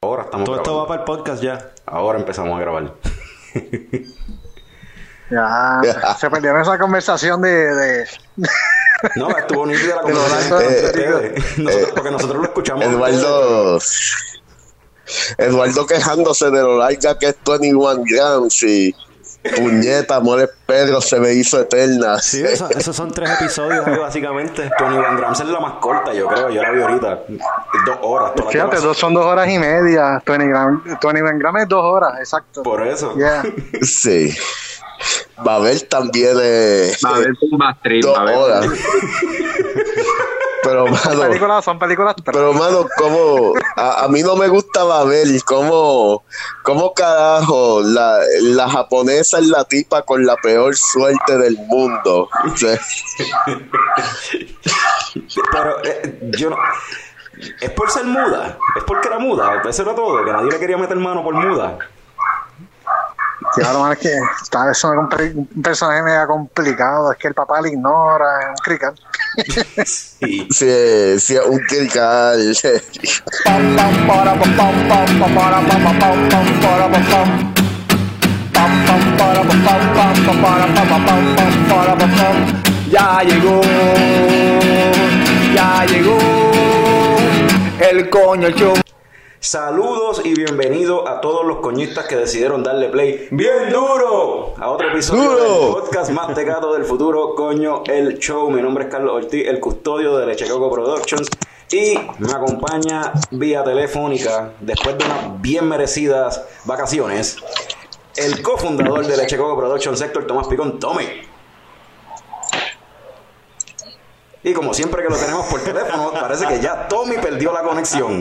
Ahora estamos Todo esto grabando. va para el podcast ya. Ahora empezamos a grabar. Ya, se perdieron esa conversación de No, estuvo nítida la De lo conversación largo, entre ustedes. Porque nosotros lo escuchamos. Eduardo quejándose de lo larga que es 21 Grams y puñeta, Amores Pedro se me hizo eterna. Sí, esos son 3 episodios ahí, básicamente. 21 Grams es la más corta, yo creo. Yo la vi ahorita. 2 horas. toda la Fíjate, clase. son 2 horas y media. 21 gramos es 2 horas, exacto. Por eso. Yeah. Sí. Babel también es Va a haber un backstream, 2 va a haber. horas. Pero Son películas. pero mano, como a mí no me gusta Babel, como carajo la japonesa es la tipa con la peor suerte del mundo. O sea, Pero yo no. Es por ser muda. Es porque era muda. Eso era todo. Que nadie le quería meter mano por muda. Sí, ahora es que es un personaje mega complicado. Es que el papá le ignora, es un crical. Sí. sí, un crical. Ya llegó el coño show. Saludos y bienvenidos a todos los coñistas que decidieron darle play bien duro a otro episodio del podcast más tecato del futuro, Coño el Show. Mi nombre es Carlos Ortiz, el custodio de Leche Coco Productions, y me acompaña vía telefónica, después de unas bien merecidas vacaciones, el cofundador de Leche Coco Productions, Héctor Tomás Picón, Tommy. Y como siempre que lo tenemos por teléfono, parece que ya Tommy perdió la conexión.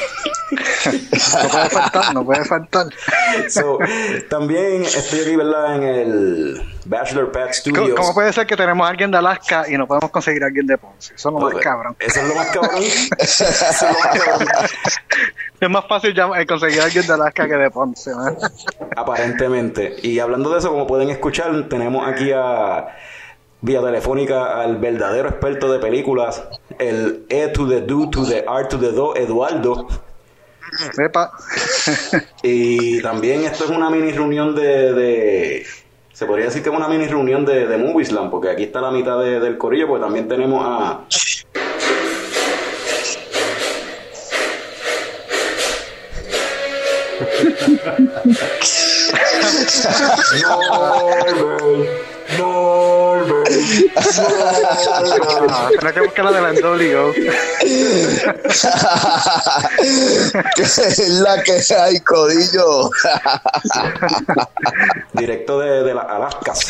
No puede faltar. So, también estoy aquí, ¿verdad? En el Bachelor Pad Studios. ¿Cómo puede ser que tenemos a alguien de Alaska y no podemos conseguir a alguien de Ponce? Eso es lo más cabrón. Eso es lo más cabrón. Eso es lo más cabrón. Es más fácil conseguir a alguien de Alaska que de Ponce, ¿no? Aparentemente. Y hablando de eso, como pueden escuchar, tenemos aquí vía telefónica al verdadero experto de películas, el E to the Do to the R to the Do, Eduardo. Epa. Y también esto es una mini reunión se podría decir que es una mini reunión de Moviesland, porque aquí está la mitad del corillo, porque también tenemos a... Norbert. Tenés que buscar la de la NWO. ¿Qué es la que hay, codillo? Directo de las Alaskas.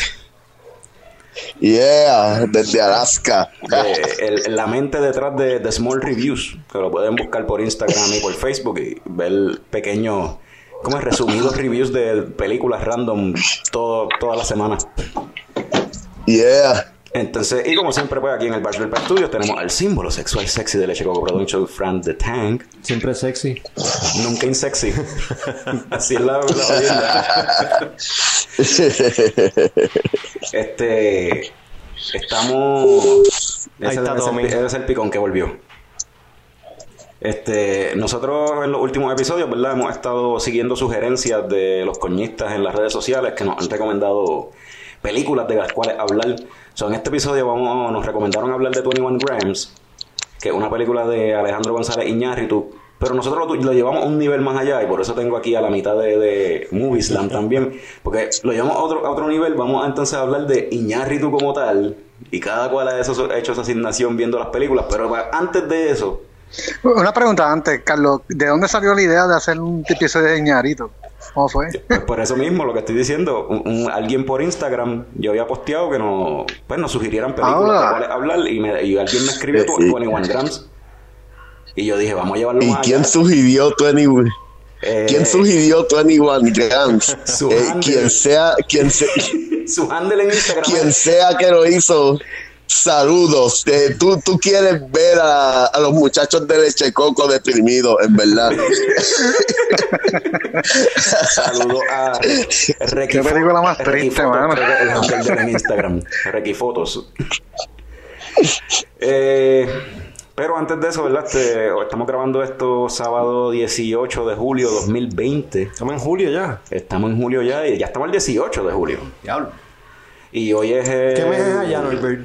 Yeah, desde Alaska. La mente detrás de Small Reviews, que lo pueden buscar por Instagram y por Facebook y ver pequeños, ¿cómo es? Resumidos reviews de películas random toda la semana. Yeah. Entonces, y como siempre, pues aquí en el Bachelor Pad Studios tenemos al símbolo sexual sexy de Leche Coco Productions, Fran the Tank. Siempre sexy. Nunca insexy. Así es la jodienda. Estamos... Ahí está Tommy. Ese es el picón que volvió. Nosotros en los últimos episodios, ¿verdad? Hemos estado siguiendo sugerencias de los coñistas en las redes sociales que nos han recomendado películas de las cuales hablar. En este episodio nos recomendaron hablar de 21 Grams, que es una película de Alejandro González Iñárritu, pero nosotros lo llevamos a un nivel más allá, y por eso tengo aquí a la mitad de Moviesland también, porque lo llevamos a otro nivel. Vamos entonces a hablar de Iñárritu como tal, y cada cual ha hecho esa asignación viendo las películas, pero antes de eso... Una pregunta antes, Carlos. ¿De dónde salió la idea de hacer un episodio de Iñárritu? ¿Cómo fue? Pues por eso mismo, lo que estoy diciendo, alguien por Instagram, yo había posteado que nos sugirieran películas de cuáles hablar, y alguien me escribió 21 Grams, y yo dije, vamos a llevarlo ¿Y más quién allá. sugirió 21? ¿Quién sugirió 21 Grams? Su handle. Su handle en Instagram. Quien sea que lo hizo, saludos. Tú quieres ver a los muchachos de Leche Coco deprimidos, en verdad. Saludos a Requi. Qué película más triste, mano. El handle en Instagram, Requi Fotos. Pero antes de eso, ¿verdad? Estamos grabando esto sábado 18 de julio 2020. Estamos en julio ya. Estamos en julio ya y ya estamos el 18 de julio. Diablo. Y hoy es ¿Qué mes es allá, Norbert?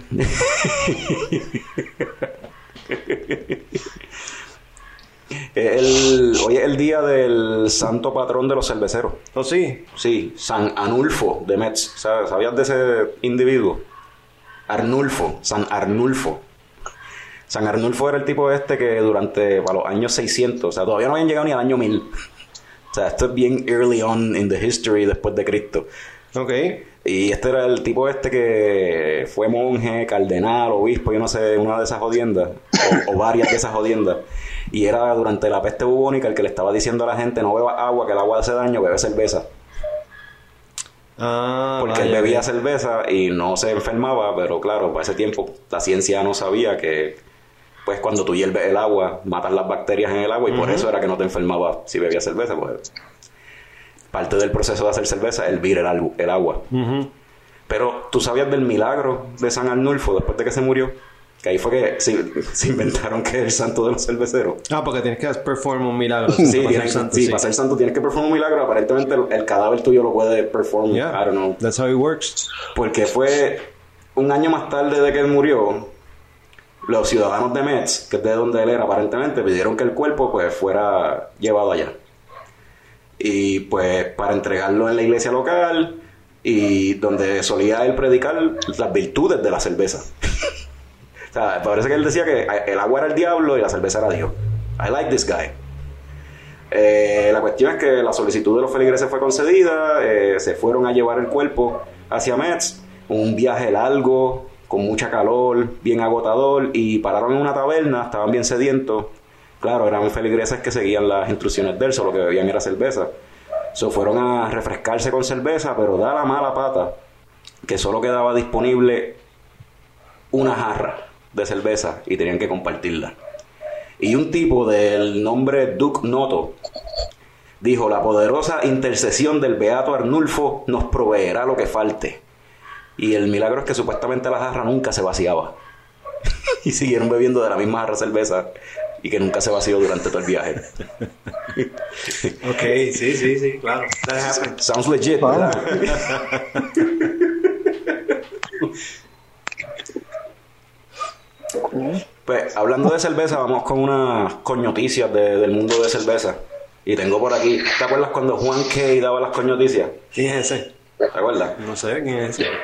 Hoy es el día del santo patrón de los cerveceros. ¿Oh, sí? Sí, San Arnulfo de Metz. ¿Sabías de ese individuo? Arnulfo, San Arnulfo. San Arnulfo era el tipo que para los años 600, o sea, todavía no habían llegado ni al año 1000. O sea, esto es bien early on in the history después de Cristo. Ok. Y este era el tipo que fue monje, cardenal, obispo, yo no sé, una de esas jodiendas, o varias de esas jodiendas. Y era durante la peste bubónica el que le estaba diciendo a la gente, no beba agua, que el agua hace daño, bebe cerveza. Porque él bebía cerveza y no se enfermaba, pero claro, para ese tiempo la ciencia no sabía que, pues cuando tú hierves el agua, matas las bacterias en el agua y por eso era que no te enfermabas si bebías cerveza, pues parte del proceso de hacer cerveza es hervir el agua. Pero tú sabías del milagro de San Arnulfo después de que se murió, que ahí fue que se inventaron que es el santo de los cerveceros. Porque tienes que performar un milagro. Sí, para ser santo tienes que performar un milagro. Aparentemente el cadáver tuyo lo puede perform. Yeah, I don't know. that's how it works. Porque fue un año más tarde de que él murió, los ciudadanos de Metz, que es de donde él era aparentemente, pidieron que el cuerpo pues fuera llevado allá. Y pues para entregarlo en la iglesia local y donde solía él predicar las virtudes de la cerveza. O sea, parece que él decía que el agua era el diablo y la cerveza era Dios. I like this guy. La cuestión es que la solicitud de los feligreses fue concedida, se fueron a llevar el cuerpo hacia Metz, un viaje largo, con mucha calor, bien agotador, y pararon en una taberna, estaban bien sedientos. Claro, eran feligreses que seguían las instrucciones de él, solo que bebían era cerveza. Fueron a refrescarse con cerveza, pero da la mala pata que solo quedaba disponible una jarra de cerveza y tenían que compartirla. Y un tipo del nombre Duke Noto dijo: la poderosa intercesión del beato Arnulfo nos proveerá lo que falte. Y el milagro es que supuestamente la jarra nunca se vaciaba. Y siguieron bebiendo de la misma jarra de cerveza y que nunca se vació durante todo el viaje. Ok, sí, claro. Sounds legit, ¿verdad? Pues hablando de cerveza, vamos con unas coñoticias del mundo de cerveza. Y tengo por aquí, ¿te acuerdas cuando Juan K. daba las coñoticias? ¿Quién es ese? ¿Te acuerdas? No sé quién es ese.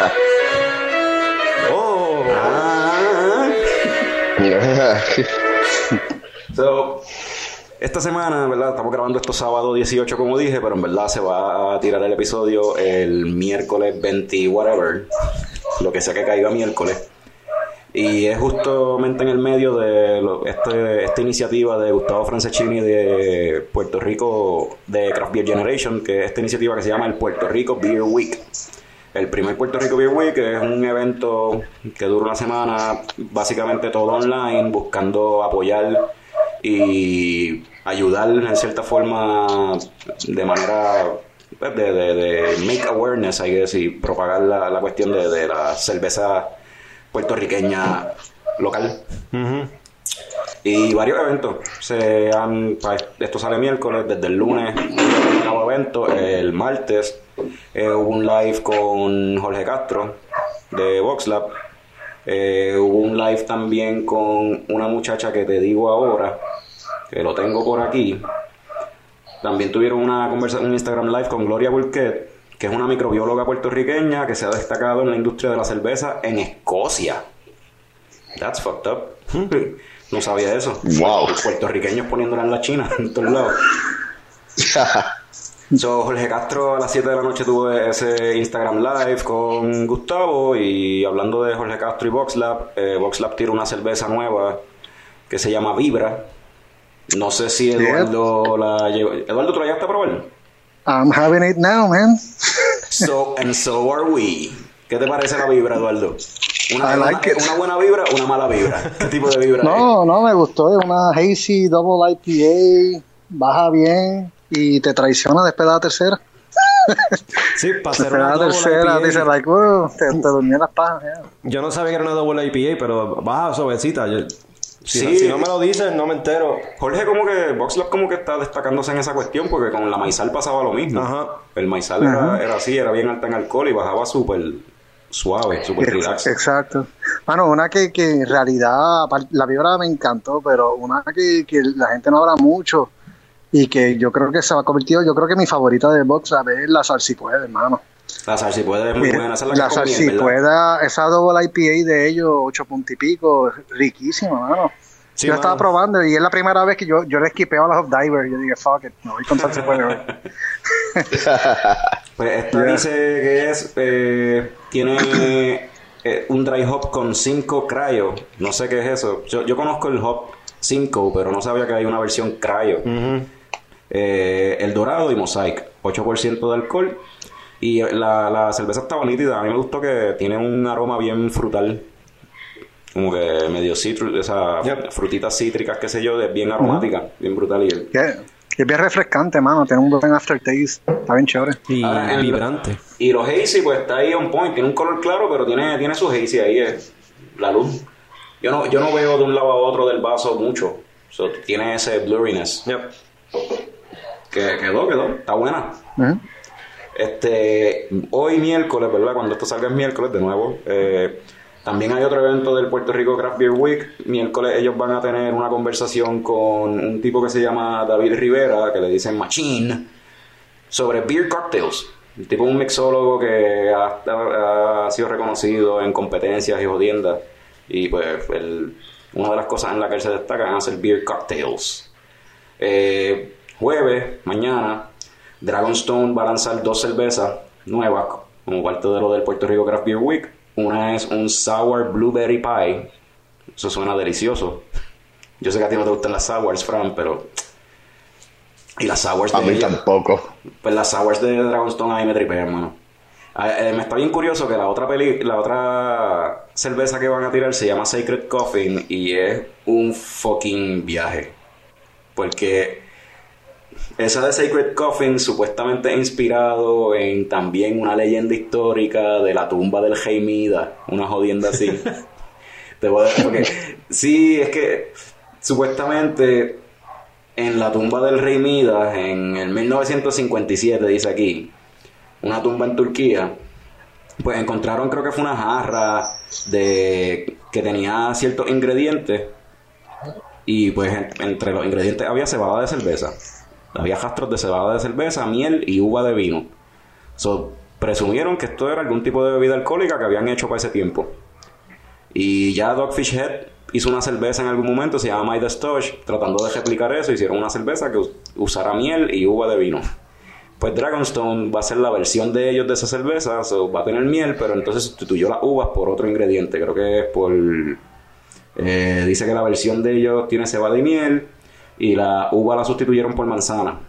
Esta semana, ¿verdad? Estamos grabando esto sábado 18, como dije, pero en verdad se va a tirar el episodio el miércoles 20 whatever, lo que sea que caiga miércoles. Y es justamente en el medio de esta iniciativa de Gustavo Franceschini de Puerto Rico, de Craft Beer Generation, que es esta iniciativa que se llama el Puerto Rico Beer Week. El primer Puerto Rico Beer Week es un evento que dura una semana, básicamente todo online, buscando apoyar y ayudar en cierta forma de manera de make awareness, I guess, y propagar la cuestión de la cerveza puertorriqueña local. Y varios eventos esto sale miércoles, desde el lunes un nuevo evento, el martes hubo un live con Jorge Castro de VoxLab, hubo un live también con una muchacha que te digo ahora, que lo tengo por aquí. También tuvieron una conversación, un Instagram live con Gloria Burkett, que es una microbióloga puertorriqueña que se ha destacado en la industria de la cerveza en Escocia. That's fucked up. No sabía eso. Wow. Los puertorriqueños poniéndola en la China, en todos lados. Jorge Castro a las 7 de la noche tuvo ese Instagram live con Gustavo, y hablando de Jorge Castro y VoxLab, VoxLab tiró una cerveza nueva que se llama Vibra. No sé si Eduardo la llevó. ¿Eduardo, tú la llevaste a probar? I'm having it now, man. So are we. ¿Qué te parece la Vibra, Eduardo? ¿Una buena vibra o una mala vibra? ¿Qué tipo de vibra es? No, me gustó. Es una Hazy Double IPA. Baja bien y te traiciona después de la tercera. Sí, para hacer después de una la double tercera IPA. dice, te durmió en las pajas. Yeah. Yo no sabía que era una double IPA, pero baja suavecita. Si no me lo dicen, no me entero. Jorge VoxLab como que está destacándose en esa cuestión porque con la maizal pasaba lo mismo. Ajá. El maizal era así, era bien alta en alcohol y bajaba súper suave, súper relax. Exacto. Bueno, una que en realidad, la vibra me encantó, pero una que la gente no habla mucho y que yo creo que se va a convertir, yo creo que mi favorita de VoxLab es la Salsipuede, hermano. La Salsipuede es muy buena, esa es La que comí, Salsipuede, esa double IPA de ellos, 8 puntos y pico, riquísima, hermano. Sí, yo la estaba mano. probando y es la primera vez que yo le esquipeo a las Hop Diver. Yo dije, fuck it, no voy con Salsipuede hoy. Pues esta dice que tiene un dry hop con 5 cryo. No sé qué es eso. Yo conozco el hop 5, pero no sabía que hay una versión cryo. El Dorado y Mosaic, 8% de alcohol. Y la cerveza está nítida. A mí me gustó que tiene un aroma bien frutal. Como que medio citrus, esas frutitas cítricas, qué sé yo, bien aromática, bien brutal. Y Es bien refrescante, mano. Tiene un buen aftertaste. Está bien chévere. Y ahora, vibrante. Y los hazy, pues está ahí on point. Tiene un color claro, pero tiene su hazy ahí, la luz. Yo no veo de un lado a otro del vaso mucho. So, tiene ese blurriness. Yep. Que quedó. Está buena. Hoy miércoles, ¿verdad? Cuando esto salga es miércoles de nuevo. También hay otro evento del Puerto Rico Craft Beer Week. Miércoles ellos van a tener una conversación con un tipo que se llama David Rivera, que le dicen Machine, sobre beer cocktails. El tipo es un mixólogo que ha sido reconocido en competencias y jodiendas. Y pues una de las cosas en las que él se destaca es hacer beer cocktails. Jueves, mañana, Dragonstone va a lanzar 2 cervezas nuevas como parte de lo del Puerto Rico Craft Beer Week. Una es un Sour Blueberry Pie. Eso suena delicioso. Yo sé que a ti no te gustan las sours, Fran, pero... Y las sours de... A mí tampoco. Pues las sours de Dragonstone a mí me tripean, hermano. Me está bien curioso que la otra cerveza que van a tirar se llama Sacred Coffin y es un fucking viaje. Porque... esa de Sacred Coffin supuestamente inspirado en también una leyenda histórica de la tumba del Rey Midas, una jodienda así. Te voy a decir porque sí, es que supuestamente en la tumba del Rey Midas en el 1957, dice aquí, una tumba en Turquía, pues encontraron, creo que fue una jarra que tenía ciertos ingredientes y pues entre los ingredientes había cebada de cerveza. Había rastros de cebada de cerveza, miel y uva de vino. Presumieron que esto era algún tipo de bebida alcohólica que habían hecho para ese tiempo. Y ya Dogfish Head hizo una cerveza en algún momento, se llama Midas Touch, tratando de replicar eso, hicieron una cerveza que usara miel y uva de vino. Pues Dragonstone va a ser la versión de ellos de esa cerveza, va a tener miel, pero entonces sustituyó las uvas por otro ingrediente, creo que es por... dice que la versión de ellos tiene cebada y miel, y la uva la sustituyeron por manzana.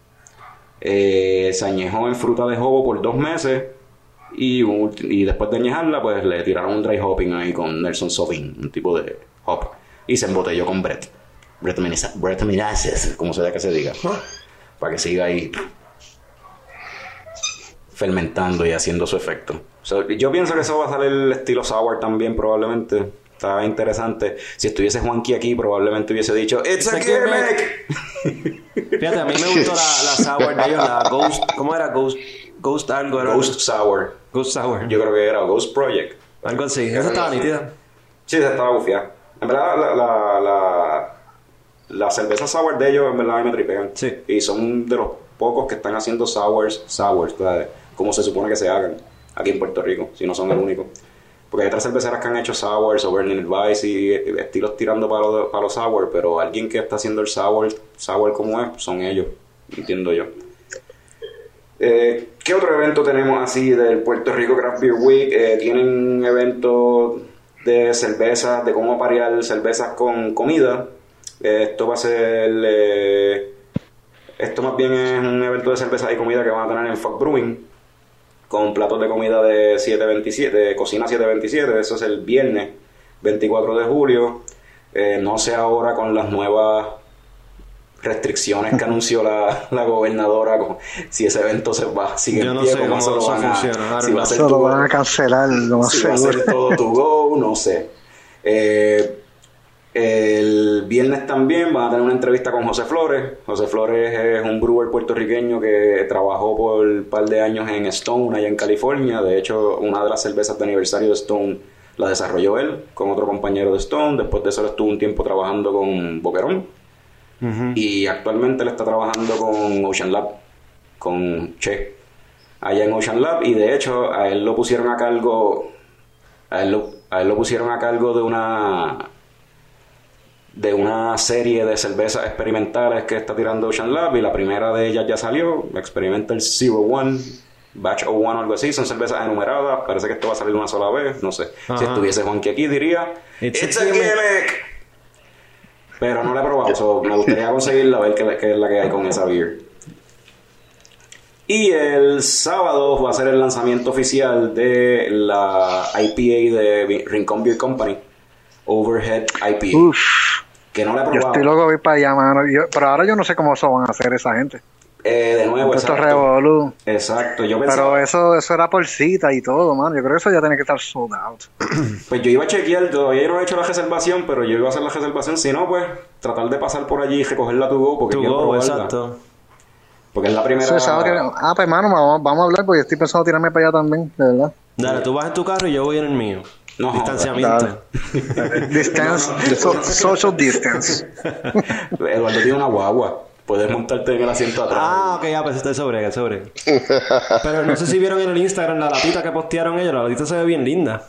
Se añejó en fruta de jobo por 2 meses y después de añejarla pues le tiraron un dry hopping ahí con Nelson Sauvin, un tipo de hop, y se embotelló con Brett Meneses, como sea que se diga, para que siga ahí fermentando y haciendo su efecto. Yo pienso que eso va a salir el estilo sour también probablemente. Está interesante. Si estuviese Juanqui aquí, probablemente hubiese dicho It's a gimmick. Fíjate, a mí me gustó la sour de ellos, la Ghost. ¿Cómo era? Ghost algo era. Ghost Sour. Ghost Sour. Yo creo que era Ghost Project. Algo así. Esa estaba nítida. Sí, esa estaba bufiada. En verdad, la cerveza sour de ellos, en verdad, a mí me tripean. Sí. Y son de los pocos que están haciendo sours, ¿sabes? Como se supone que se hagan aquí en Puerto Rico, si no son el único. Porque hay otras cerveceras que han hecho sours o Burning Advice y estilos tirando para los sour, pero alguien que está haciendo el sour como es, son ellos, entiendo yo. ¿Qué otro evento tenemos así del Puerto Rico Craft Beer Week? Tienen eventos de cervezas, de cómo aparear cervezas con comida. Esto va a ser... esto más bien es un evento de cervezas y comida que van a tener en Fuck Brewing, con platos de comida de 727, de cocina 727, eso es el viernes 24 de julio. No sé ahora con las nuevas restricciones que anunció la gobernadora, si ese evento sigue en pie, cómo eso lo van a... Si va a ser lo van a cancelar, lo más si va a ser todo to go, no sé. El viernes también van a tener una entrevista con José Flores. José Flores es un brewer puertorriqueño que trabajó por un par de años en Stone, allá en California. De hecho, una de las cervezas de aniversario de Stone la desarrolló él con otro compañero de Stone. Después de eso él estuvo un tiempo trabajando con Boquerón. Y actualmente él está trabajando con Ocean Lab, con Che, allá en Ocean Lab. Y de hecho, a él lo pusieron a cargo... A él lo pusieron a cargo de una serie de cervezas experimentales que está tirando Ocean Lab, y la primera de ellas ya salió, Experimental 01, Batch 01 o algo así. Son cervezas enumeradas, parece que esto va a salir una sola vez, no sé. Si estuviese Juanqui aquí diría It's a gimmick. Pero no la he probado, so me gustaría conseguirla, a ver qué es la que hay con esa beer. Y el sábado va a ser el lanzamiento oficial de la IPA de Rincón Beer Company, Overhead IPA. Uf. Que no la he Yo probado. estoy loco de ir para allá, mano. Pero ahora yo no sé cómo eso van a hacer esa gente. De nuevo, Esto es exacto. revolú. Exacto, yo pensaba... Pero eso era por cita y todo, mano. Yo creo que eso ya tiene que estar sold out. Pues yo iba a chequear, todavía no he hecho la reservación, pero yo iba a hacer la reservación. Si no, pues tratar de pasar por allí y recogerla to go, porque quiero probarla. Exacto. Porque es la primera... Pues, pues, hermano, vamos a hablar porque estoy pensando tirarme para allá también, de verdad. Dale, tú vas en tu carro y yo voy en el mío. No, distanciamiento. Social distance. Eduardo tiene una guagua. Puedes montarte en el asiento atrás. Ah, ok, ya, pues está sobre. Pero no sé si vieron en el Instagram la latita que postearon ellos. La latita se ve bien linda.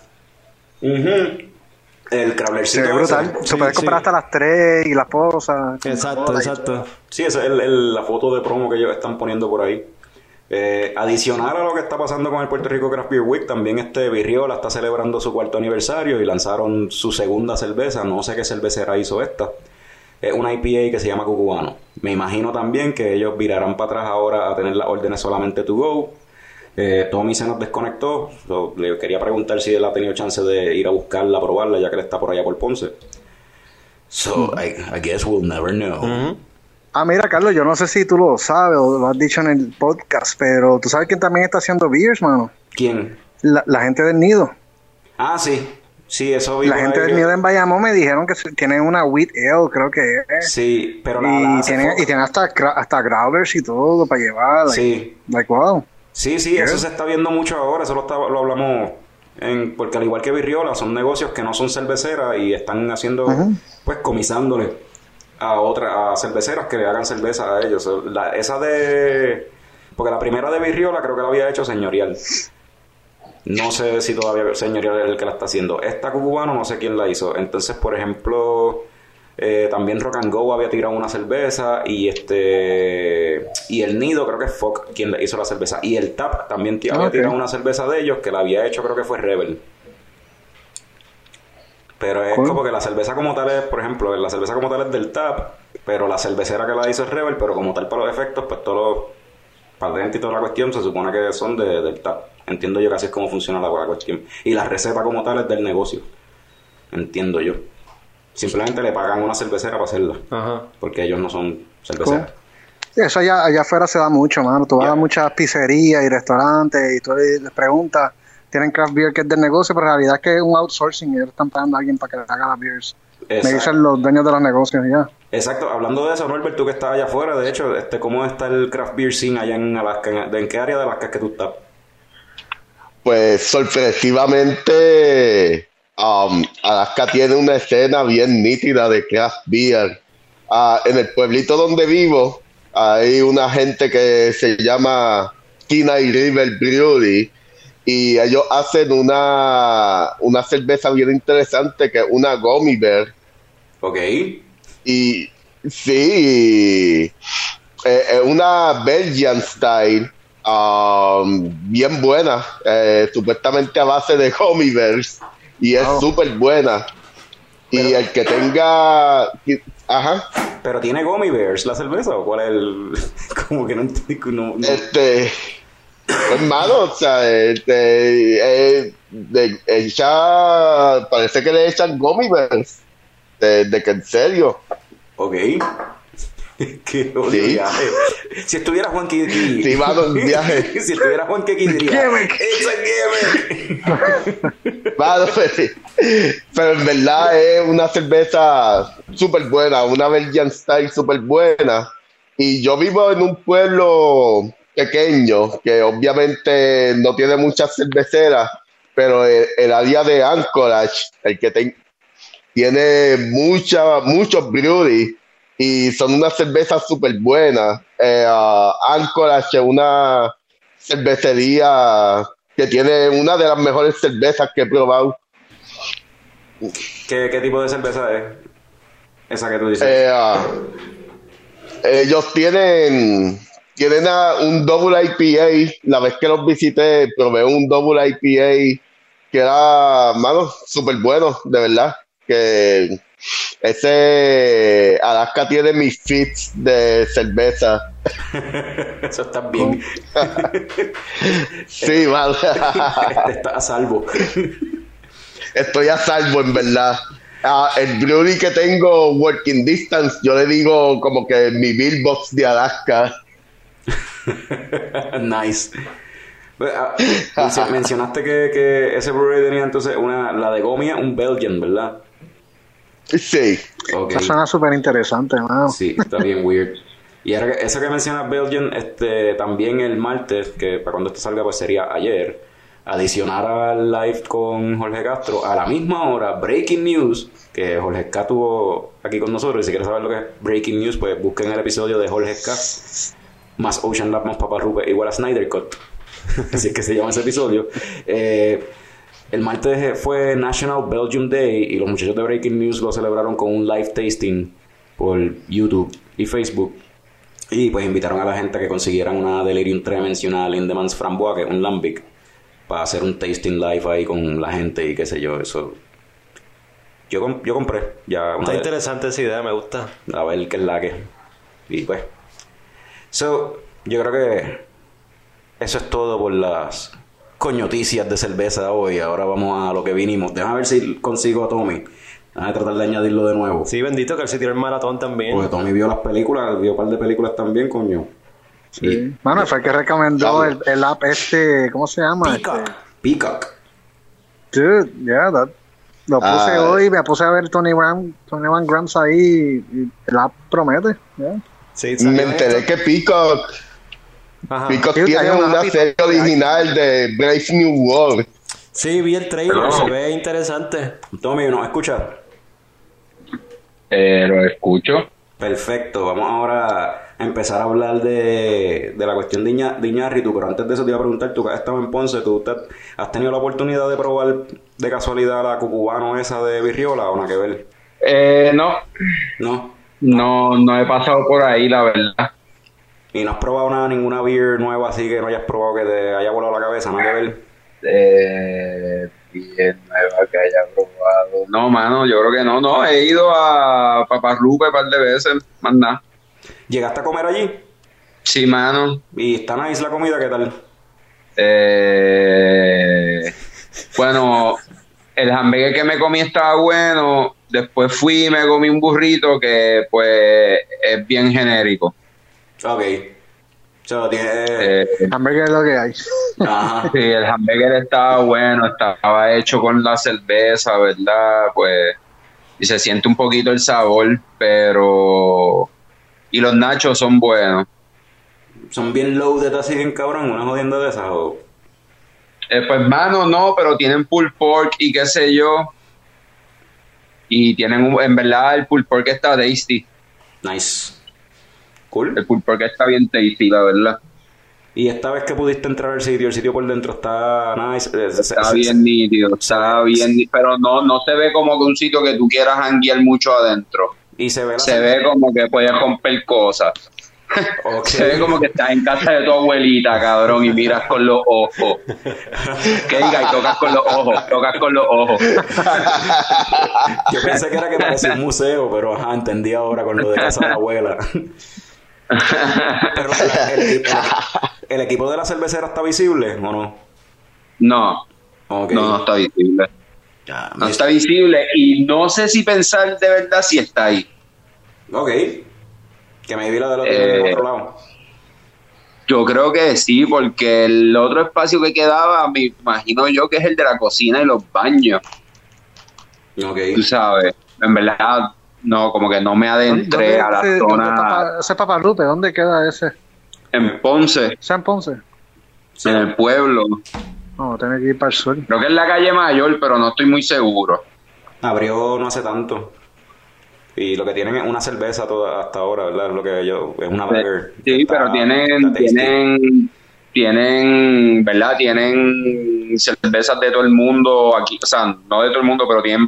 El Se crawlercito ve brutal. ese. Se puede comprar hasta las 3 y la esposa. Exacto. Sí, esa es la foto de promo que ellos están poniendo por ahí. Adicional a lo que está pasando con el Puerto Rico Craft Beer Week, también Virriola está celebrando su 4º aniversario y lanzaron su segunda cerveza. No sé qué cervecera hizo esta. Es una IPA que se llama Cucubano. Me imagino también que ellos virarán para atrás ahora a tener las órdenes solamente to go. Tommy se nos desconectó. Le quería preguntar si él ha tenido chance de ir a buscarla, a probarla, ya que él está por allá por Ponce. So, I guess we'll never know. Ah, mira, Carlos, yo no sé si tú lo sabes o lo has dicho en el podcast, pero ¿tú sabes quién también está haciendo beers, mano? ¿Quién? La gente del Nido. Ah, sí. Sí, eso vi. La gente del Nido en Bayamón me dijeron que tienen una wheat ale, creo que es. Sí, pero y tienen hasta growlers y todo para llevar. Sí. Like, wow. Sí, eso se está viendo mucho ahora. Eso lo hablamos porque al igual que Virriola, son negocios que no son cerveceras y están haciendo, pues, comisándole a cerveceras que le hagan cerveza a ellos. Porque la primera de Virriola creo que la había hecho Señorial. No sé si todavía Señorial es el que la está haciendo. Esta Cucubano no sé quién la hizo. Entonces, por ejemplo, también Rock and Go había tirado una cerveza y el Nido creo que es Fox quien le hizo la cerveza. Y el Tap también había tirado una cerveza de ellos que la había hecho, creo que fue Rebel. Pero es como que la cerveza como tal es, por ejemplo, la cerveza como tal es del Tap, pero la cervecera que la hizo es Rebel, pero como tal para los efectos, pues todos los patentes y toda la cuestión se supone que son del Tap. Entiendo yo que así es como funciona la cuestión. Y la receta como tal es del negocio. Entiendo yo. Simplemente le pagan una cervecera para hacerla. Porque ellos no son cerveceras. Eso allá afuera se da mucho, mano. Tú vas a muchas pizzerías y restaurantes y tú les preguntas, tienen craft beer que es del negocio, pero en realidad es que es un outsourcing y ellos están pagando a alguien para que le haga las beers. Exacto. Me dicen los dueños de los negocios ya. Exacto. Hablando de eso, Norbert, tú que estás allá afuera, de hecho, ¿cómo está el craft beer scene allá en Alaska? ¿En qué área de Alaska es que tú estás? Pues sorpresivamente Alaska tiene una escena bien nítida de craft beer. En el pueblito donde vivo hay una gente que se llama Kenai River Brewery y ellos hacen una cerveza bien interesante que es una Gummy Bear. Ok. Y sí, es una Belgian Style. Bien buena, supuestamente a base de Gummy Bears y es súper buena. Y el que tenga pero tiene Gummy Bears la cerveza o cuál es el como que no entendí hermano, o sea, parece que le echan Gummy Bears de que en serio. Ok. Qué odio Sí. viaje. Si estuviera Juanqui aquí. Sí, mano, un viaje. Si estuviera Juanqui aquí diría. Gimmick. It's a gimmick. Mano, pero en verdad es una cerveza súper buena, una Belgian Style súper buena. Y yo vivo en un pueblo pequeño que obviamente no tiene muchas cerveceras, pero el área de Anchorage, el que tiene muchos breweries y son unas cervezas súper buenas. Anchorage es una cervecería que tiene una de las mejores cervezas que he probado. ¿Qué tipo de cerveza es? Esa que tú dices. Ellos tienen un double IPA. La vez que los visité, probé un double IPA que era, mano, súper bueno, de verdad. Que ese Alaska tiene mis fits de cerveza. Eso está bien. Sí, mano. Está a salvo. Estoy a salvo, en verdad. El brewery que tengo, Working Distance, yo le digo como que mi Bill Box de Alaska. Nice. Mencionaste que ese brewery tenía entonces la de Gomia, un Belgian, ¿verdad? Sí. Ok. Eso suena súper interesante, mano. Sí, está bien weird. Y ahora eso que mencionas Belgian, también el martes, que para cuando esto salga pues sería ayer, adicionar al live con Jorge Castro a la misma hora, Breaking News, que Jorge K tuvo aquí con nosotros. Y si quieres saber lo que es Breaking News, pues busquen el episodio de Jorge K más Ocean Lab más Papa Rupe igual a Snyder Cut. Así es que se llama ese episodio. El martes fue National Belgium Day y los muchachos de Breaking News lo celebraron con un live tasting por YouTube y Facebook. Y pues invitaron a la gente a que consiguieran una Delirium Tremens y una Lindemans Framboise, que es un Lambic, para hacer un tasting live ahí con la gente y qué sé yo. Eso yo compré ya Está interesante esa idea, me gusta. a ver qué es la que. Y pues yo creo que eso es todo por las coñoticias de cerveza hoy. Ahora vamos a lo que vinimos. Déjame ver si consigo a Tommy. Déjame tratar de añadirlo de nuevo. Sí, bendito que él se tiró el maratón también. Porque Tommy vio las películas, vio un par de películas también, coño. Sí. Mano, fue el que recomendó el app ¿cómo se llama? Peacock. Dude, yeah, lo puse hoy, me puse a ver 21 Grams ahí y el app promete. Yeah. Sí, Me enteré que Peacock Ajá. tiene hay una una app serie original de Brave New World. Sí, vi el trailer, se ve interesante. Tommy, ¿nos escuchas? Lo escucho. Perfecto, vamos ahora a empezar a hablar de la cuestión de Iñárritu, pero antes de eso te iba a preguntar, tú que has estado en Ponce, ¿tú has tenido la oportunidad de probar de casualidad la cucubano esa de Virriola o nada que ver? No, no he pasado por ahí, la verdad. ¿Y no has probado ninguna beer nueva así que no hayas probado que te haya volado la cabeza, nada que ver? Bien nueva que haya probado. No, mano, yo creo que no. No, he ido a Paparrupe un par de veces, más nada. ¿Llegaste a comer allí? Sí, mano. ¿Y está nice la comida? ¿Qué tal? Bueno, el hamburger que me comí estaba bueno. Después fui y me comí un burrito que, pues, es bien genérico. Ok. Tiene... Hamburger es lo que hay. Ajá. Sí, el hamburger estaba bueno, estaba hecho con la cerveza, ¿verdad? Pues, y se siente un poquito el sabor, pero... Y los nachos son buenos. ¿Son bien loaded así bien cabrón? ¿Una jodienda de esas? ¿O? Pues, mano, no, pero tienen pulled pork y qué sé yo. Y tienen, en verdad, el pulled pork está tasty. Nice. Cool. El pulled pork está bien tasty, la verdad. Y esta vez que pudiste entrar al sitio, el sitio por dentro está nice. Está bien nítido, está bien, pero no se ve como que un sitio que tú quieras janguear mucho adentro. Y se ve Se ve como que puedes romper cosas. Okay. Se ve como que estás en casa de tu abuelita, cabrón, y miras con los ojos. ¿Qué diga? Y tocas con los ojos. Yo pensé que era que parecía un museo, pero entendí ahora con lo de casa de la abuela. Pero el equipo de la cervecera está visible, ¿o no? No, Okay. no está visible. Ya, No está visible y no sé si pensar de verdad si está ahí. Ok. Que me vi la del otro lado. Yo creo que sí, porque el otro espacio que quedaba, me imagino yo que es el de la cocina y los baños. Ok. Tú sabes, en verdad, no, como que no me adentré a la zona. Ese Papalupe, ¿dónde queda ese? En Ponce, ¿Ese en Ponce? en el pueblo. No, tengo que ir para el sur. Creo que es la calle Mayor, pero no estoy muy seguro. Abrió no hace tanto. Y lo que tienen es una cerveza hasta ahora, ¿verdad? Es lo que es una lager. Sí, pero tienen, ¿verdad? Tienen cervezas de todo el mundo aquí, o sea, no de todo el mundo, pero tienen.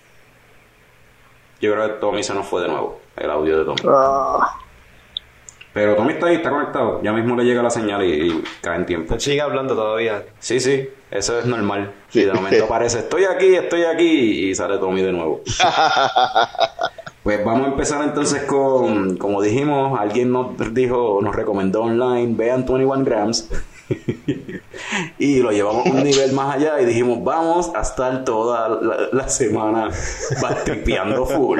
Yo creo que Tommy se nos fue de nuevo, el audio de Tommy. Ah, Pero Tommy está ahí, está conectado. Ya mismo le llega la señal y cae en tiempo. Sigue hablando todavía. Sí, eso es normal. Y de momento aparece, estoy aquí, y sale Tommy de nuevo. Pues vamos a empezar entonces con, como dijimos, alguien nos recomendó online, vean 21 Grams. Y lo llevamos un nivel más allá y dijimos, vamos a estar toda la semana tripeando full.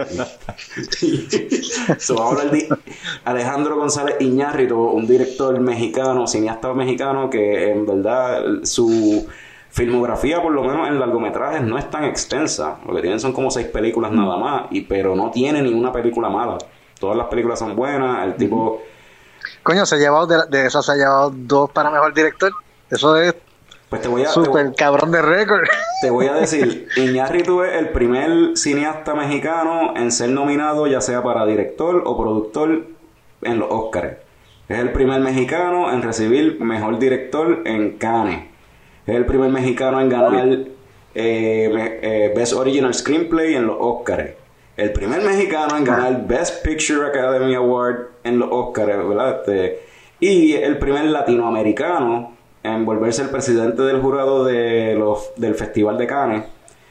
So, vamos a hablar de Alejandro González Iñárritu, un director mexicano, cineasta mexicano que en verdad su filmografía, por lo menos en largometrajes, no es tan extensa. Lo que tienen son como 6 películas nada más, pero no tiene ni una película mala. Todas las películas son buenas, el tipo... Coño, se ha llevado de esas, se ha llevado 2 para mejor director. Eso es Pues súper cabrón de récord. Te voy a decir, Iñárritu es el primer cineasta mexicano en ser nominado ya sea para director o productor en los Oscars. Es el primer mexicano en recibir mejor director en Cannes. Es el primer mexicano en ganar Best Original Screenplay en los Oscars. El primer mexicano en ganar Best Picture Academy Award en los Oscars, ¿verdad? Y el primer latinoamericano en volverse el presidente del jurado del Festival de Cannes.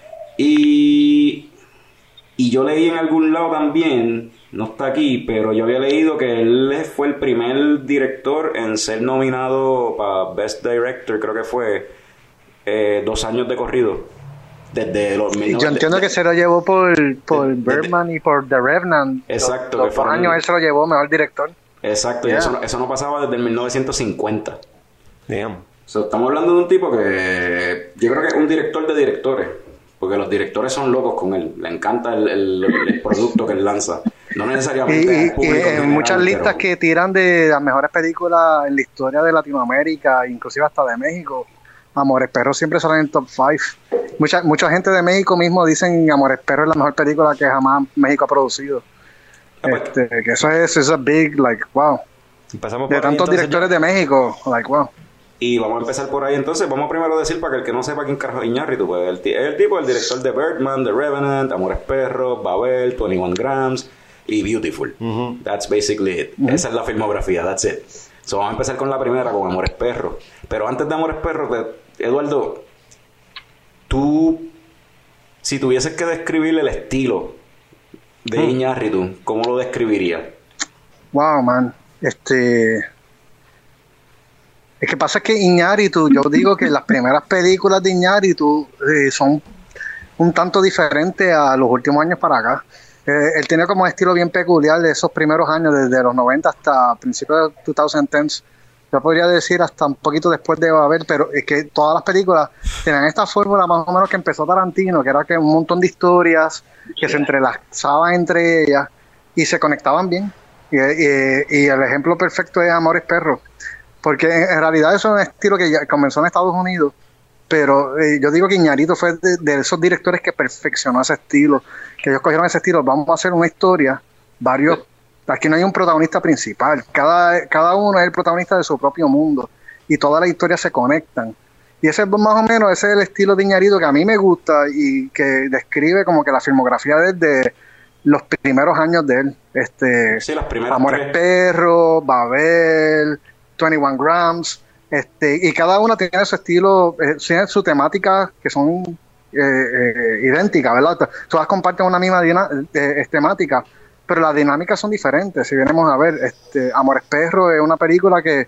Y yo leí en algún lado también, no está aquí, pero yo había leído que él fue el primer director en ser nominado para Best Director, creo que fue 2 años de corrido. Desde los Yo entiendo que se lo llevó por Birdman y por The Revenant. Exacto. Los 2 años él se lo llevó mejor director. Exacto, Yeah. Y eso no pasaba desde el 1950. Damn. So, estamos hablando de un tipo que yo creo que es un director de directores, porque los directores son locos con él, le encanta el producto que él lanza, no necesariamente al Y público en general, muchas listas pero- que tiran de las mejores películas en la historia de Latinoamérica, inclusive hasta de México, Amores Perros siempre salen en el top 5. Mucha gente de México mismo dicen Amores Perros es la mejor película que jamás México ha producido. pues, Que eso es a big, like, wow. Empezamos De por ahí, tantos entonces, directores de México, like, wow. Y vamos a empezar por ahí entonces. Vamos primero a decir para que el que no sepa quién carajo es Iñárritu, pues el tipo, el director de Birdman, The Revenant, Amores Perros, Babel, 21 Grams y Beautiful. That's basically it. Esa es la filmografía, that's it. So vamos a empezar con la primera, con Amores Perros. Pero antes de Amores Perros, Eduardo, tú, si tuvieses que describir el estilo de Iñárritu, ¿cómo lo describirías? Wow, man. Es que pasa que Iñárritu, yo digo que las primeras películas de Iñárritu son un tanto diferentes a los últimos años para acá. Él tenía como un estilo bien peculiar de esos primeros años, desde los 90 hasta principios de 2010. Yo podría decir hasta un poquito después de Babel, pero es que todas las películas tenían esta fórmula más o menos que empezó Tarantino, que era que un montón de historias que se entrelazaban entre ellas y se conectaban bien. Y el ejemplo perfecto es Amores Perros, porque en realidad eso es un estilo que ya comenzó en Estados Unidos, pero yo digo que Iñárritu fue de esos directores que perfeccionó ese estilo, que ellos cogieron ese estilo, vamos a hacer una historia, aquí no hay un protagonista principal, cada uno es el protagonista de su propio mundo, y todas las historias se conectan, y ese es más o menos, ese es el estilo de Iñárritu que a mí me gusta, y que describe como que la filmografía desde los primeros años de él, Sí, las primeras Amores 3. Perros, Babel, 21 Grams, y cada una tiene su estilo, tiene su temática que son idénticas, ¿verdad? Todas comparten una misma temática, pero las dinámicas son diferentes. Si venimos a ver, Amores Perros es una película que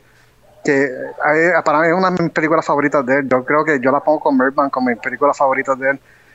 para mí es una de mis películas favoritas de él. Yo creo que yo la pongo con Birdman como mis películas favoritas de él.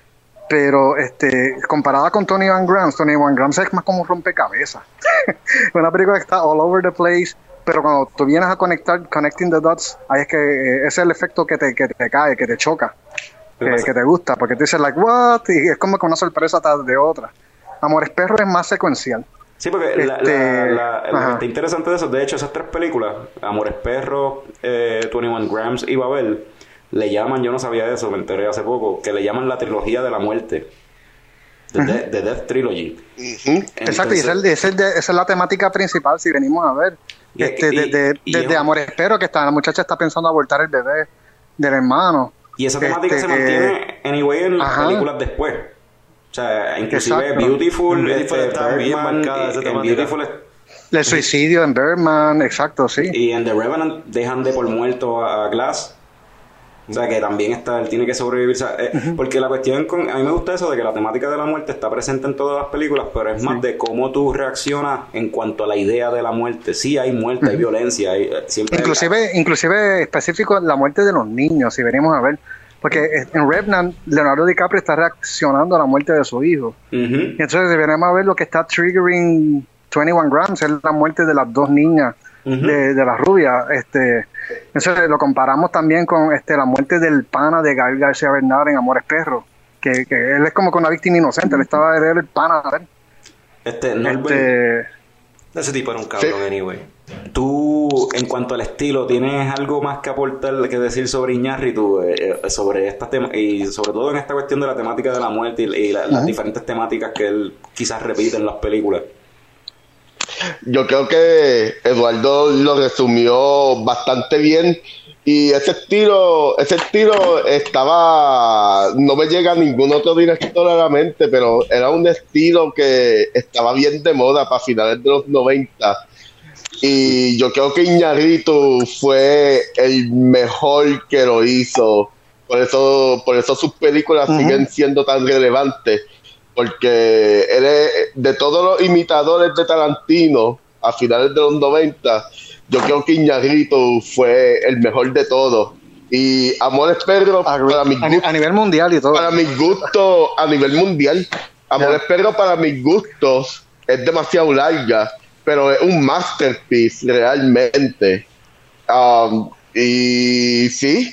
pero comparada con Tony Van Grams es más como un rompecabezas. Una película que está all over the place, pero cuando tú vienes a connecting the dots, ahí es que ese es el efecto que te cae, que te choca, que te gusta, porque te dices like what, y es como que una sorpresa tras de otra. Amores Perros es más secuencial. Sí, porque lo que está interesante de eso, de hecho, esas tres películas, Amores Perros, 21 Grams y Babel, le llaman, yo no sabía eso, me enteré hace poco, que le llaman la trilogía de la muerte. The Death Trilogy. Exacto, y esa es la temática principal, si venimos a ver. Desde Amores Perros, que la muchacha está pensando abortar el bebé del hermano. Y esa temática se mantiene anyway en las películas después. O sea, inclusive Exacto. Beautiful está bien marcada esa temática. Beautiful El suicidio en Birdman, exacto, sí. y en The Revenant dejan de por muerto a Glass. O sea, que también él tiene que sobrevivir. O sea, porque la cuestión a mí me gusta eso de que la temática de la muerte está presente en todas las películas, pero es más de cómo tú reaccionas en cuanto a la idea de la muerte. Sí, hay muerte, hay violencia, siempre inclusive específico la muerte de los niños, si venimos a ver. Porque en Revenant, Leonardo DiCaprio está reaccionando a la muerte de su hijo. Y entonces, si venimos a ver lo que está triggering 21 Grams, es la muerte de las dos niñas. De la rubia. Entonces lo comparamos también con la muerte del pana de Gael García Bernal en Amores Perros, que él es como con una víctima inocente, él estaba el pana de él. Ese tipo era un cabrón, anyway. Tú, en cuanto al estilo, ¿tienes algo más que aportar, que decir sobre Iñárritu, sobre estas temas, y sobre todo en esta cuestión de la temática de la muerte y las diferentes temáticas que él quizás repite en las películas? Yo creo que Eduardo lo resumió bastante bien, y ese estilo no me llega a ningún otro director a la mente, pero era un estilo que estaba bien de moda para finales de los 90, y yo creo que Iñárritu fue el mejor que lo hizo. Por eso sus películas siguen siendo tan relevantes, porque de todos los imitadores de Tarantino a finales de los 90, yo creo que Iñárritu fue el mejor de todos. Y Amores Perros, a nivel mundial y todo. Para mis gustos, a nivel mundial, Amores Perros para mis gustos es demasiado larga, pero es un masterpiece realmente. Y sí,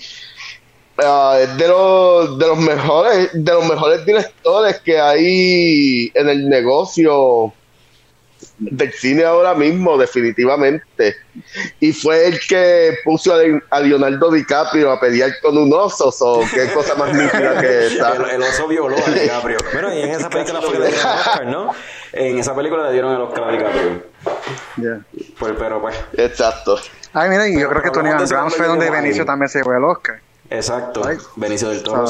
es de los mejores directores que hay en el negocio del cine ahora mismo, definitivamente. Y fue el que puso a Leonardo DiCaprio a pelear con un oso, o qué cosa más nítida que esa. El oso violó a DiCaprio. Bueno, y en esa película fue que le dieron el Oscar, ¿no? En esa película le dieron el Oscar a DiCaprio. Pero pues. Exacto. Ay, mira, y yo creo que Tony Van Grams fue donde Benicio también se llevó el Oscar. Exacto, Benicio del Toro. Los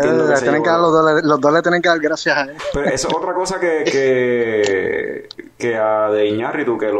dos le tienen que dar gracias a él. Pero eso es otra cosa que de Iñárritu, que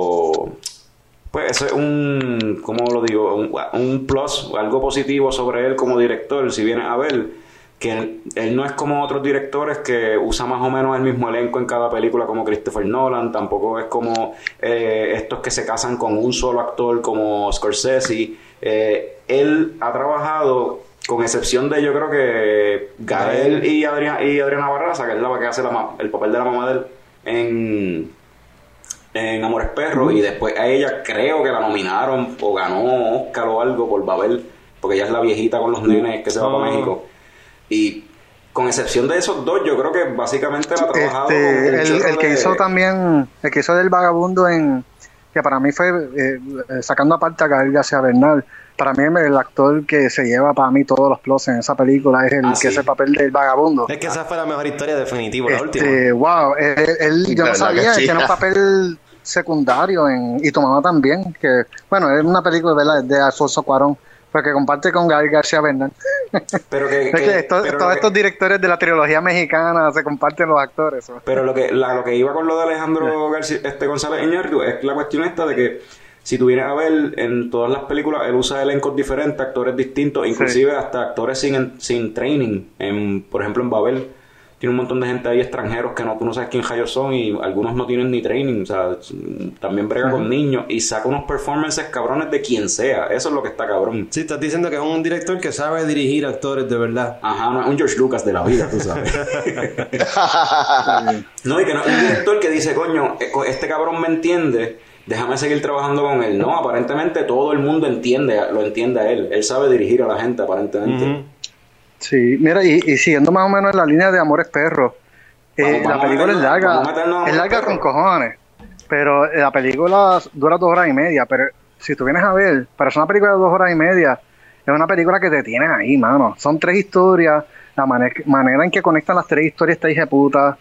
pues eso es ¿cómo lo digo? Un plus, algo positivo sobre él como director, si vienes a ver, que él no es como otros directores que usa más o menos el mismo elenco en cada película, como Christopher Nolan, tampoco es como estos que se casan con un solo actor como Scorsese. Él ha trabajado, con excepción de, yo creo que Gael y Adriana Barraza, que es la que hace el papel de la mamá de él en Amores Perros, y después a ella creo que la nominaron o ganó Oscar o algo por Babel, porque ella es la viejita con los nenes que se va para México. Y con excepción de esos dos, yo creo que básicamente la ha trabajado el que hizo también, el que hizo del Vagabundo, que para mí fue sacando aparte a Gael García Bernal, para mí el actor que se lleva para mí todos los plus en esa película es que es el papel del Vagabundo. Es que esa fue la mejor historia definitiva, la última. Wow, yo no sabía que era un papel secundario y tu mamá también, que bueno, es una película de Alfonso Cuarón, porque comparte con Gael García Bernal. Pero todos estos directores de la trilogía mexicana se comparten los actores. Pero lo que iba con lo de Alejandro González Iñárritu es la cuestión esta de que si tú vienes a ver en todas las películas, él usa elencos diferentes, actores distintos, inclusive hasta actores sin training, por ejemplo en Babel. O tiene un montón de gente ahí extranjeros que tú no sabes quién rayos son y algunos no tienen ni training, o sea, también brega con niños y saca unos performances cabrones de quien sea, eso es lo que está cabrón. Sí, estás diciendo que es un director que sabe dirigir actores de verdad. Ajá, no es un George Lucas de la vida, tú sabes. No, y que no es un director que dice, coño, este cabrón me entiende, déjame seguir trabajando con él. No, aparentemente todo el mundo lo entiende a él sabe dirigir a la gente aparentemente. Sí, mira, y siguiendo más o menos en la línea de Amores Perros, la película es larga con cojones, pero la película dura 2 horas y media, pero si tú vienes a ver, para ser una película de 2 horas y media, es una película que te tiene ahí, mano. Son 3 historias, la manera en que conectan las 3 historias está hija de puta,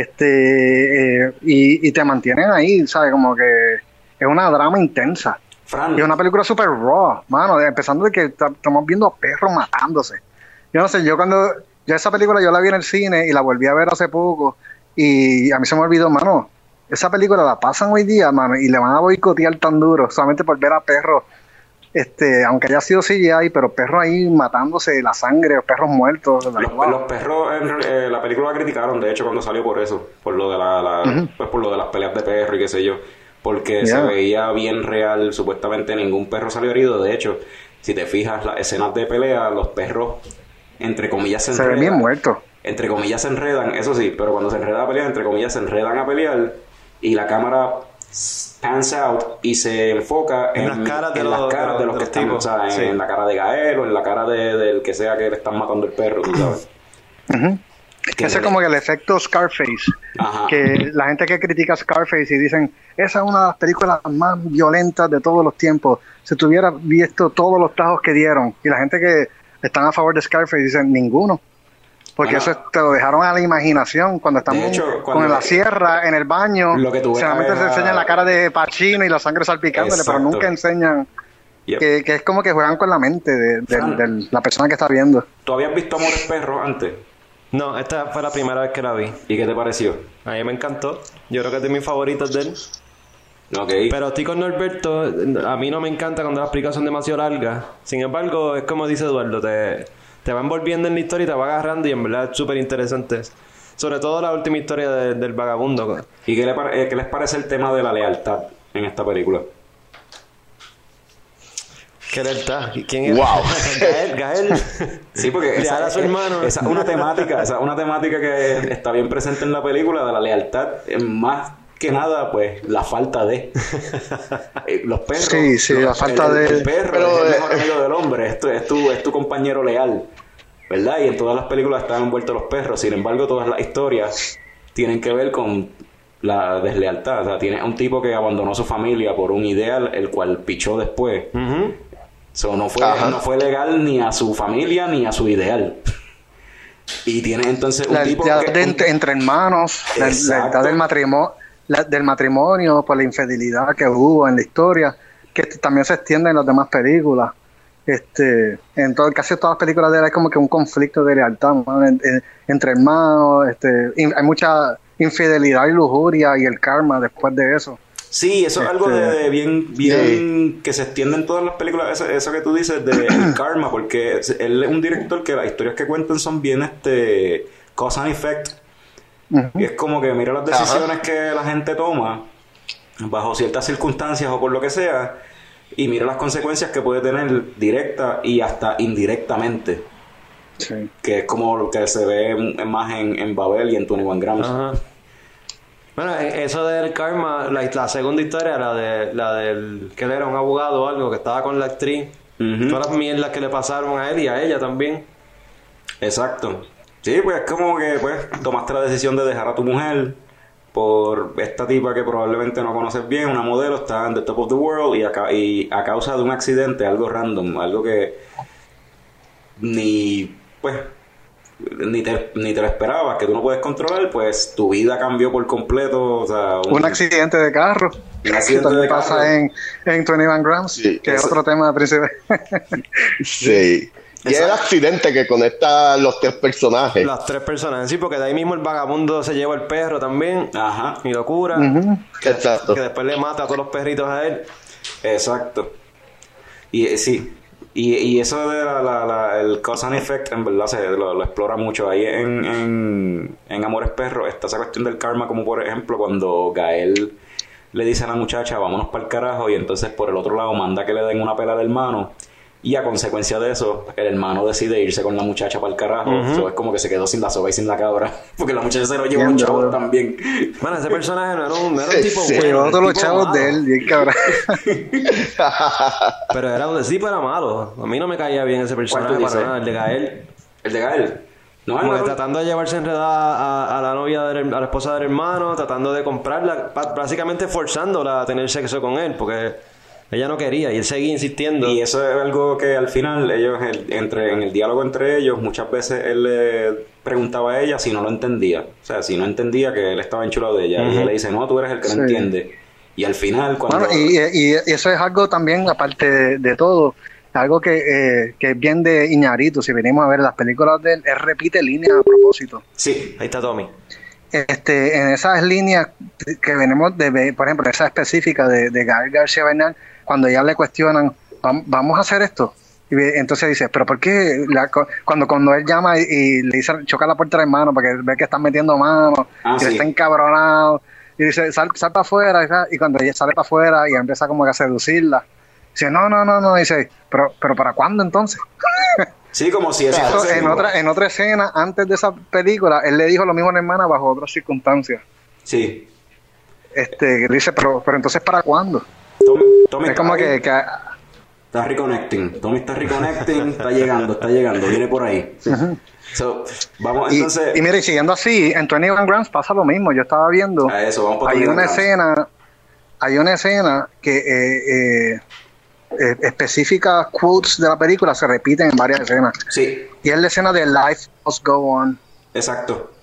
y te mantienen ahí, ¿sabes? Como que es una drama intensa. Fran. Y es una película super raw, mano, empezando de que estamos viendo a perros matándose. Yo no sé, yo esa película yo la vi en el cine y la volví a ver hace poco y a mí se me olvidó, mano, esa película la pasan hoy día, mano, y le van a boicotear tan duro solamente por ver a perros, aunque haya sido CGI, pero perros ahí matándose, la sangre, perros muertos. Los perros en la película la criticaron, de hecho, cuando salió por eso, por lo de pues por lo de las peleas de perro y qué sé yo, porque se veía bien real, supuestamente ningún perro salió herido, de hecho, si te fijas las escenas de pelea, los perros entre comillas se ven bien muertos. Entre comillas se enredan, eso sí, pero cuando se enreda a pelear, entre comillas se enredan a pelear y la cámara pans out y se enfoca en las caras de los que están, o sea, en la cara de Gael o en la cara del que sea que le están matando el perro, tú sabes. Ese es como que el efecto Scarface. Ajá. Que la gente que critica Scarface y dicen, esa es una de las películas más violentas de todos los tiempos. Si tuviera visto todos los tajos que dieron, y la gente que están a favor de Scarface dicen ninguno, porque eso te lo dejaron a la imaginación cuando estamos con la sierra en el baño, solamente se enseña la cara de Pacino y la sangre salpicándole, pero nunca enseñan que es como que juegan con la mente de la persona que está viendo. ¿Tú habías visto Amores Perros antes? No, esta fue la primera vez que la vi. ¿Y qué te pareció? A mí me encantó, yo creo que es de mis favoritos de él. Okay. Pero estoy con Norberto, a mí no me encanta cuando las películas son demasiado largas. Sin embargo, es como dice Eduardo, te va envolviendo en la historia y te va agarrando y en verdad es súper interesante. Sobre todo la última historia del vagabundo. ¿Y qué les parece el tema de la lealtad en esta película? ¿Qué lealtad? ¿Quién es? ¡Wow! Gael. Sí, porque esa es una temática que está bien presente en la película, de la lealtad, más que nada, pues, la falta de los perros. Sí, la falta el perro es el mejor amigo del hombre, es tu compañero leal, ¿verdad? Y en todas las películas están envueltos los perros. Sin embargo, todas las historias tienen que ver con la deslealtad. O sea, tiene un tipo que abandonó su familia por un ideal, el cual pichó después. So, no fue legal ni a su familia ni a su ideal. Y tiene entonces un tipo entre hermanos, la lealtad del matrimonio por la infidelidad que hubo en la historia, que también se extiende en las demás películas. Casi todas las películas de él hay como que un conflicto de lealtad, ¿no? Entre hermanos, hay mucha infidelidad y lujuria y el karma después de eso. Sí, eso es algo de bien que se extiende en todas las películas, eso que tú dices de el karma, porque él es un director que las historias que cuentan son bien cause and effect. Y es como que mira las decisiones que la gente toma bajo ciertas circunstancias o por lo que sea, y mira las consecuencias que puede tener directa y hasta indirectamente. Sí. Que es como lo que se ve más en Babel y en 21 Grams. Bueno, eso del karma, la segunda historia, la del que él era un abogado o algo, que estaba con la actriz, todas las mierdas que le pasaron a él y a ella también. Exacto. Sí, pues es como que pues tomaste la decisión de dejar a tu mujer por esta tipa que probablemente no conoces bien, una modelo, está en the top of the world y a causa de un accidente, algo random, algo que ni te lo esperabas, que tú no puedes controlar, pues tu vida cambió por completo. O sea, un accidente de carro. Un accidente también pasa en 21 Grams, que es otro tema principal. Sí. Y es el accidente que conecta los 3 personajes. Los 3 personajes, sí, porque de ahí mismo el vagabundo se lleva el perro también. Y lo cura. Exacto. Que después le mata a todos los perritos a él. Exacto. Y sí, Y eso de el cause and effect, en verdad, lo explora mucho. Ahí en Amores Perros está esa cuestión del karma, como por ejemplo cuando Gael le dice a la muchacha, vámonos para el carajo, y entonces por el otro lado manda que le den una pela al hermano. Y a consecuencia de eso, el hermano decide irse con la muchacha para el carajo. Eso es como que se quedó sin la soga y sin la cabra. Porque la muchacha se lo llevó un chavo también. Bueno, ese personaje no era un tipo Se bueno. llevó todos los tipo chavos malo. de él, bien cabrón. Pero era un tipo era malo. A mí no me caía bien ese personaje tú para dices? nada, el de Gael. El de Gael. No, Como que no. tratando de llevarse enredada a la novia, a la esposa del hermano, tratando de comprarla, básicamente forzándola a tener sexo con él, porque ella no quería y él seguía insistiendo. Y eso es algo que al final ellos, en el diálogo entre ellos, muchas veces él le preguntaba a ella si no lo entendía. O sea, si no entendía que él estaba enchulado de ella. Y ella le dice, no, tú eres el que no entiende. Y al final, cuando... Bueno, y eso es algo también, aparte de todo, algo que es bien de Iñárritu. Si venimos a ver las películas de él repite líneas a propósito. Sí. Ahí está Tommy. En esas líneas que venimos de ver, por ejemplo, esa específica de Gael García Bernal, cuando ya le cuestionan, vamos a hacer esto. Y entonces dice, pero ¿por qué? Cuando él llama y le dice, choca la puerta del hermano porque ve que están metiendo manos, y sí. él está encabronado, y dice, sal para afuera, y cuando ella sale para afuera y empieza como que a seducirla, dice, no, dice, pero ¿para cuándo entonces? Sí, como si eso... Eso, en otra escena, antes de esa película, él le dijo lo mismo a la hermana bajo otras circunstancias. Sí. Que dice, pero entonces ¿para cuándo? Tommy Es como que está reconnecting. Tommy está reconnecting, está llegando, viene por ahí. So, vamos entonces... y mire, y siguiendo así, en 21 Grams pasa lo mismo. Yo estaba viendo, A eso, vamos por hay 21 una Grams. escena que específicas quotes de la película se repiten en varias escenas. Sí, Y es la escena de Life Must Go On. exacto.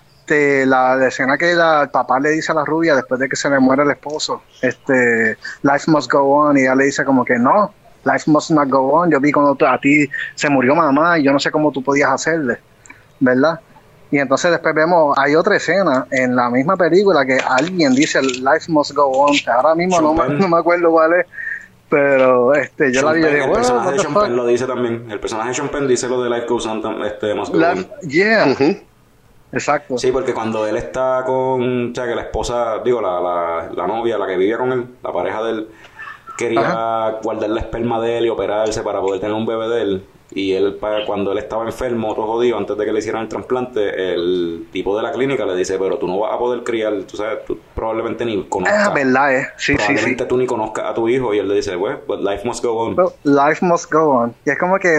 La escena que el papá le dice a la rubia después de que se le muere el esposo, Life Must Go On, y ella le dice como que no, Life Must Not Go On. Yo vi cuando a ti se murió mamá y yo no sé cómo tú podías hacerle, ¿verdad? Y entonces después vemos, hay otra escena en la misma película que alguien dice Life Must Go On, que ahora mismo no me acuerdo cuál es, pero yo la vi y dije, El personaje what de the Sean fuck? Penn lo dice también. El personaje de Sean Penn dice lo de Life Goes On, Must Go On. Yeah. Exacto. Sí, porque cuando él está con... O sea, que la esposa... Digo, la novia, la que vivía con él, la pareja de él, quería guardar la esperma de él y operarse para poder tener un bebé de él. Y él, cuando él estaba enfermo, todo jodido, antes de que le hicieran el trasplante, el tipo de la clínica le dice, pero tú no vas a poder criar, tú sabes, tú probablemente ni conozcas. Verdad, sí. Probablemente tú ni conozcas a tu hijo. Y él le dice, well, but life must go on. Well, life must go on. Y es como que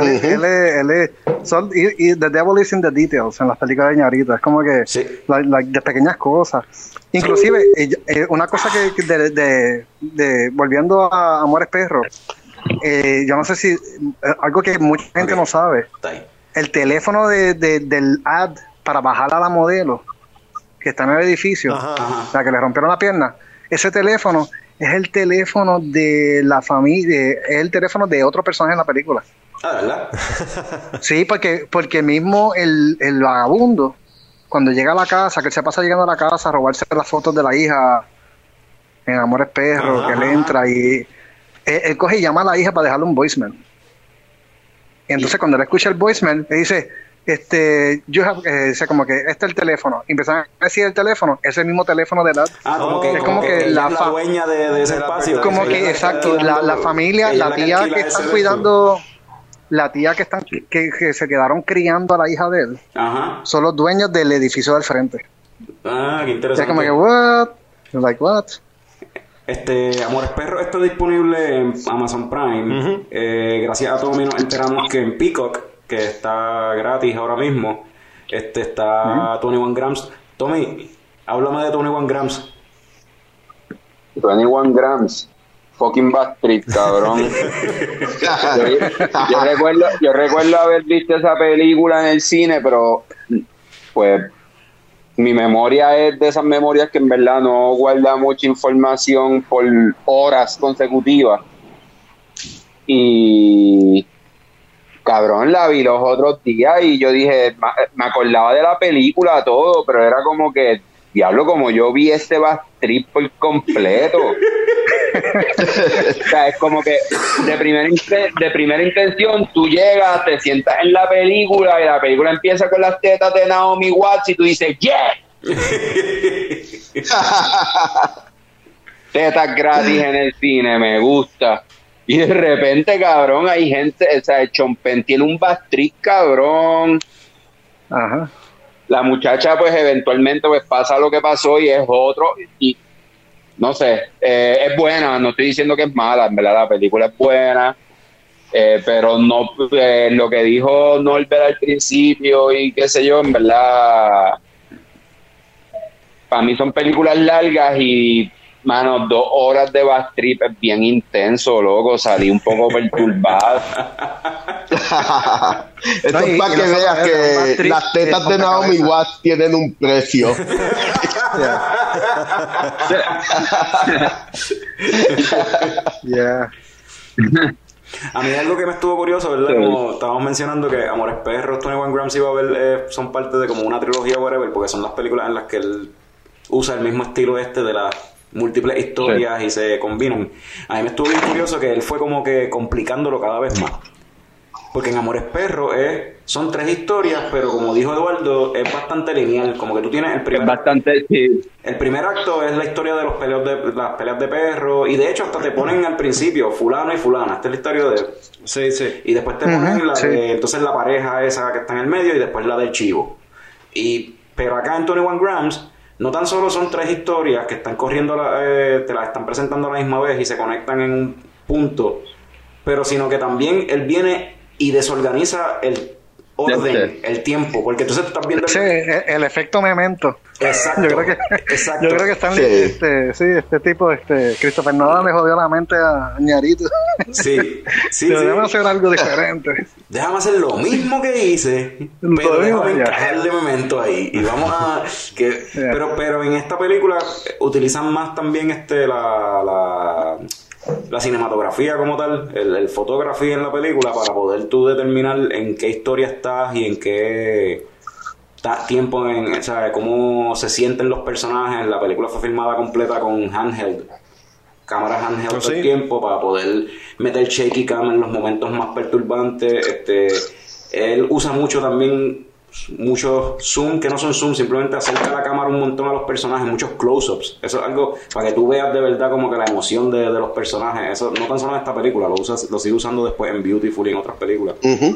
y the devil is in the details en las películas de Iñárritu. Es como que Sí. de pequeñas cosas. Inclusive, una cosa que de volviendo a Amores Perros, yo no sé si algo que mucha gente no sabe, Está ahí. el teléfono del ad para bajar a la modelo que está en el edificio, la que le rompieron la pierna, ese teléfono es el teléfono de la familia, es el teléfono de otro personaje en la película. Ah, ¿verdad? Sí, porque mismo el vagabundo, cuando llega a la casa, que él se pasa llegando a la casa a robarse las fotos de la hija en Amores Perros, que él entra y él coge y llama a la hija para dejarle un voicemail. Y entonces cuando él escucha el voicemail, le dice, dice como que este es el teléfono. Y empiezan a decir el teléfono, es el mismo teléfono de edad. Es como que ella es la dueña de ese espacio. Como que, exacto, la familia, la tía que están cuidando, la tía que se quedaron criando a la hija de él, son los dueños del edificio del frente. Qué interesante. Es como que, what? Like, what? Amores Perros está disponible en Amazon Prime. Gracias a Tommy nos enteramos que en Peacock, que está gratis ahora mismo, está 21 Grams. Tommy, háblame de 21 Grams. 21 Grams. Fucking Backstreet, cabrón. yo recuerdo haber visto esa película en el cine, pero pues mi memoria es de esas memorias que en verdad no guarda mucha información por horas consecutivas. Y cabrón, la vi los otros días y yo dije, me acordaba de la película todo, pero era como que diablo, como yo vi este Bad Trip por completo. O sea, es como que de primera intención tú llegas, te sientas en la película y la película empieza con las tetas de Naomi Watts y tú dices ¡yeah! Tetas gratis en el cine, me gusta. Y de repente, cabrón, hay gente, o sea, el Sean Penn tiene un Bad Trip, cabrón. Ajá. La muchacha, pues, eventualmente, pues, pasa lo que pasó y es otro, y no sé, es buena, no estoy diciendo que es mala, en verdad la película es buena, pero no, lo que dijo Norbert al principio y qué sé yo, en verdad, para mí son películas largas y, mano, 2 horas de Bad Trip es bien intenso, loco, salí un poco perturbado. Esto es para que veas que las tetas de Naomi Watts tienen un precio. Yeah. A mí algo que me estuvo curioso, ¿verdad? Como estábamos mencionando que Amores Perros, 21 Grams y Babel son parte de como una trilogía whatever, porque son las películas en las que él usa el mismo estilo de las múltiples historias y se combinan. A mí me estuvo bien curioso que él fue como que complicándolo cada vez más. Porque en Amores Perros son 3 historias, pero como dijo Eduardo, es bastante lineal. Como que tú tienes el primer... Es bastante, sí. El primer acto es la historia de las peleas de perros, y de hecho hasta te ponen al principio fulano y fulana. Esta es la historia de... Sí, sí. Y después te ponen entonces la pareja esa que está en el medio y después la del chivo. Pero acá en 21 Grams no tan solo son 3 historias que están corriendo, te las están presentando a la misma vez y se conectan en un punto, pero sino que también él viene y desorganiza el orden, el tiempo, porque entonces tú estás viendo el efecto Memento. Exacto. Yo creo que este tipo, Christopher Nolan le jodió la mente a Ñarito. Sí. Debemos hacer algo diferente. Déjame hacer lo mismo que hice, pero déjame encajarle Memento ahí. Y vamos a... Pero en esta película utilizan más también la cinematografía como tal, el fotografía en la película, para poder tú determinar en qué historia estás y en qué tiempo, o sea, cómo se sienten los personajes. La película fue filmada completa con cámaras handheld todo el tiempo, para poder meter shaky cam en los momentos más perturbantes. Él usa mucho también muchos zoom que no son zoom, simplemente acerca la cámara un montón a los personajes, muchos close-ups. Eso es algo para que tú veas de verdad como que la emoción de los personajes. Eso no tan solo en esta película, lo sigue usando después en Beautiful y en otras películas.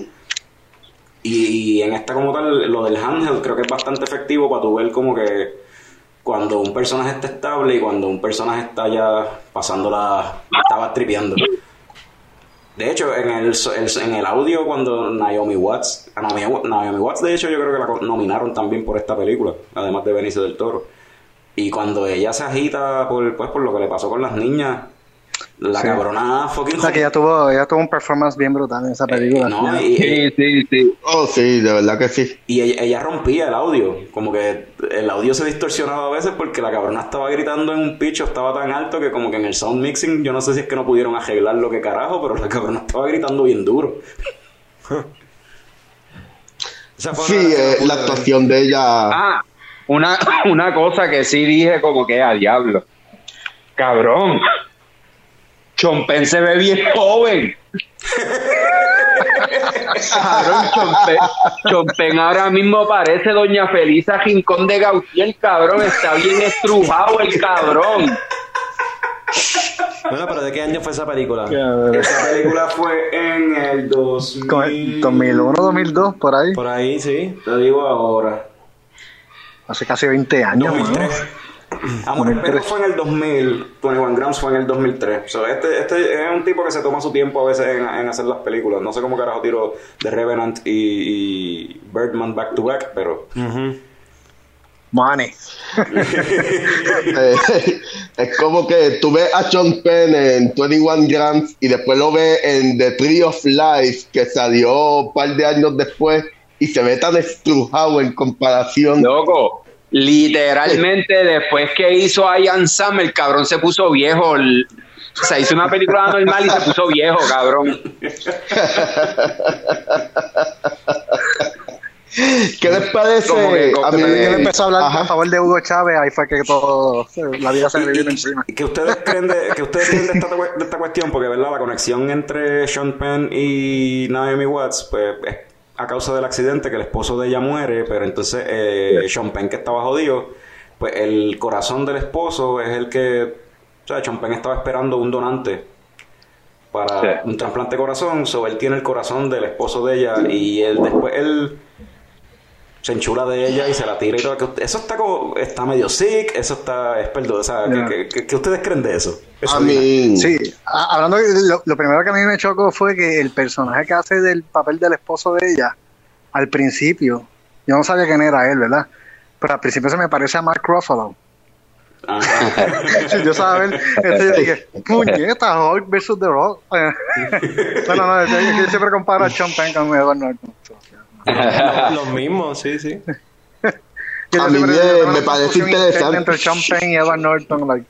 Y en esta como tal, lo del handheld creo que es bastante efectivo para tu ver como que cuando un personaje está estable y cuando un personaje está ya estaba tripeando. De hecho, en el audio, cuando Naomi Watts, de hecho, yo creo que la nominaron también por esta película, además de Benicio del Toro. Y cuando ella se agita por lo que le pasó con las niñas, la cabrona fucking... O sea, que ella tuvo un performance bien brutal en esa película. Sí. Oh, sí, de verdad que sí. Y ella rompía el audio, como que el audio se distorsionaba a veces porque la cabrona estaba gritando en un pitch, estaba tan alto que como que en el sound mixing, yo no sé si es que no pudieron arreglar lo que carajo, pero la cabrona estaba gritando bien duro. Sí, la actuación de ella... Una cosa que sí dije como que a diablo. Cabrón. Sean Penn se ve bien joven. Cabrón, Sean Penn ahora mismo parece Doña Felisa Rincón de Gautier, cabrón. Está bien estrujado el cabrón. Bueno, pero ¿de qué año fue esa película? Esa película fue en el 2001, 2002, por ahí. Por ahí, sí. Te digo ahora. Hace casi 20 años, 2003. Amores Perros fue en el 2000, 21 Grams fue en el 2003. So, este es un tipo que se toma su tiempo a veces en hacer las películas. No sé cómo carajo tiro The Revenant y Birdman back to back, pero... Money. Es como que tú ves a Sean Penn en 21 Grams y después lo ves en The Tree of Life, que salió un par de años después, y se ve tan estrujado en comparación. Loco, literalmente después que hizo Ian Sam, el cabrón se puso viejo. O sea, hizo una película normal y se puso viejo, cabrón. ¿Qué les parece? A mí Él empezó a hablar Ajá. a favor de Hugo Chávez, ahí fue que todo, la vida se le vino encima. ¿Qué ustedes creen de esta cuestión? Porque, ¿verdad? La conexión entre Sean Penn y Naomi Watts, pues, es a causa del accidente que el esposo de ella muere, pero entonces Sean Penn, que estaba jodido, pues el corazón del esposo es el que... O sea, Sean Penn estaba esperando un donante para un trasplante de corazón, so él tiene el corazón del esposo de ella y él se enchula de ella y se la tira y todo. Eso está medio sick, eso es perdón, o sea, ¿qué ustedes creen de eso? A mí... Sí, hablando lo primero que a mí me chocó fue que el personaje que hace del papel del esposo de ella, al principio, yo no sabía quién era él, ¿verdad? Pero al principio se me parece a Mark Ruffalo. Yo sabía, yo dije, puñeta, Hulk versus The Rock. No, yo siempre comparo a Sean Penn con Edward Norton. Los mismos, sí. A mí me parece interesante. Entre Sean Penn y Edward Norton, like,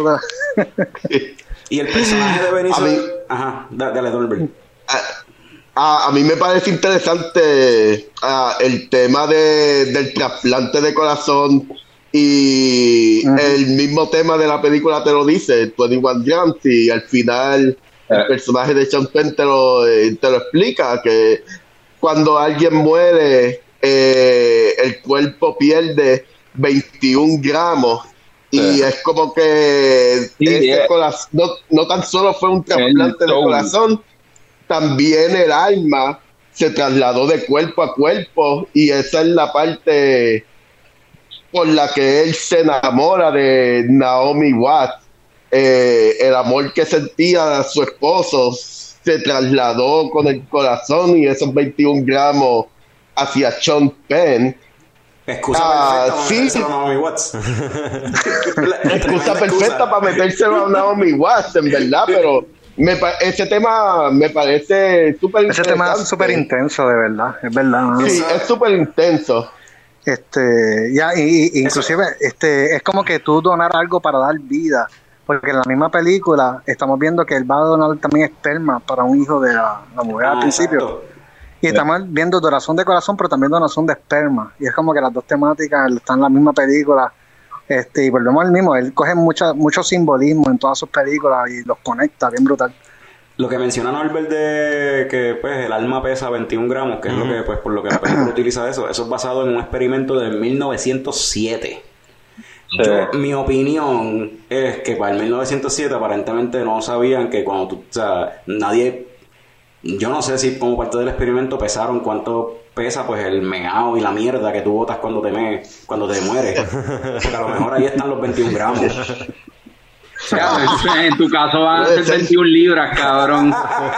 y el personaje de Benicio... Ajá, dale, Dolby. A mí me parece interesante el tema del trasplante de corazón y el mismo tema de la película te lo dice, 21 Jump, y al final el personaje de Sean Penn te lo explica, que cuando alguien muere el cuerpo pierde 21 gramos y es como que corazón, no tan solo fue un trasplante de corazón, también el alma se trasladó de cuerpo a cuerpo y esa es la parte por la que él se enamora de Naomi Watts. El amor que sentía a su esposo se trasladó con el corazón y esos 21 gramos hacia Sean Penn. Excusa perfecta sí. para metérselo a Naomi Watts. Excusa perfecta para metérselo a Naomi Watts, en verdad, pero ese tema me parece súper interesante. Ese tema es súper intenso, de verdad, es verdad, ¿no? Sí, es súper intenso. Inclusive es como que tú donar algo para dar vida, porque en la misma película estamos viendo que él va a donar también esperma para un hijo de la mujer al principio. Exacto. Y estamos viendo donación de corazón, pero también donación de esperma. Y es como que las dos temáticas están en la misma película. Y volvemos al mismo. Él coge mucho simbolismo en todas sus películas y los conecta bien brutal. Lo que menciona Norbert de que pues el alma pesa 21 gramos, que es lo que, pues, por lo que la película utiliza eso es basado en un experimento de 1907. Sí. Mi opinión es que para el 1907 aparentemente no sabían que cuando tú, o sea, yo no sé si como parte del experimento pesaron cuánto pesa pues el meao y la mierda que tú botas cuando te mueres, porque a lo mejor ahí están los 21 gramos. En tu caso van a ser 21 libras, cabrón.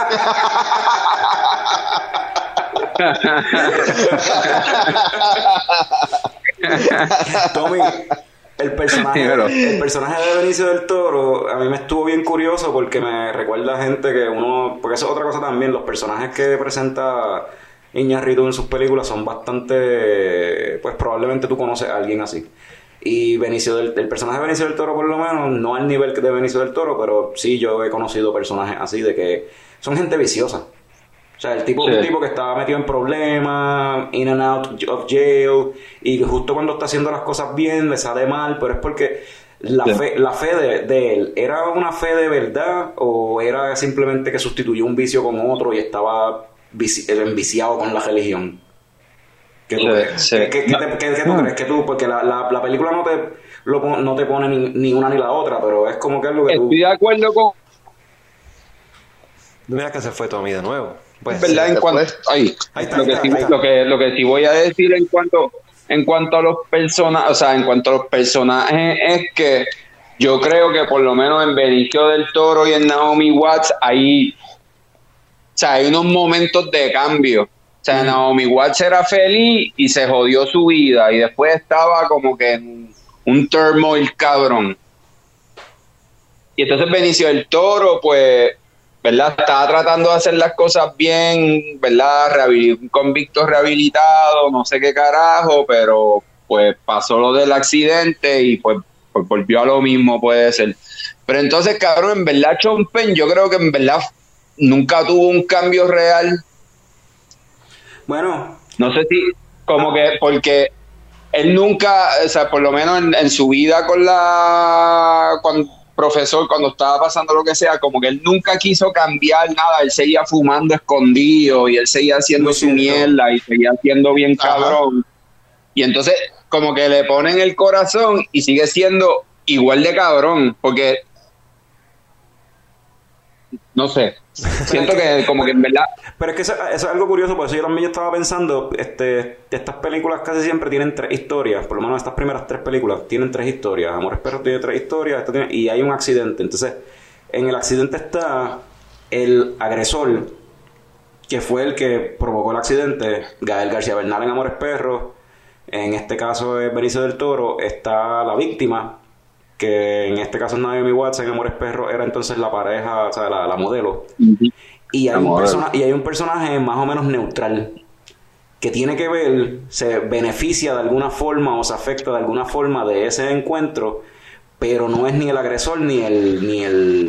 Tommy, el personaje de Benicio del Toro a mí me estuvo bien curioso porque me recuerda a gente porque eso es otra cosa también, los personajes que presenta Iñárritu en sus películas son bastante, pues probablemente tú conoces a alguien así. Y el personaje de Benicio del Toro, por lo menos, no al nivel de Benicio del Toro, pero sí yo he conocido personajes así de que son gente viciosa. O sea, un tipo que estaba metido en problemas, in and out of jail, y justo cuando está haciendo las cosas bien le sale mal, pero es porque la fe de él, ¿era una fe de verdad o era simplemente que sustituyó un vicio con otro y estaba enviciado con la religión? ¿Qué tú crees? ¿Qué tú crees? Porque la película no te pone ni una ni la otra, pero es como que es lo que tú... Estoy de acuerdo con... Mira que se fue Tommy de nuevo. Pues, ¿verdad? En cuanto... Lo que sí voy a decir en cuanto a los personajes, o sea, en cuanto a los personajes es que yo creo que por lo menos en Benicio del Toro y en Naomi Watts hay unos momentos de cambio. O sea, Naomi Watts era feliz y se jodió su vida y después estaba como que en un turmoil cabrón. Y entonces Benicio del Toro, pues, ¿verdad? Estaba tratando de hacer las cosas bien, ¿verdad? Un convicto rehabilitado, no sé qué carajo, pero pues pasó lo del accidente y pues volvió a lo mismo, puede ser. Pero entonces, cabrón, en verdad, Sean Penn, yo creo que en verdad nunca tuvo un cambio real. Bueno, no sé como que porque él nunca, o sea, por lo menos en su vida con profesor, cuando estaba pasando lo que sea, como que él nunca quiso cambiar nada, él seguía fumando escondido y él seguía haciendo su mierda y seguía haciendo bien cabrón. Y entonces como que le ponen el corazón y sigue siendo igual de cabrón, porque no sé, siento que como que en verdad... Pero es que eso es algo curioso, por eso yo también estaba pensando, estas películas casi siempre tienen 3 historias, por lo menos estas primeras 3 películas tienen 3 historias. Amores Perros tiene 3 historias, y hay un accidente. Entonces, en el accidente está el agresor, que fue el que provocó el accidente, Gael García Bernal en Amores Perros, en este caso es Benicio del Toro, está la víctima, que en este caso es Naomi Watts, en Amores Perros era entonces la pareja, o sea, la modelo. Y hay un personaje más o menos neutral que tiene que ver, se beneficia de alguna forma o se afecta de alguna forma de ese encuentro, pero no es ni el agresor ni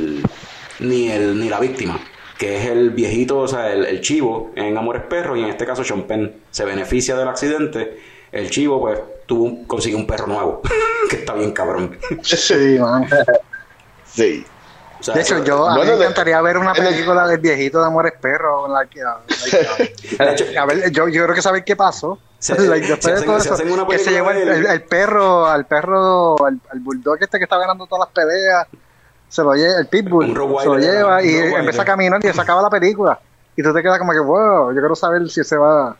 la víctima, que es el viejito, o sea, el chivo en Amores Perros, y en este caso Sean Penn se beneficia del accidente. El chivo pues consiguió un perro nuevo que está bien cabrón. Sí, man. Sí. O sea, de hecho, a mí me encantaría ver una película del viejito de Amores Perros. A ver, yo creo que saber qué pasó. Después de todo eso, que se llevó el perro, al bulldog que estaba ganando todas las peleas, se lo lleva, el pitbull, se lo lleva y empieza a caminar y se acaba la película. Y tú te quedas como que, wow, yo quiero saber si se va...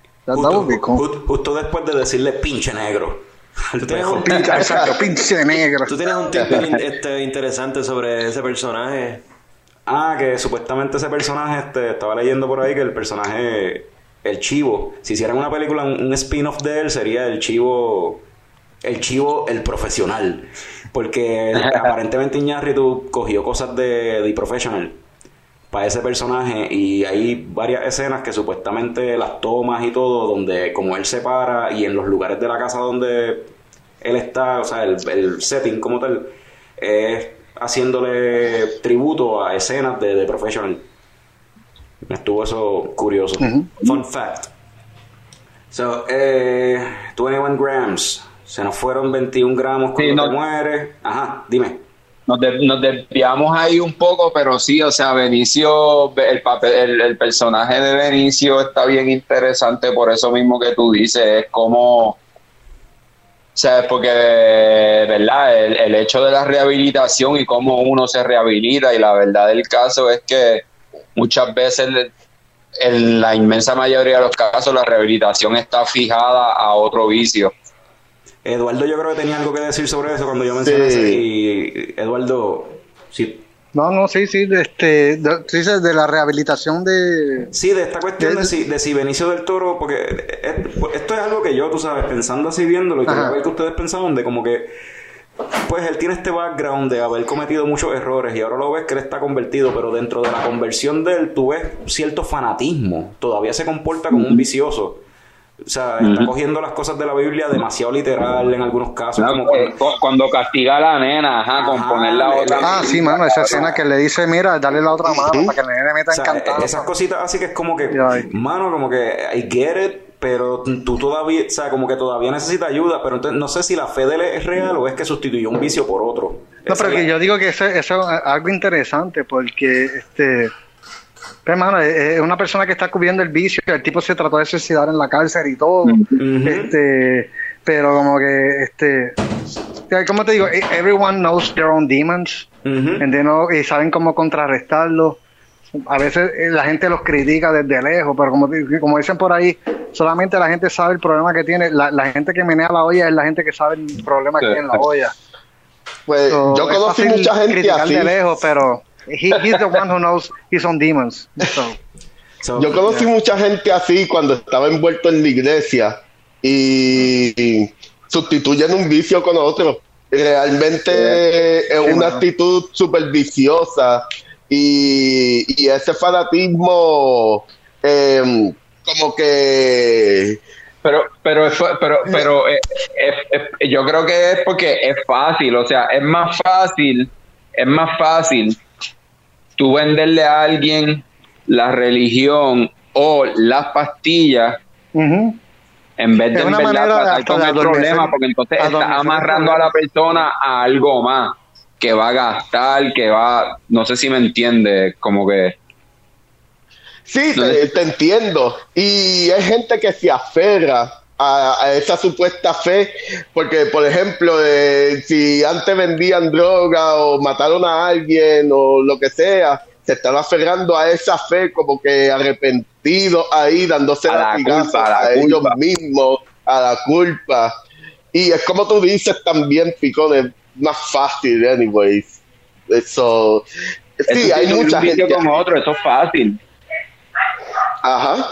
Justo después de decirle pinche negro. Exacto, pinche negro. Tú tienes un tip interesante sobre ese personaje. Que supuestamente ese personaje, estaba leyendo por ahí que el personaje, el chivo, si hicieran una película, un spin-off de él, sería el chivo el profesional. Porque aparentemente Iñárritu cogió cosas de The Professional para ese personaje, y hay varias escenas que supuestamente las tomas y todo, donde como él se para y en los lugares de la casa donde él está, o sea, el setting como tal, es haciéndole tributo a escenas de Professional. Me estuvo eso curioso. Fun fact. So, 21 grams. Se nos fueron 21 gramos cuando te mueres. Ajá, dime. Nos desviamos ahí un poco, pero sí, o sea, Benicio, el personaje de Benicio está bien interesante por eso mismo que tú dices, es como, o sea, porque, ¿verdad? El hecho de la rehabilitación y cómo uno se rehabilita, y la verdad del caso es que muchas veces, en la inmensa mayoría de los casos, la rehabilitación está fijada a otro vicio. Eduardo, yo creo que tenía algo que decir sobre eso cuando yo mencioné ese, y Eduardo, sí. Sí, de la rehabilitación de... Sí, de esta cuestión de si Benicio del Toro, porque esto es algo que yo, tú sabes, pensando así, viéndolo, y quería ver que ustedes pensaban de como que, pues él tiene este background de haber cometido muchos errores, y ahora lo ves que él está convertido, pero dentro de la conversión de él, tú ves cierto fanatismo, todavía se comporta como un vicioso. O sea, está cogiendo las cosas de la Biblia demasiado literal en algunos casos. No, como cuando castiga a la nena, con poner la otra. Sí, mano, esa escena que le dice, mira, dale la otra mano para que la nena meta encantado. Esas cositas así que es como que, mano, como que I get it, pero tú todavía, o sea, como que todavía necesita ayuda, pero entonces no sé si la fe de él es real o es que sustituyó un vicio por otro. No, pero que yo digo que eso es algo interesante, porque pues, hermano, es una persona que está cubriendo el vicio, el tipo se trató de suicidar en la cárcel y todo, pero como que, como te digo, everyone knows their own demons, y saben cómo contrarrestarlos. A veces la gente los critica desde lejos, pero como dicen por ahí, solamente la gente sabe el problema que tiene, la gente que menea la olla es la gente que sabe el problema que tiene en la olla. Pues yo conocí mucha gente así. De lejos, pero he's the one who knows his own demons. Yo conocí mucha gente así cuando estaba envuelto en la iglesia y sustituyen un vicio con otro. Realmente es una actitud súper viciosa y ese fanatismo como que... Pero yo creo que es porque es fácil, o sea, es más fácil tú venderle a alguien la religión o las pastillas En vez de Es en una verdad manera tratar hasta con de el problema, adormecer- porque entonces está adormecer el amarrando a la persona a algo más que va a gastar, que va, no sé si me entiende, como que Sí, te entiendo. Y hay gente que se aferra a esa supuesta fe, porque, por ejemplo, si antes vendían droga o mataron a alguien o lo que sea, se están aferrando a esa fe como que arrepentidos ahí, dándose A la latigazos culpa, a la a ellos culpa. mismos, a la culpa. Y es como tú dices también, Picón, es más fácil, anyways. Eso, sí, hay sustituir mucha un vicio gente. con otro, eso es fácil. Ajá.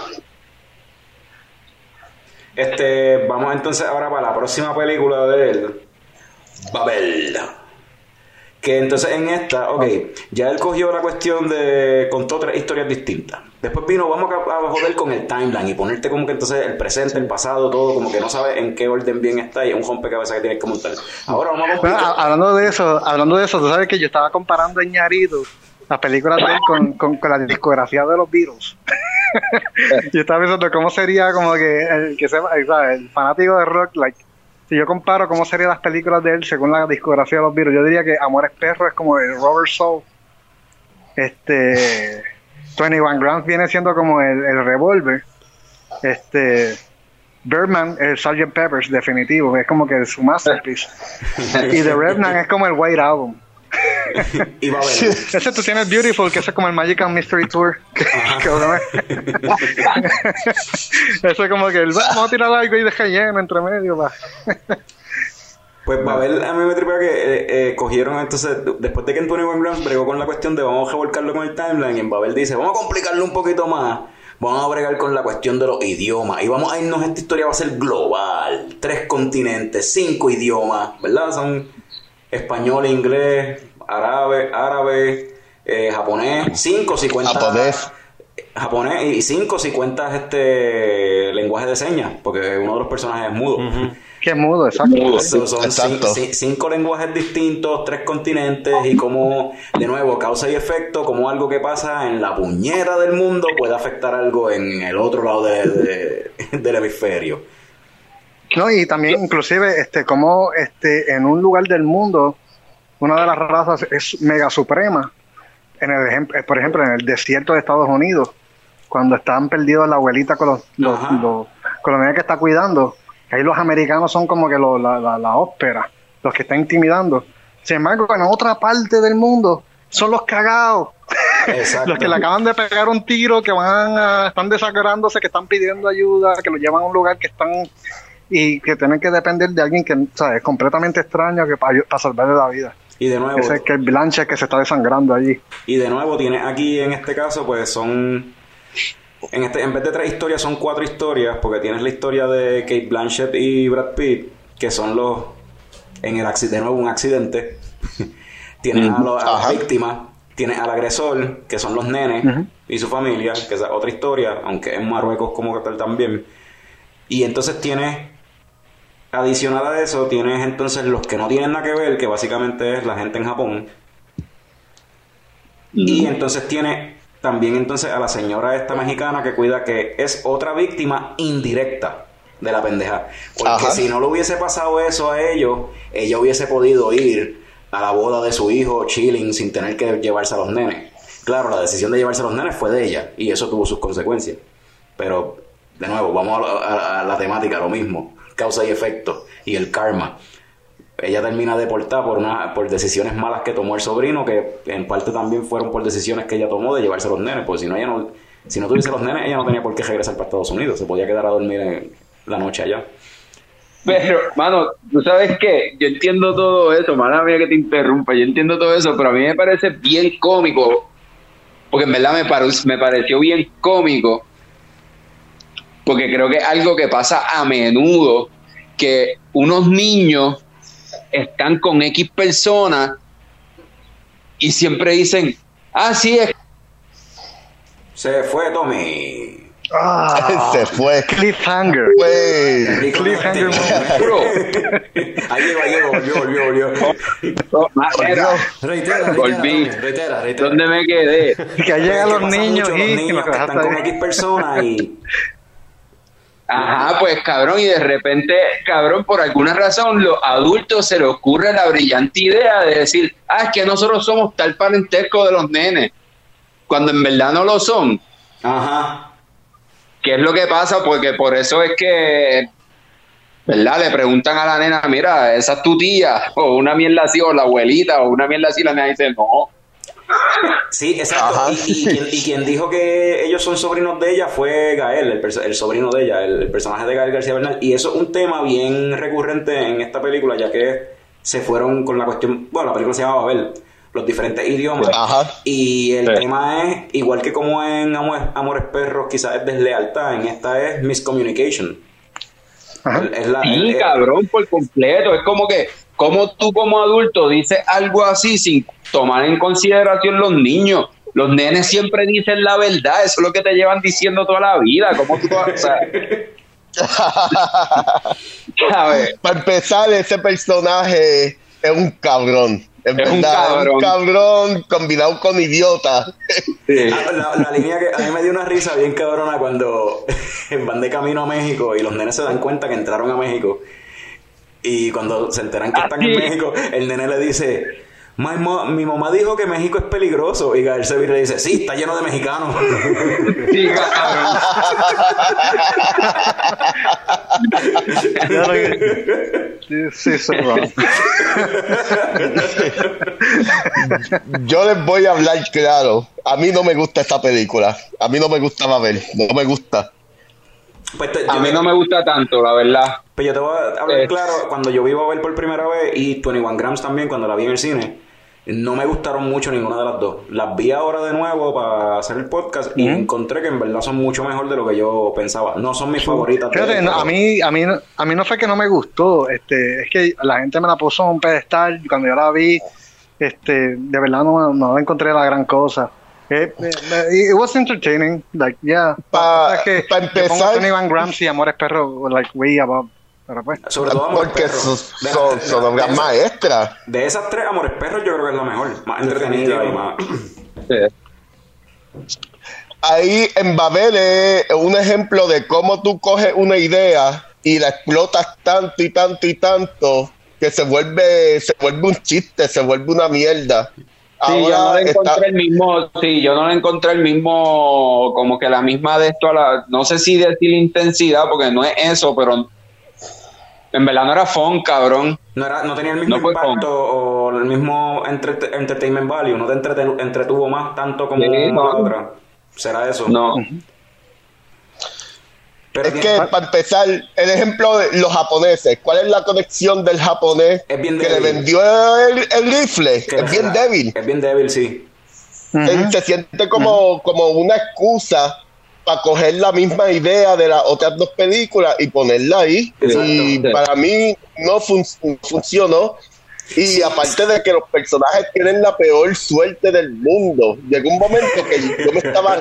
Vamos entonces ahora para la próxima película de él, Babel. Que entonces en esta, ok, ya él cogió la cuestión de, contó 3 historias distintas. Después vino, vamos a joder con el timeline y ponerte como que entonces el presente, el pasado, todo, como que no sabes en qué orden bien está y es un rompecabezas que tienes que montar. Ahora vamos a Bueno, complicar. hablando de eso, tú sabes que yo estaba comparando en Ñarito las películas de él con la discografía de los Beatles. Yo estaba pensando cómo sería como que el fanático de rock, like, si yo comparo cómo serían las películas de él según la discografía de los Beatles, yo diría que Amores Perros es como el Robert Soul. 21 Grams viene siendo como el Revolver. Birdman, el Sgt. Peppers, definitivo, es como que su masterpiece. Y The Revenant es como el White Album. Y Babel. Ese tú tienes Beautiful, que ese es como el Magical Mystery Tour. Eso es como que vamos a tirar algo y deja lleno entre medio. Va. Pues Babel a mí me tripea que cogieron entonces, después de que en 21 Grams bregó con la cuestión de vamos a revolcarlo con el timeline, en Babel dice, vamos a complicarlo un poquito más, vamos a bregar con la cuestión de los idiomas y vamos a irnos, esta historia va a ser global, 3 continentes, 5 idiomas, ¿verdad? Son español, inglés, árabe, japonés, 5 si cuentas japonés y 5 si cuentas lenguaje de señas, porque uno de los personajes es mudo. Que es mudo, exacto. Son Exacto. 5 lenguajes distintos, 3 continentes y como, de nuevo, causa y efecto, como algo que pasa en la puñeta del mundo puede afectar algo en el otro lado del hemisferio. No, y también inclusive como en un lugar del mundo una de las razas es mega suprema. Por ejemplo, en el desierto de Estados Unidos, cuando están perdidos la abuelita con los niños que está cuidando, ahí los americanos son como que la ópera, los que están intimidando. Sin embargo, en otra parte del mundo son los cagados. Exacto. Los que le acaban de pegar un tiro, que están desangrándose, que están pidiendo ayuda, que lo llevan a un lugar que están y que tienen que depender de alguien que, ¿sabes?, es completamente extraño que para salvarle la vida. Y de nuevo, Ese es que el Blanche que se está desangrando allí. y de nuevo tienes aquí en este caso, pues son en vez de 3 historias son 4 historias, porque tienes la historia de Kate Blanchett y Brad Pitt, que son los de nuevo un accidente. Tienes a las víctimas, tienes al agresor, que son los nenes y su familia, que es otra historia, aunque en Marruecos como tal también. Y entonces tienes, adicional a eso, tienes entonces los que no tienen nada que ver, que básicamente es la gente en Japón. Y entonces tiene también entonces a la señora esta mexicana que cuida, que es otra víctima indirecta de la pendeja. Porque si no le hubiese pasado eso a ellos, ella hubiese podido ir a la boda de su hijo chilling sin tener que llevarse a los nenes. Claro, la decisión de llevarse a los nenes fue de ella y eso tuvo sus consecuencias. Pero, de nuevo, vamos a la temática, lo mismo. Causa y efecto y el karma. Ella termina deportada por decisiones malas que tomó el sobrino, que en parte también fueron por decisiones que ella tomó de llevarse a los nenes, porque si no tuviese los nenes, ella no tenía por qué regresar para Estados Unidos, se podía quedar a dormir la noche allá. Pero, mano, ¿tú sabes qué? Yo entiendo todo eso, mala mía que te interrumpa, yo entiendo todo eso, pero a mí me parece bien cómico, porque en verdad me pareció bien cómico, porque creo que es algo que pasa a menudo, que unos niños están con X personas y siempre dicen, sí, es... Se fue Tommy. Se fue. Cliffhanger. Cliffhanger. Bro. Ahí volvió. Reitera. ¿Dónde me quedé? Que llegan los Pasa niños mucho, y los niños que están con X personas y Ajá, pues cabrón, y de repente, cabrón, por alguna razón, los adultos se les ocurre la brillante idea de decir, es que nosotros somos tal parentesco de los nenes, cuando en verdad no lo son. Ajá. ¿Qué es lo que pasa? Porque por eso es que, ¿verdad? Le preguntan a la nena, mira, esa es tu tía, o una mierda así, o la abuelita, o una mierda así, la nena dice, no. Sí, exacto. Y quien dijo que ellos son sobrinos de ella fue Gael, el sobrino de ella, el personaje de Gael García Bernal. Y eso es un tema bien recurrente en esta película, ya que se fueron con la cuestión, bueno, la película se llama Babel, los diferentes idiomas. Ajá. Y el tema es, igual que como en Amores Perros quizás es deslealtad, en esta es miscommunication. Sí, cabrón, por completo. Es como que, como tú como adulto dices algo así sin tomar en consideración los niños. Los nenes siempre dicen la verdad, eso es lo que te llevan diciendo toda la vida. ¿Cómo tú, o sea, para empezar, ese personaje es un cabrón. Es verdad, un cabrón combinado con idiota. Sí. La línea que a mí me dio una risa bien cabrona cuando van de camino a México y los nenes se dan cuenta que entraron a México. Y cuando se enteran que están en México, el nene le dice, mi mamá dijo que México es peligroso. Y Gael Sevilla le dice, sí, está lleno de mexicanos. Sí, cabrón. Yo les voy a hablar claro. A mí no me gusta esta película. A mí no me gusta Babel. No me gusta. Pues a mí no me gusta tanto, la verdad. Pero yo te voy a hablar claro. Cuando yo vi Babel por primera vez y 21 Grams también, cuando la vi en el cine, no me gustaron mucho ninguna de las dos. Las vi ahora de nuevo para hacer el podcast y encontré que en verdad son mucho mejor de lo que yo pensaba. No son mis favoritas. Fíjate, a mí no fue que no me gustó. Es que la gente me la puso en un pedestal y cuando yo la vi, de verdad no encontré la gran cosa. It was entertaining, like, yeah. Para empezar, 21 Grams y Amores Perros, like, way above. Pero pues, sobre todo Amores porque Perros. son obras maestras. De esas tres, Amores Perros yo creo que es la mejor. Más entretenida y más... Ahí en Babel es un ejemplo de cómo tú coges una idea y la explotas tanto y tanto y tanto que se vuelve un chiste, se vuelve una mierda. Sí, yo no le encontré el mismo, como que la misma de esto, no sé si decir intensidad, porque no es eso, pero en verdad no era fun, cabrón. No tenía el mismo impacto o el mismo entertainment value, no te entretuvo más tanto como la otra. ¿Será eso? No. Pero es que, para empezar, el ejemplo de los japoneses. ¿Cuál es la conexión del japonés que le vendió el rifle? Es bien débil. Es bien débil, sí. Se siente como una excusa para coger la misma idea de las otras dos películas y ponerla ahí. Exacto. Y para mí no funcionó. Y aparte de que los personajes tienen la peor suerte del mundo, llegó un momento que yo me estaba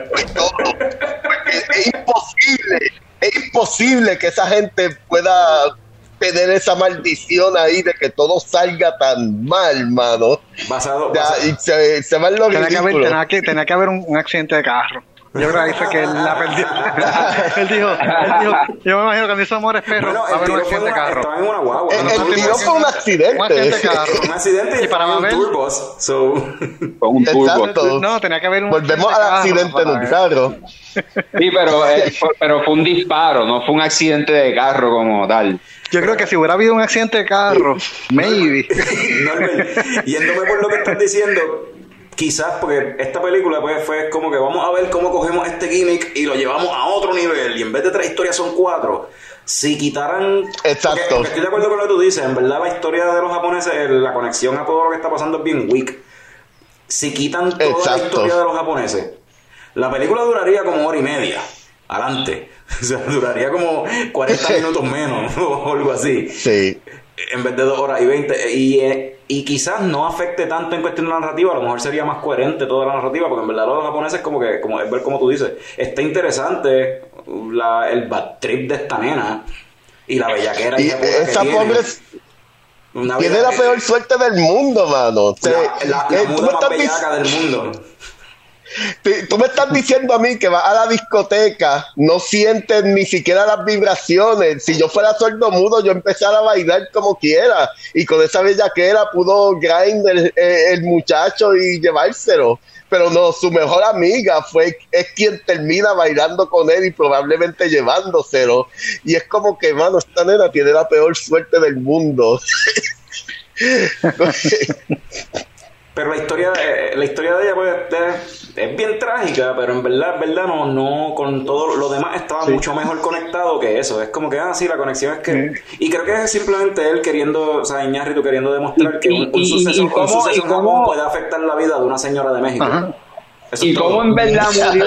es imposible que esa gente pueda tener esa maldición ahí de que todo salga tan mal, mano. Y se va en lo ridículo. Tenía que haber un accidente de carro. Yo creo que ahí fue que él la perdió. él dijo, yo me imagino que cuando hizo Amores Perros va a haber un accidente de carro. Estaba en una guagua. El tiro fue un accidente. Un accidente de carro. Un accidente y para un turbos. Con un turbo. No, tenía que haber un Volvemos al accidente en un carro. Sí, pero fue un disparo, no fue un accidente de carro como tal. Yo creo que si hubiera habido un accidente de carro, maybe. Yéndome por lo que estás diciendo, quizás porque esta película pues fue como que vamos a ver cómo cogemos este gimmick y lo llevamos a otro nivel y en vez de 3 historias son 4. Si quitaran... Exacto. Porque estoy de acuerdo con lo que tú dices, en verdad la historia de los japoneses, la conexión a todo lo que está pasando es bien weak. Si quitan toda la historia de los japoneses, la película duraría como 1:30 adelante. O sea, duraría como 40 minutos menos o algo así. Sí. En vez de 2 horas y 20. Y quizás no afecte tanto en cuestión de la narrativa. A lo mejor sería más coherente toda la narrativa. Porque en verdad los japoneses como es ver como tú dices. Está interesante el bad trip de esta nena. Y la bellaquera y esa pobre tiene la peor suerte del mundo, mano. La muda más bellaca del mundo. Tú me estás diciendo a mí que vas a la discoteca, no sientes ni siquiera las vibraciones. Si yo fuera sordomudo, yo empezara a bailar como quiera. Y con esa bellaquera pudo grind el muchacho y llevárselo. Pero no, su mejor amiga es quien termina bailando con él y probablemente llevándoselo. Y es como que, mano, esta nena tiene la peor suerte del mundo. Pero la historia de ella pues, es bien trágica, pero en verdad no con todo lo demás estaba mucho mejor conectado que eso. Es como que, sí, la conexión es que... Y creo que es simplemente él queriendo, o sea, Iñárritu queriendo demostrar que un suceso en Japón puede afectar la vida de una señora de México. ¿Y cómo en verdad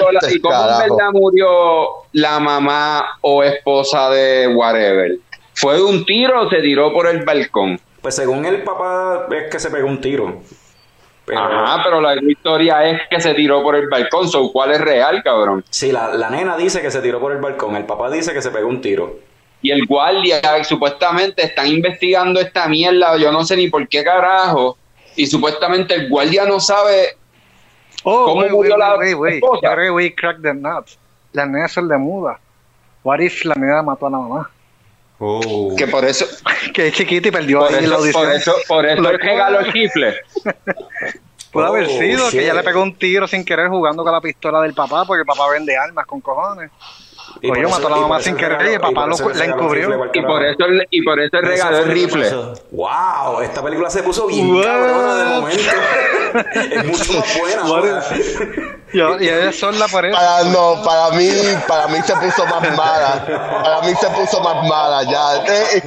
murió la mamá o esposa de whatever? ¿Fue de un tiro o se tiró por el balcón? Pues según el papá es que se pegó un tiro. Pero la historia es que se tiró por el balcón. ¿Cuál es real, cabrón? Sí, la nena dice que se tiró por el balcón. El papá dice que se pegó un tiro. Y el guardia, supuestamente están investigando esta mierda. Yo no sé ni por qué carajo. Y supuestamente el guardia no sabe cómo murió la esposa. Yo creo que we cracked the nuts. La nena se le muda. What if la nena mató a la mamá? Que por eso... que es chiquita y perdió ahí en la audición. Por eso el regalo el chifle. Puede haber sido que ella le pegó un tiro sin querer jugando con la pistola del papá, porque el papá vende armas con cojones. Pues yo mató a la mamá sin querer y el papá la encubrió. Y por eso el regalo el rifle. ¡Wow! Esta película se puso bien cabrona de momento. Es mucho más buena ahora. Y ellos son la pared. Para mí se puso más mala. Para mí se puso más mala ya.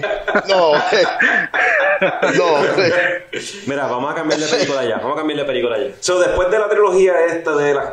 Mira, vamos a cambiar de película ya. So, después de la trilogía esta de la...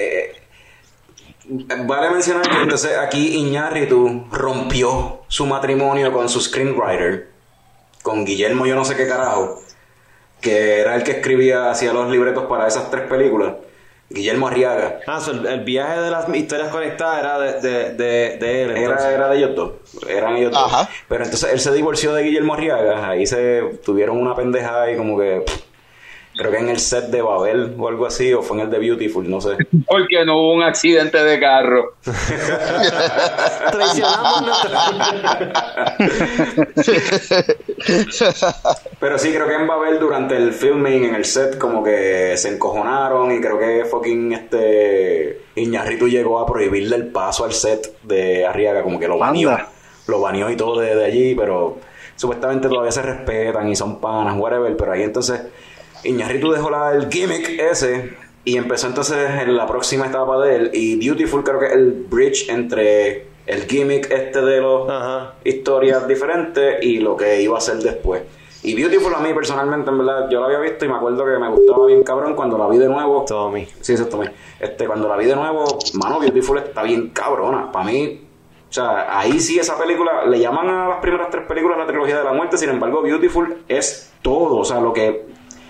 vale mencionar que entonces aquí Iñárritu rompió su matrimonio con su screenwriter, con Guillermo yo no sé qué carajo, que era el que hacía los libretos para esas 3 películas. Guillermo Arriaga. El viaje de las historias conectadas era de él. Era de ellos dos. Eran ellos dos. Pero entonces él se divorció de Guillermo Arriaga. Ahí se tuvieron una pendejada y como que... creo que en el set de Babel o algo así, o fue en el de Beautiful, no sé. Porque no hubo un accidente de carro. Traicionamos Pero sí, creo que en Babel durante el filming, en el set, como que se encojonaron y creo que fucking Iñárritu llegó a prohibirle el paso al set de Arriaga, como que lo baneó. Lo baneó y todo de allí, pero supuestamente todavía se respetan y son panas, whatever, pero ahí entonces... Iñárritu dejó el gimmick ese y empezó entonces en la próxima etapa de él, y Beautiful creo que es el bridge entre el gimmick de las historias diferentes y lo que iba a ser después. Y Beautiful a mí personalmente, en verdad, yo la había visto y me acuerdo que me gustaba bien cabrón cuando la vi de nuevo. Tommy. Sí, eso es Tommy. Cuando la vi de nuevo, mano, Beautiful está bien cabrona. Para mí, o sea, ahí sí esa película, le llaman a las primeras 3 películas la trilogía de la muerte, sin embargo Beautiful es todo, o sea, lo que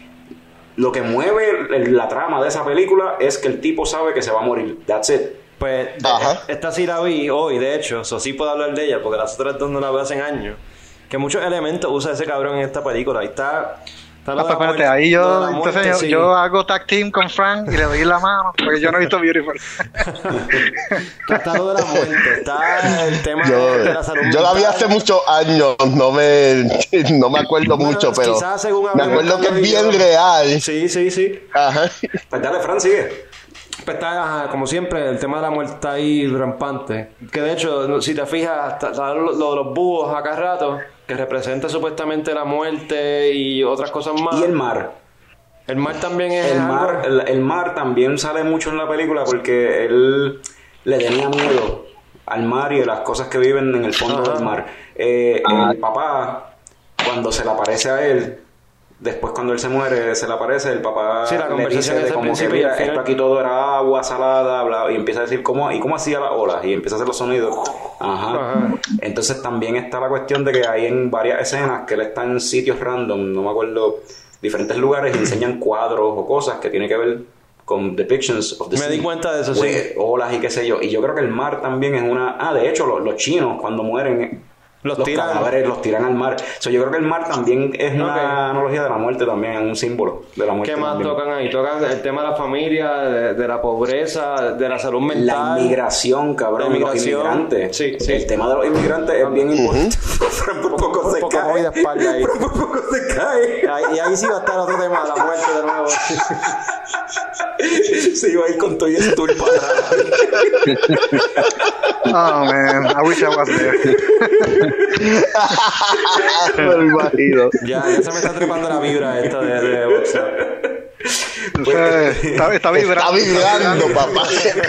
mueve la trama de esa película es que el tipo sabe que se va a morir. That's it. Pues esta sí la vi hoy, de hecho, sí puedo hablar de ella, porque las otras 2 no la veo hace años. Que muchos elementos usa ese cabrón en esta película. Ahí está espérate, ahí yo hago tag team con Frank y le doy la mano, porque yo no he visto Beautiful. Está lo de la muerte, está el tema de la salud mental. Yo la vi hace muchos años, no me acuerdo mucho, pero me acuerdo que es bien real. Sí. Ajá. Pues dale, Frank, sigue. Pues está, como siempre, el tema de la muerte está ahí rampante. Que de hecho, si te fijas, está lo de los búhos acá rato, que representa supuestamente la muerte y otras cosas más. Y el mar. El mar también es... El mar también sale mucho en la película porque él le tenía miedo al mar y de las cosas que viven en el fondo del mar. El papá, cuando se le aparece a él, después cuando él se muere, se le aparece, el papá le dice de como que mira, esto aquí todo era agua salada, bla, y empieza a decir cómo hacía las olas, y empieza a hacer los sonidos. Entonces también está la cuestión de que hay en varias escenas que él está en sitios random, no me acuerdo, diferentes lugares, y enseñan cuadros o cosas que tienen que ver con depictions of the sea. Me di cuenta de eso, sí. Olas y qué sé yo. Y yo creo que el mar también es una... de hecho, los chinos cuando mueren Los los tiran. cadáveres los tiran al mar. So, yo creo que el mar también es una Ok. analogía de la muerte también, es un símbolo de la muerte. ¿Qué más también. tocan ahí? Tocan el tema de la familia, de la pobreza, de la salud La mental. inmigración, cabrón, La los inmigración. inmigrantes. Sí, sí. El tema de los inmigrantes es bien importante. Por poco se Poco cae. voy de espalda ahí. Por poco se cae. Y ahí sí va a estar otro tema, la muerte de nuevo. Se iba a ir con todo y Stool para atrás. Oh, man. I wish I was there. Me lo imagino. Ya se me está trepando la vibra esta de boxeo. Está vibrando. Está vibrando, papá.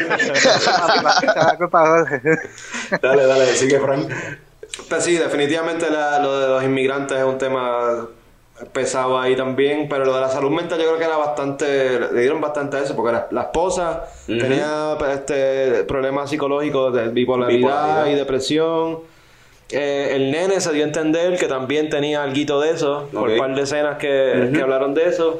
La culpa de Jorge. Dale, sigue, Frank. Pues sí, definitivamente lo de los inmigrantes es un tema pesado ahí también, pero lo de la salud mental yo creo que era bastante, le dieron bastante a eso, porque la esposa tenía problemas psicológicos de bipolaridad y depresión. El nene se dio a entender que también tenía alguito de eso, por un par de escenas que hablaron de eso.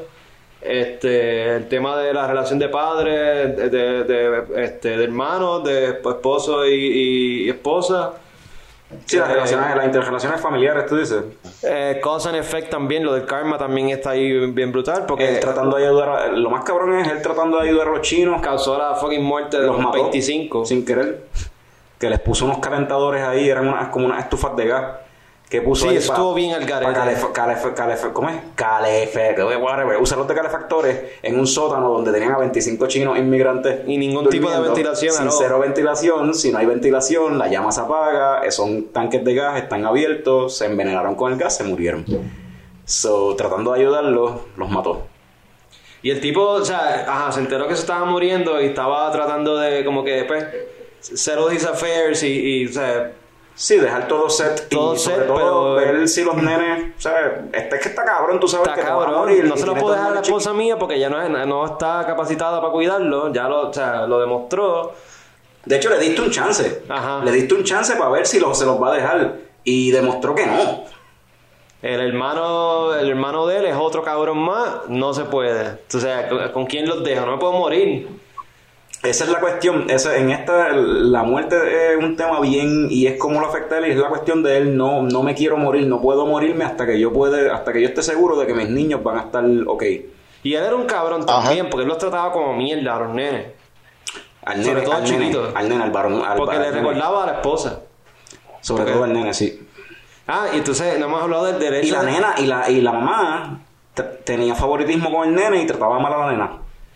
El tema de la relación de padres, de hermanos, de esposo y esposa. Sí, las interrelaciones familiares, tú dices. Cause and Effect también, lo del karma también está ahí bien brutal, porque Él tratando de ayudar lo más cabrón es él tratando de ayudar a los chinos. causó la fucking muerte de Los los mató 25. sin querer. Que les puso unos calentadores ahí, eran como unas estufas de gas. Que puso Sí, ahí estuvo bien al garete. ¿Cómo es? Usarlos de calefactores en un sótano donde tenían a 25 chinos inmigrantes. Y ningún tipo de ventilación, Sin ¿no? cero ventilación. Si no hay ventilación, la llama se apaga. Son tanques de gas, están abiertos. Se envenenaron con el gas, se murieron. So, tratando de ayudarlos, los mató. Y el tipo, o sea, se enteró que se estaba muriendo y estaba tratando de como que después settle his affairs y o sea, Sí, dejar todo set. Todo y sobre set, todo pero- ver si los nenes, ¿sabes? Es que está cabrón, tú sabes está que te vas a cabrón. morir. No y se lo tienes puedo dos dejar a la nenes esposa mía porque ya no está capacitada para cuidarlo, ya lo demostró. De hecho, le diste un chance. Ajá. Le diste un chance para ver si se los va a dejar. Y demostró que no. El hermano de él es otro cabrón más, no se puede. O sea, ¿con quién los dejo? No me puedo morir. Esa es la cuestión. La muerte es un tema bien. Y es como lo afecta a él. Y es la cuestión de él. No me quiero morir. No puedo morirme hasta que yo esté seguro de que mis niños van a estar ok. Y él era un cabrón también, porque él los trataba como mierda a los nenes. Sobre todo chiquitos. Al nene, al varón. Porque le nene. recordaba a la esposa. Sobre todo al nene, sí. Y entonces no hemos hablado del derecho. Y la nena y la mamá tenía favoritismo con el nene y trataba mal a la nena.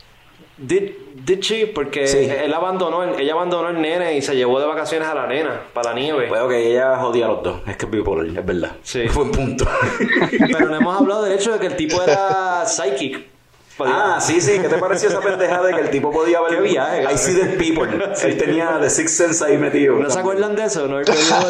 Did she? Porque Sí. ella abandonó el nene y se llevó de vacaciones a la nena, para la nieve. Puedo que ella jodía a los dos. Es que es bipolar, es verdad. Sí. Buen punto. Pero no hemos hablado del hecho de que el tipo era psychic. Sí. ¿Qué te pareció esa pendejada de que el tipo podía ver? Qué viaje, I see the people. Sí. Él tenía The Sixth Sense ahí metido. ¿No se acuerdan de eso? ¿No?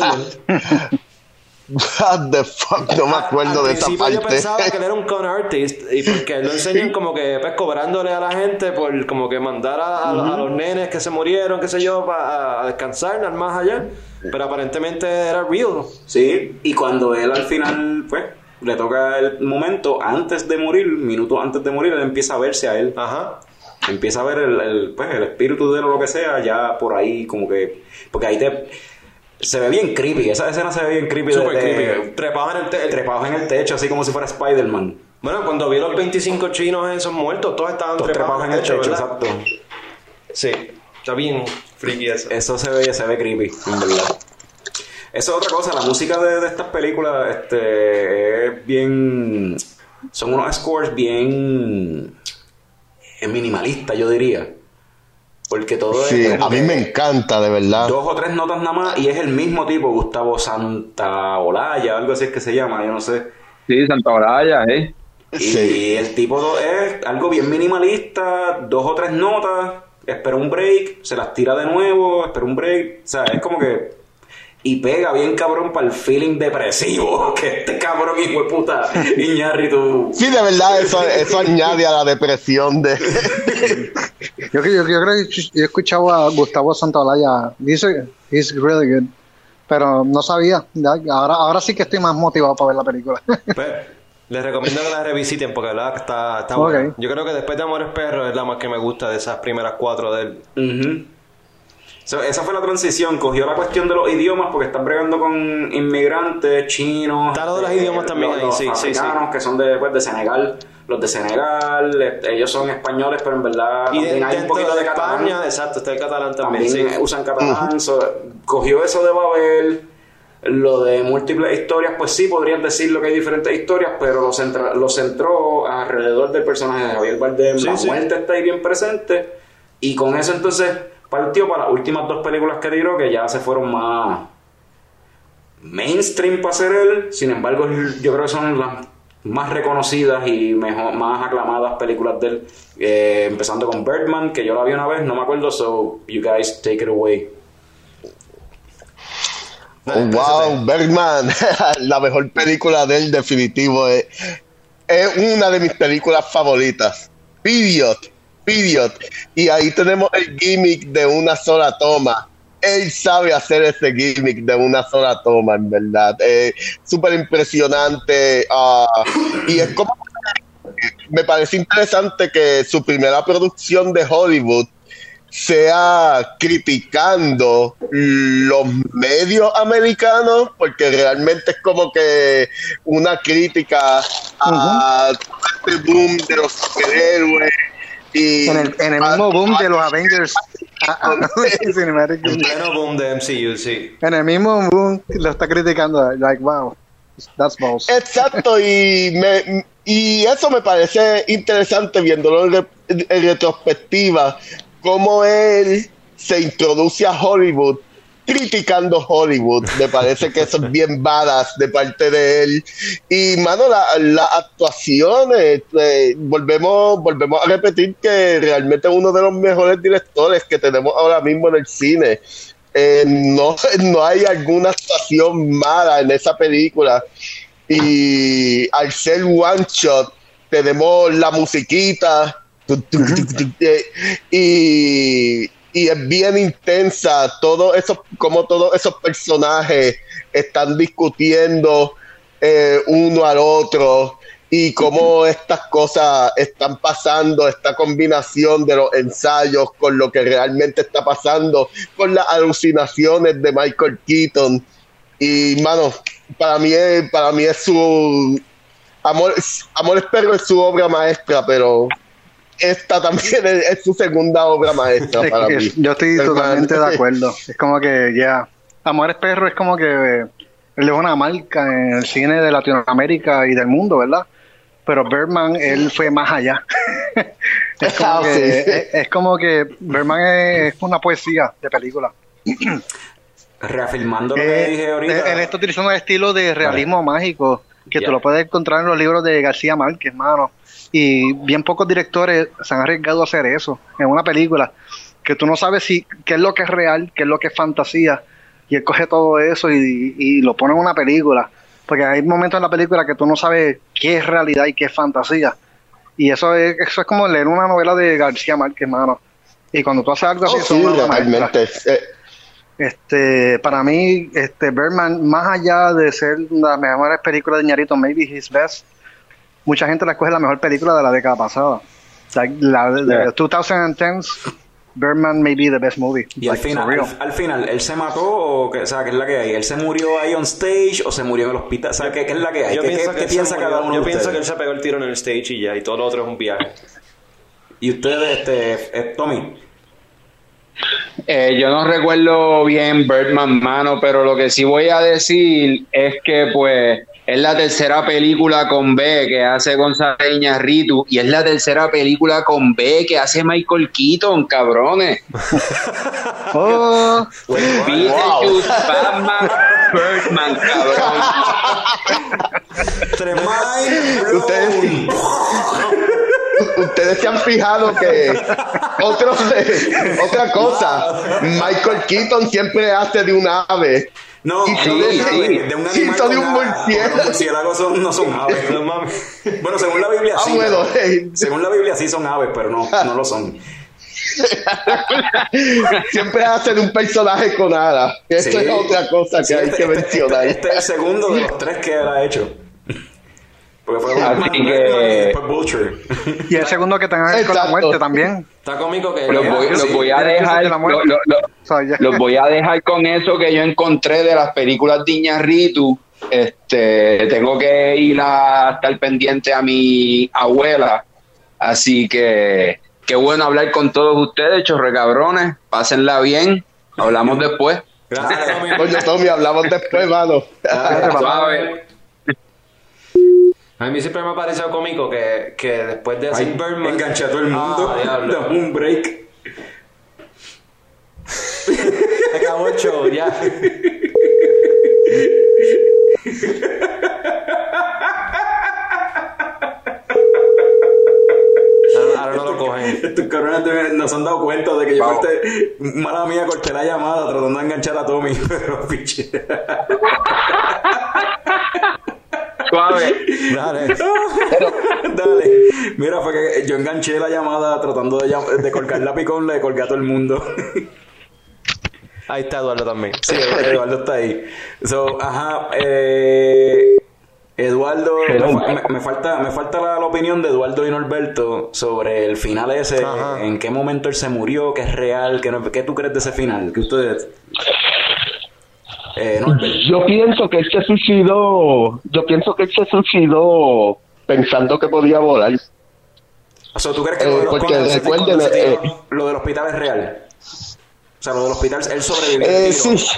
What the fuck, no me acuerdo Al de esa principio yo parte. pensaba que él era un con artist y porque lo enseñan como que pues, cobrándole a la gente por como que mandar a los nenes que se murieron, qué sé yo, a descansar al más allá, pero aparentemente era real. Sí, y cuando él al final, pues, le toca el momento antes de morir, minutos antes de morir, él empieza a verse a él. Ajá. Empieza a ver el espíritu de él o lo que sea, ya por ahí como que... Porque ahí se ve bien creepy, esa escena se ve bien creepy. Super creepy. Trepados en el techo, así como si fuera Spider-Man. Bueno, cuando vi los 25 chinos esos muertos, todos estaban Todos trepados en el techo, ¿verdad? exacto. Sí, está bien freaky eso. Eso se ve creepy, en verdad. Eso es otra cosa, la música de estas películas es bien... Son unos scores bien minimalistas, yo diría. Porque todo Sí, es... como a mí que me encanta, de verdad. 2 o 3 notas nada más y es el mismo tipo, Gustavo Santaolalla, algo así es que se llama, yo no sé. Sí, Santa Olaya, Y Sí. el tipo es algo bien minimalista, 2 o 3 notas, espera un break, se las tira de nuevo, espera un break, o sea, es como que... Y pega bien cabrón para el feeling depresivo que este cabrón hijo de puta Iñárritu. Sí, de verdad, eso añade a la depresión de... Yo creo que yo he escuchado a Gustavo Santaolalla. Dice, he's really good. Pero no sabía. Ahora sí que estoy más motivado para ver la película. Pues, les recomiendo que la revisiten porque la verdad que está Ok. buena. Yo creo que después de Amores Perros es la más que me gusta de esas primeras 4 de él. Ujú. Esa fue la transición, cogió la cuestión de los idiomas porque están bregando con inmigrantes chinos. Está lo de los idiomas también ahí, los sí. africanos que son de Senegal. Los de Senegal, ellos son españoles, pero en verdad Y también hay un poquito de catalán. España, exacto, está el catalán también. También Sí. usan catalán. Cogió eso de Babel. Lo de múltiples historias, pues sí, podrías decirlo que hay diferentes historias, pero lo centró alrededor del personaje de Javier Bardem. Sí, La sí. muerte está ahí bien presente. Y con eso entonces partió para las últimas 2 películas que tiró, que ya se fueron más mainstream para ser él. Sin embargo, yo creo que son las más reconocidas y más aclamadas películas de él. Empezando con Birdman, que yo la vi una vez, no me acuerdo, so you guys take it away. Wow, Bergman, la mejor película de él, definitivo. Es una de mis películas favoritas. Period. Y ahí tenemos el gimmick de una sola toma. Él sabe hacer ese gimmick de una sola toma, en verdad. Súper impresionante. Y es como... Me parece interesante que su primera producción de Hollywood sea criticando los medios americanos, porque realmente es como que una crítica a este boom de los superhéroes y En el mismo boom de los Avengers. En pleno boom de MCU, sí. En el mismo boom lo está criticando. Like, wow, that's balls. exacto, y eso me parece interesante viéndolo en retrospectiva, cómo él se introduce a Hollywood criticando Hollywood. Me parece que eso es bien badass de parte de él. Y mano, las actuaciones, volvemos a repetir que realmente es uno de los mejores directores que tenemos ahora mismo en el cine. No hay alguna actuación mala en esa película, y al ser one shot tenemos la musiquita y es bien intensa como todos esos personajes están discutiendo uno al otro, y cómo estas cosas están pasando, esta combinación de los ensayos con lo que realmente está pasando, con las alucinaciones de Michael Keaton. Y mano, para mí es su Amores Perros es su obra maestra, pero esta también es su segunda obra maestra para mí. Yo estoy totalmente de acuerdo. Es como que ya Amores Perros es como que él es una marca en el cine de Latinoamérica y del mundo, ¿verdad? Pero Birdman, él fue más allá. Es como que Birdman es una poesía de película. Reafirmando lo que dije ahorita. Él está utilizando el estilo de realismo mágico que tú lo puedes encontrar en los libros de García Márquez, mano. Y bien pocos directores se han arriesgado a hacer eso en una película, que tú no sabes qué es lo que es real, qué es lo que es fantasía, y él coge todo eso y lo pone en una película, porque hay momentos en la película que tú no sabes qué es realidad y qué es fantasía, y eso es como leer una novela de García Márquez, mano. Y cuando tú haces algo así, sí, realmente. Para mí, Birdman, más allá de ser la mejor película de Iñárritu, maybe his best, mucha gente la escoge la mejor película de la década pasada. La 2010s, Birdman may be the best movie. Y al final, ¿él se mató o qué? O sea, ¿qué es la que hay? ¿Él se murió ahí on stage o se murió en el hospital? O sea, ¿qué es la que hay? ¿Qué piensa cada uno de ustedes? Yo pienso que él se pegó el tiro en el stage y ya, y todo lo otro es un viaje. ¿Y ustedes, Tommy? Yo no recuerdo bien Birdman, mano, pero lo que sí voy a decir es que, pues, es la tercera película con B que hace González Iñárritu, y es la tercera película con B que hace Michael Keaton, cabrones. Beetlejuice, Batman, Birdman, cabrón. Ustedes se han fijado que otra cosa, Michael Keaton siempre hace de un ave. No, de un animal, de un murciélago. Los murciélagos no son aves. Bueno, según la Biblia sí. Según la Biblia sí son aves, pero no lo son. Siempre hace de un personaje con alas. Eso es otra cosa que hay que mencionar. Este es el segundo de los 3 que él ha hecho. Porque fue Así que- y después Vulture. Y el segundo que tenga que ver con la Exacto. muerte también. Está cómico que... los voy a sí, dejar, de la muerte. lo- O sea, ya- los voy a dejar con eso que yo encontré de las películas de Iñárritu. Tengo que ir a estar pendiente a mi abuela. Así que qué bueno hablar con todos ustedes, chorre cabrones. Pásenla bien. Hablamos después. Gracias, Tommy. Coño, Tommy, hablamos después, mano. Suave. A mí siempre me ha parecido cómico que después de hacer Ay, Birdman... enganché a todo el mundo. diablo. Dame un break. Se acabó el show, ya. Ahora no lo cogen. Estos cabrones no se han dado cuenta de que yo Vamos. mala mía, corté la llamada tratando de enganchar a Tommy, pero piche. Suave. Dale. Dale. Mira, fue que yo enganché la llamada tratando de colgar la picón, le colgué a todo el mundo. Ahí está Eduardo también. Sí, Eduardo está ahí. So, ajá, Eduardo, me falta la opinión de Eduardo y Norberto sobre el final ese, Ajá. en qué momento él se murió, qué es real, qué tú crees de ese final, que ustedes... Norbert. Yo pienso que él se suicidó pensando que podía volar. O sea, ¿tú crees que lo, de los, porque cuando se recuerden, tiró, lo del hospital es real? O sea, lo del hospital, él sobrevivió al tiro. Sí.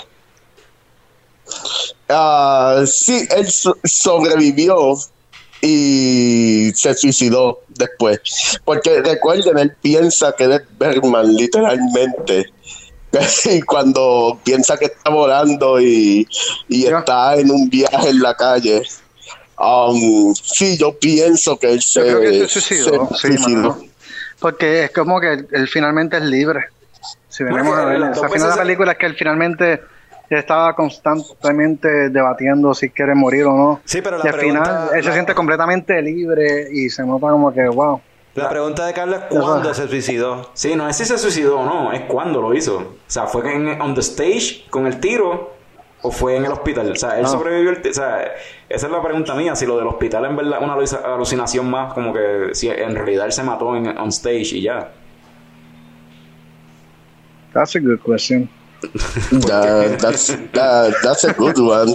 Sí, él sobrevivió y se suicidó después. Porque recuerden, él piensa que es Bergman, literalmente. Y cuando piensa que está volando y está en un viaje en la calle. Sí, yo pienso que él Yo creo que se suicidó. Sí, suicidó. mano. Porque es como que él finalmente es libre. Si venimos Bueno, a ver, las al dos final de la veces- película es que él finalmente estaba constantemente debatiendo si quiere morir o no. Sí, pero la y al pregunta- final él se la- siente completamente libre y se nota como que, wow. La pregunta de Carlos es ¿cuándo se suicidó? Sí, no es si se suicidó o no, es cuándo lo hizo. O sea, ¿fue que on the stage con el tiro o fue en el hospital? O sea, él sobrevivió o sea, esa es la pregunta mía, si lo del hospital en verdad es una alucinación más, como que si en realidad él se mató on stage y ya. That's a good question. That's a good one.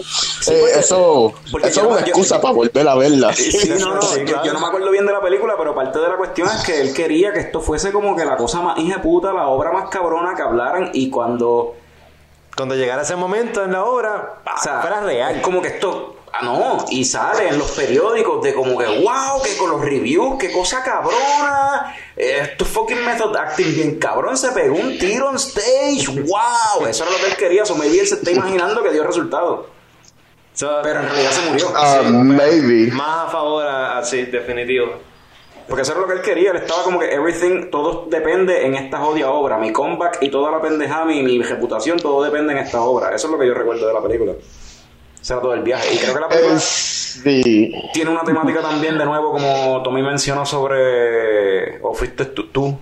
Eso es una excusa para volver a verla. Sí, no, yo no me acuerdo bien de la película, pero parte de la cuestión es que él quería que esto fuese como que la cosa más hija de puta, la obra más cabrona que hablaran, y cuando Cuando llegara ese momento en la obra, o sea, fuera real. es como que esto, no, y sale en los periódicos de como que wow, que con los reviews, qué cosa cabrona, esto fucking method acting bien cabrón, se pegó un tiro on stage, wow, eso era lo que él quería, so maybe él se está imaginando que dio resultado, pero en realidad se murió. Maybe. Más a favor, así, definitivo. Porque eso era lo que él quería, él estaba como que everything, todo depende en esta jodida obra, mi comeback y toda la pendejada, mi reputación, todo depende en esta obra. Eso es lo que yo recuerdo de la película. Ese era todo el viaje. Y creo que la película Sí. tiene una temática también, de nuevo, como Tommy mencionó sobre, o fuiste tú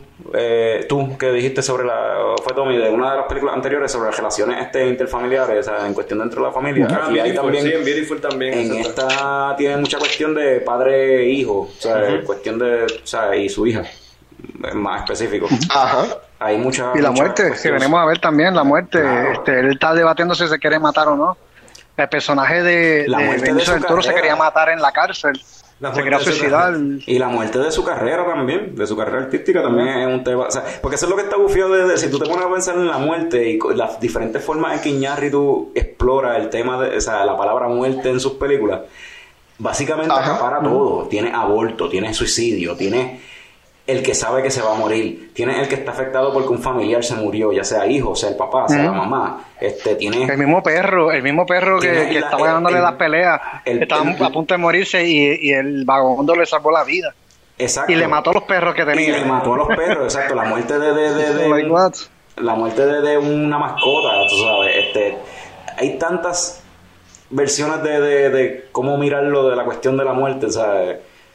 que dijiste sobre fue Tommy, de una de las películas anteriores, sobre las relaciones interfamiliares, o sea, en cuestión dentro de la familia. Aquí hay también, sí, en Beautiful también. en exacto. esta tiene mucha cuestión de padre e hijo, o sea, cuestión de, o sea, y su hija, más específico. Ajá. Hay mucha Y la mucha muerte, si cuestión. venimos a ver también, la muerte, Claro. él está debatiendo si se quiere matar o no. El personaje de La muerte de Benicio su del Toro se carrera. quería matar en la cárcel, La se muerte quería de su suicidar. Y la muerte de su carrera también, de su carrera artística también es un tema, o sea, porque eso es lo que está bufiado de si tú te pones a pensar en la muerte y las diferentes formas en que Iñárritu explora el tema de, o sea, la palabra muerte en sus películas, básicamente acapara todo. Tiene aborto, tiene suicidio, tiene el que sabe que se va a morir, tiene el que está afectado porque un familiar se murió, ya sea hijo, sea el papá, sea la mamá, tiene El mismo perro que Tiene estaba ganándole las peleas, estaba a punto de morirse y el vagabundo le salvó la vida. exacto, Y le mató a los perros que y le tenía. mató a los perros, exacto, la muerte Like what? la muerte de una mascota, tú sabes, hay tantas versiones de cómo mirarlo de la cuestión de la muerte, ¿sabes?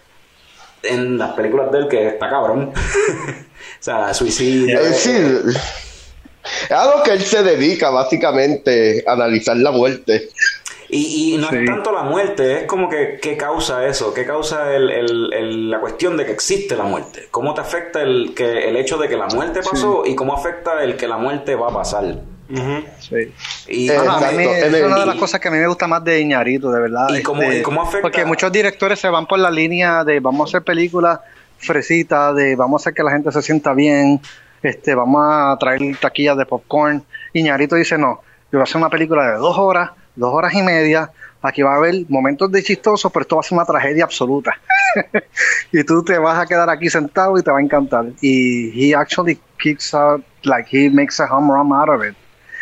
En las películas de él, que está cabrón. O sea, suicidio. Sí. Es a lo que él se dedica, básicamente, a analizar la muerte. Y no Sí. es tanto la muerte, es como que qué causa eso, qué causa la cuestión de que existe la muerte. Cómo te afecta el hecho de que la muerte pasó y cómo afecta el que la muerte va a pasar. Sí. Y, Bueno, a mí Exacto. es una de las cosas que a mí me gusta más de Iñárritu, de verdad. ¿Y cómo afecta? Porque muchos directores se van por la línea de vamos a hacer películas fresitas, de vamos a hacer que la gente se sienta bien, vamos a traer taquillas de popcorn. Iñárritu dice, no, yo voy a hacer una película de 2 horas y media, aquí va a haber momentos de chistoso, pero esto va a ser una tragedia absoluta. Y tú te vas a quedar aquí sentado y te va a encantar. Y he actually kicks out, like he makes a home run out of it.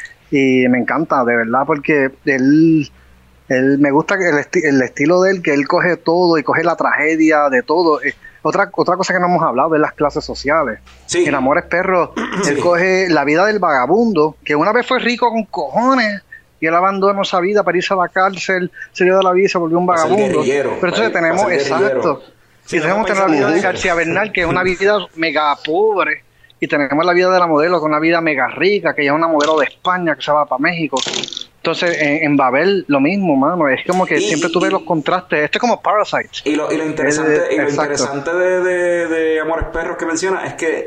Y me encanta, de verdad, porque él me gusta el estilo de él, que él coge todo y coge la tragedia de todo. Otra cosa que no hemos hablado es las clases sociales. Sí. En Amores Perros, él coge la vida del vagabundo, que una vez fue rico con cojones, y él abandonó esa vida para irse a la cárcel, se dio de la vida y se volvió un Para ser vagabundo. guerrillero, Pero entonces para tenemos, ser guerrillero. exacto. Sí, Y tenemos tener la vida de García Bernal, que es una vida mega pobre, y tenemos la vida de la modelo, que es una vida mega rica, que ella es una modelo de España, que se va para México. Entonces, en Babel, lo mismo, mano. Es como que siempre tú ves los contrastes. Esto es como Parasite. Y lo interesante, Exacto. de Amores Perros que menciona es que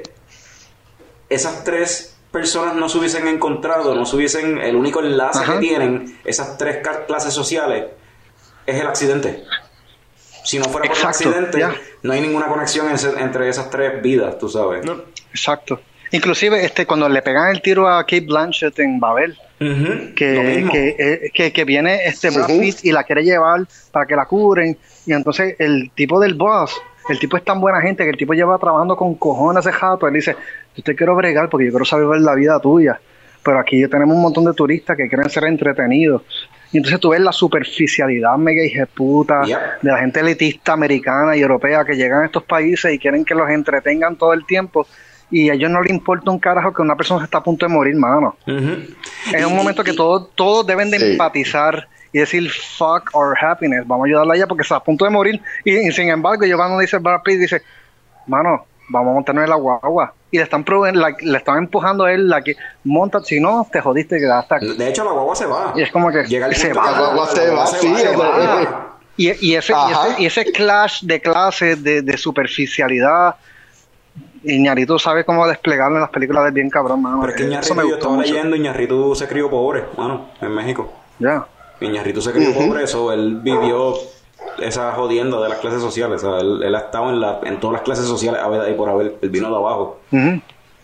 esas 3 personas no se hubiesen encontrado, no se hubiesen, el único enlace Ajá. que tienen esas 3 clases sociales es el accidente. Si no fuera por el Exacto, accidente, ya. no hay ninguna conexión entre esesas 3 vidas, tú sabes. No. Exacto. Inclusive, cuando le pegan el tiro a Kate Blanchett en Babel, Ujú, lo que mismo. viene Brad Pitt y la quiere llevar para que la curen, y entonces el tipo del boss, el tipo es tan buena gente que el tipo lleva trabajando con cojones ese jato. Él dice, yo te quiero bregar porque yo quiero saber la vida tuya, pero aquí tenemos un montón de turistas que quieren ser entretenidos. Y entonces tú ves la superficialidad mega hijeputa Yep. de la gente elitista americana y europea que llegan a estos países y quieren que los entretengan todo el tiempo, y a ellos no les importa un carajo que una persona se está a punto de morir, mano. Ujú. Es un momento que todos deben de Sí. empatizar y decir fuck our happiness, vamos a ayudarla a ella porque está a punto de morir, y sin embargo yo cuando dice Brad Pitt, dice, mano, vamos a montarnos en la guagua, y le están empujando a él, que monta, si no te jodiste, quedaste aquí. De hecho, la guagua se va. Y es como que Llega el se punto va. que La guagua se va, sí, se va. Ah, y ese clash de clases, de superficialidad, Iñárritu sabe cómo desplegarlo en las películas de bien cabrón, mano. Pero es que Eso Iñárritu, me yo gustó estaba mucho. leyendo, Iñárritu se crió pobre, mano, en México. Ya. Iñárritu se crió pobre, eso, él vivió esa jodienda de las clases sociales, o sea, él ha estado en todas las clases sociales, a ver, y por haber, él vino de abajo. Ujú.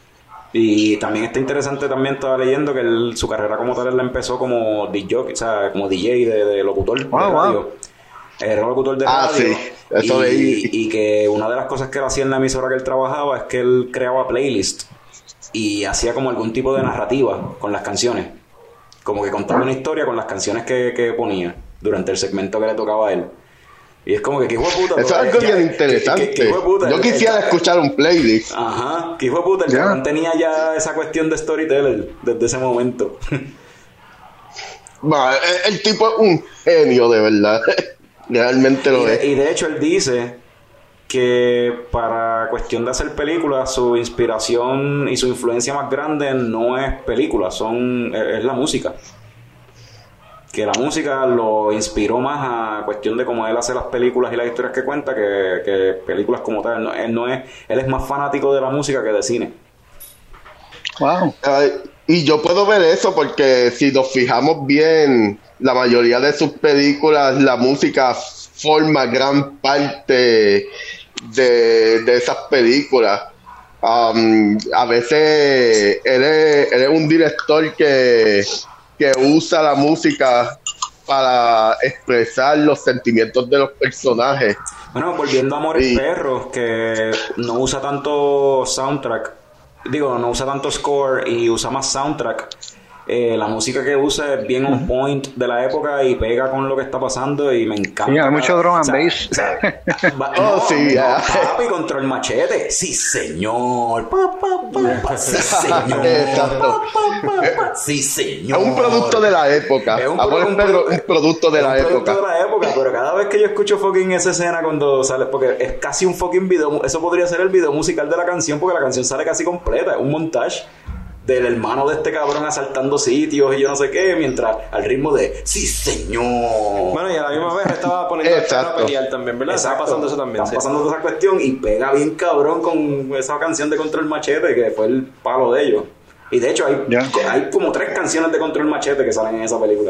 Y también está interesante, también estaba leyendo que su carrera como tal, él la empezó como DJ, o sea, como DJ de locutor Wow, de radio. Era locutor de radio. sí, eso leí. Y que una de las cosas que él hacía en la emisora que él trabajaba es que él creaba playlists y hacía como algún tipo de narrativa con las canciones. Como que contaba una historia con las canciones que ponía durante el segmento que le tocaba a él. Y es como que, ¿qué hijo de puta? Eso es algo bien interesante. ¿Qué hijo de puta? Yo quisiera escuchar un playlist. Ajá, que hijo de puta, el Ya. cabrón tenía ya esa cuestión de storyteller desde ese momento. Bueno, el tipo es un genio, de verdad. Realmente lo es. Y de hecho él dice que para cuestión de hacer películas, su inspiración y su influencia más grande no es películas, es la música. Que la música lo inspiró más a cuestión de cómo él hace las películas y las historias que cuenta que películas como tal. Él es más fanático de la música que de cine. Wow. Y yo puedo ver eso porque si nos fijamos bien, la mayoría de sus películas, la música forma gran parte de esas películas. A veces él es un director que usa la música para expresar los sentimientos de los personajes. Bueno, volviendo a Amores Sí. Perros, que no usa tanto soundtrack, no usa tanto score y usa más soundtrack. La música que usa es bien on point de la época y pega con lo que está pasando y me encanta. Sí, hay mucho drum and bass. Sí, ya. Papi, control machete. Sí, señor. Sí, señor. Exacto. Sí, señor. Es un producto de la época. Es un producto de la es un producto época. de la época, pero cada vez que yo escucho fucking esa escena cuando sale, porque es casi un fucking video, eso podría ser el video musical de la canción, porque la canción sale casi completa, es un montage. del hermano de este cabrón asaltando sitios y yo no sé qué, mientras al ritmo de ¡sí, señor! Bueno, y a la misma vez estaba poniendo el carro a pelear también, ¿verdad? Exacto. Estaba pasando eso también. Está pasando toda esa cuestión y pega bien cabrón con esa canción de Control Machete, que fue el palo de ellos. Y de hecho hay como 3 canciones de Control Machete que salen en esa película.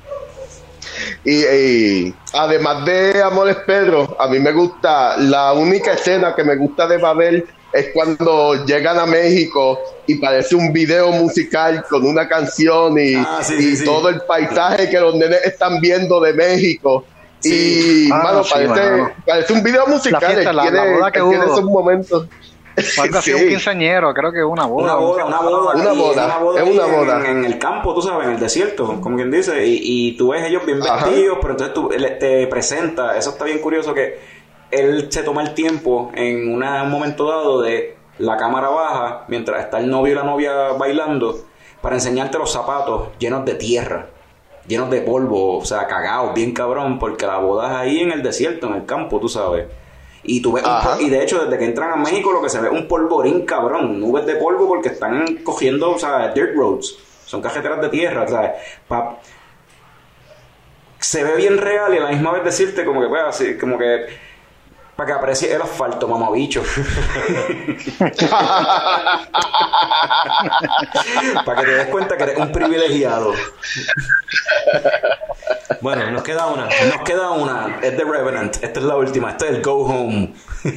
Y además de Amores Perros, a mí me gusta, la única escena que me gusta de Babel es cuando llegan a México y parece un video musical con una canción y todo el paisaje que los nenes están viendo de México. Sí. Y parece un video musical. La fiesta, la boda que tiene hubo. Esos momentos. Algo así, un quinceañero, creo que una boda. Una boda en el campo, tú sabes, en el desierto, como quien dice, y tú ves ellos bien vestidos, pero entonces él te presenta, eso está bien curioso, que él se toma el tiempo en un momento dado de la cámara baja, mientras está el novio y la novia bailando, para enseñarte los zapatos llenos de tierra, llenos de polvo, o sea, cagados, bien cabrón, porque la boda es ahí en el desierto, en el campo, tú sabes. Y tú ves y de hecho desde que entran a México lo que se ve es un polvorín cabrón, nubes de polvo porque están cogiendo, o sea, dirt roads, son carreteras de tierra, o sea, se ve bien real y a la misma vez decirte como que pues así, como que para que aprecie el asfalto, mamabicho. Para que te des cuenta que eres un privilegiado. Bueno, nos queda una. Es The Revenant. Esta es la última. Esta es el Go Home.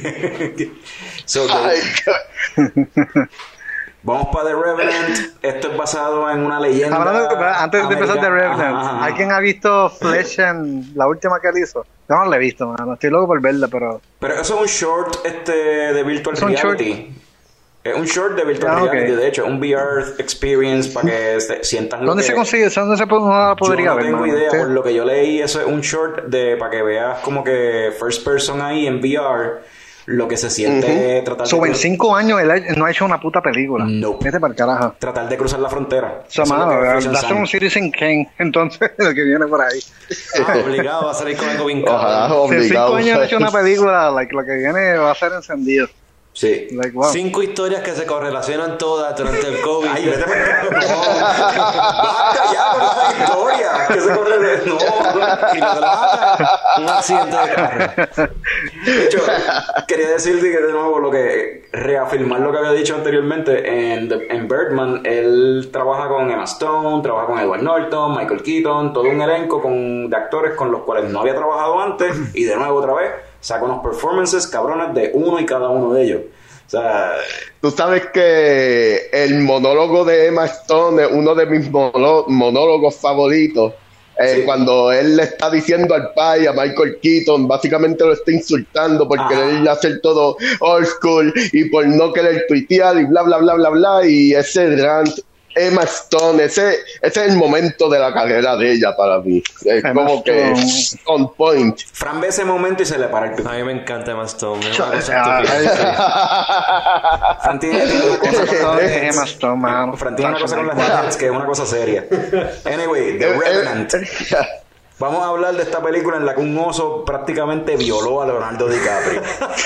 Vamos para The Revenant. Esto es basado en una leyenda. Antes de empezar The Revenant, ¿alguien ha visto Flesh and la última que él hizo? Yo no la he visto, mano. Estoy loco por verla, pero eso es un short de Virtual Reality. Es un short de Virtual Reality, de hecho, un VR experience para que sientan ¿Dónde se consigue? ¿Dónde se podría ver? Yo no tengo idea, por lo que yo leí, eso es un short para que veas como que first person ahí en VR, lo que se siente tratar de... en 5 años él no ha hecho una puta película. No. Vete para el carajo. Tratar de cruzar la frontera. Hacer un Citizen Kane, entonces, el que viene por ahí. Obligado va a salir con algo vincado. Si en 5 años no ha hecho una película, lo que viene va a ser encendido. Sí. 5 historias que se correlacionan todas durante el COVID. Ay, vete basta ya con las historias que se correlacionan. No. Y lo que lo mata, un accidente de carro. De hecho, quería decirte que de nuevo reafirmar lo que había dicho anteriormente. En Birdman, él trabaja con Emma Stone, trabaja con Edward Norton, Michael Keaton, todo un elenco de actores con los cuales no había trabajado antes, y de nuevo otra vez saca unos performances cabrones de uno y cada uno de ellos. O sea, tú sabes que el monólogo de Emma Stone es uno de mis monólogos favoritos. Sí. Cuando él le está diciendo al pai, a Michael Keaton, básicamente lo está insultando por querer hacer todo old school y por no querer tuitear y bla, bla, bla, bla, bla. Y ese rant, Emma Stone, ese es el momento de la carrera de ella para mí. Es como que on point. Fran ve ese momento y se le para el pico. A mí me encanta Emma Stone. Es una cosa estúpida. Fran tiene una cosa Emma Stone, man. Fran tiene una cosa con las Netflix que es una cosa seria. Anyway, The Revenant. Vamos a hablar de esta película en la que un oso prácticamente violó a Leonardo DiCaprio.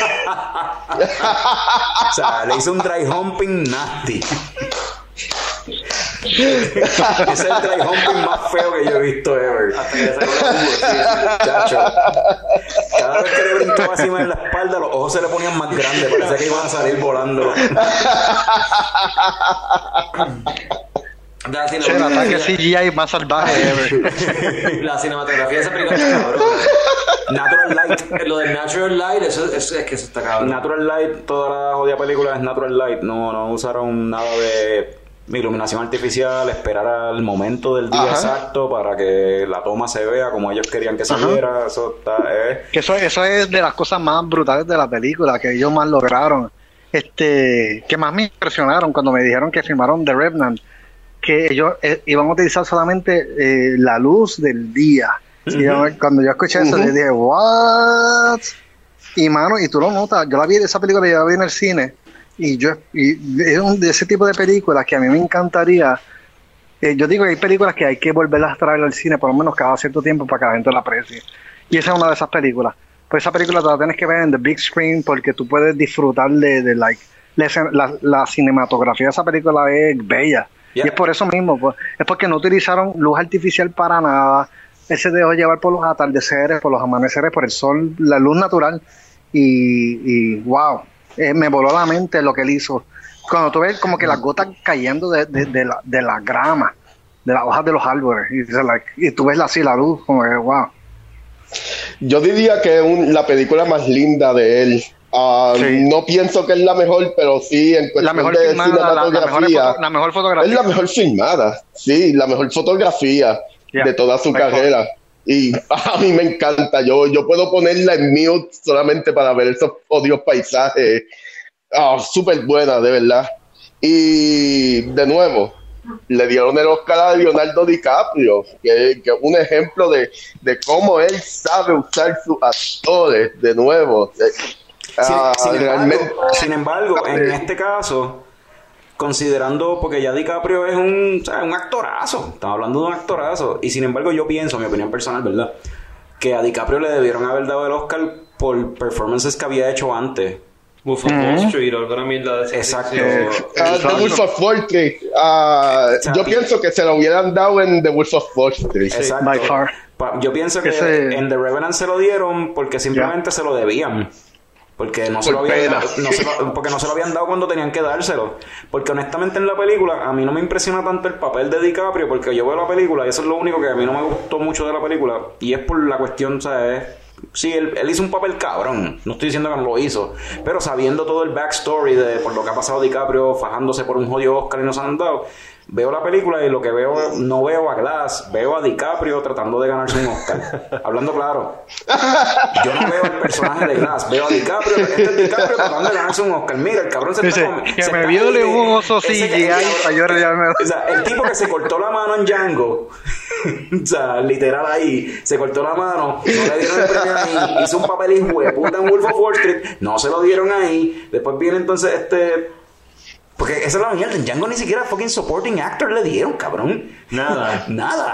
O sea, le hizo un dry humping nasty. Ese es el dry humping más feo que yo he visto ever. Hasta que le sacó los jugos, chacho. Cada vez que le brincaba encima en la espalda, los ojos se le ponían más grandes. Parecía que iban a salir volando. El ataque CGI más salvaje ever. La cinematografía de esa película está cabrón. Natural Light. Lo del Natural Light, eso es que eso está cabrón. Natural Light, toda la jodida película es Natural Light. No usaron nada de iluminación artificial, esperar al momento del día exacto para que la toma se vea como ellos querían que se viera. Eso está, que eso es de las cosas más brutales de la película, que ellos más lograron. Que más me impresionaron cuando me dijeron que filmaron The Revenant, que ellos iban a utilizar solamente la luz del día. Y cuando yo escuché eso, le dije, ¿what? Y mano, y tú lo notas, yo la vi, esa película yo la vi en el cine, y es de ese tipo de películas que a mí me encantaría. Yo digo que hay películas que hay que volverlas a traer al cine por lo menos cada cierto tiempo para que la gente la aprecie, y esa es una de esas películas. Pues esa película te la tienes que ver en the big screen porque tú puedes disfrutar de La cinematografía de esa película es bella. Yeah. Y es por eso mismo, pues, es porque no utilizaron luz artificial para nada. Él se dejó llevar por los atardeceres, por los amaneceres, por el sol, la luz natural. Y wow, me voló la mente lo que él hizo. Cuando tú ves como que las gotas cayendo de la grama, de las hojas de los árboles, y tú ves así la luz, como que wow. Yo diría que es la película más linda de él. Sí. No pienso que es la mejor, pero sí en cuestión La mejor de filmada, cinematografía. la mejor fotografía. Es la mejor filmada, sí, la mejor fotografía de toda su carrera. Y a mí me encanta. Yo puedo ponerla en mute solamente para ver esos odios paisajes. Súper buena, de verdad. Y de nuevo, le dieron el Oscar a Leonardo DiCaprio, que es un ejemplo de cómo él sabe usar sus actores, de nuevo. Sin embargo, en este caso, considerando, porque ya DiCaprio es un actorazo, estamos hablando de un actorazo, y sin embargo yo pienso, mi opinión personal, ¿verdad?, que a DiCaprio le debieron haber dado el Oscar por performances que había hecho antes. Wolf of Wall Street o alguna mierda de esa. Exacto. The Wolf of Wall Street. Yo pienso que se lo hubieran dado en The Wolf of Wall Street. Exacto. By far. Yo pienso que en The Revenant se lo dieron porque simplemente se lo debían. Porque no se lo habían dado, porque no se lo habían dado cuando tenían que dárselo. Porque honestamente en la película a mí no me impresiona tanto el papel de DiCaprio, porque yo veo la película y eso es lo único que a mí no me gustó mucho de la película, y es por la cuestión, ¿sabes? Sí, él hizo un papel cabrón, no estoy diciendo que no lo hizo, pero sabiendo todo el backstory de por lo que ha pasado DiCaprio fajándose por un jodido Oscar y no se han dado, veo la película y lo que veo, no veo a Glass, veo a DiCaprio tratando de ganarse un Oscar. Hablando claro, yo no veo el personaje de Glass, veo a DiCaprio, este es DiCaprio tratando de ganarse un Oscar. Mira, el cabrón se está comiendo. Que me viole un oso CGI para yo reírme. O sea, el tipo que se cortó la mano en Django, o sea, literal ahí, se cortó la mano, no le dieron el premio ahí, hizo un papel hijo de puta en Wolf of Wall Street, no se lo dieron ahí, después viene entonces porque esa es la mierda, en Django ni siquiera fucking supporting actor le dieron, cabrón. Nada.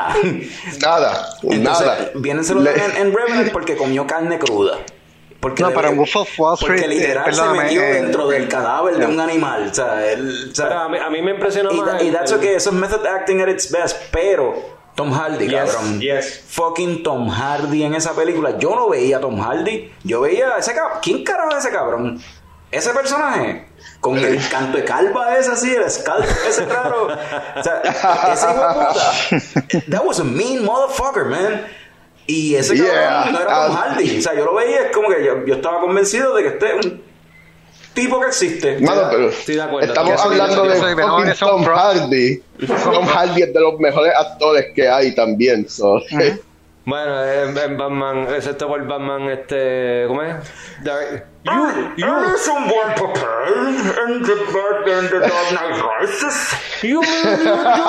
Entonces, vienen se lo dan en Revenant porque comió carne cruda. Porque no, pero en Wolf of Wall Street, porque literal se metió dentro del cadáver de un animal. O sea, pero a mí me impresionó más. Y that's okay, eso es method acting at its best, pero Tom Hardy, cabrón. Fucking Tom Hardy en esa película. Yo no veía a Tom Hardy. Yo veía a ese cabrón. ¿Quién carajo es ese cabrón? Ese personaje. Con el canto de calva ese así, el scalp ese raro. O sea, ese hijo de puta. That was a mean motherfucker, man. Y ese cabrón no era Tom Hardy. O sea, yo lo veía, es como que yo estaba convencido de que este es un tipo que existe. Mano, pero estoy de acuerdo. Estamos hablando de fucking Tom Hardy. Tom Hardy es de los mejores actores que hay también. Bueno, en Batman, excepto por Batman, ¿cómo es? Es un buen papel en The Dark Knight Rises. You mean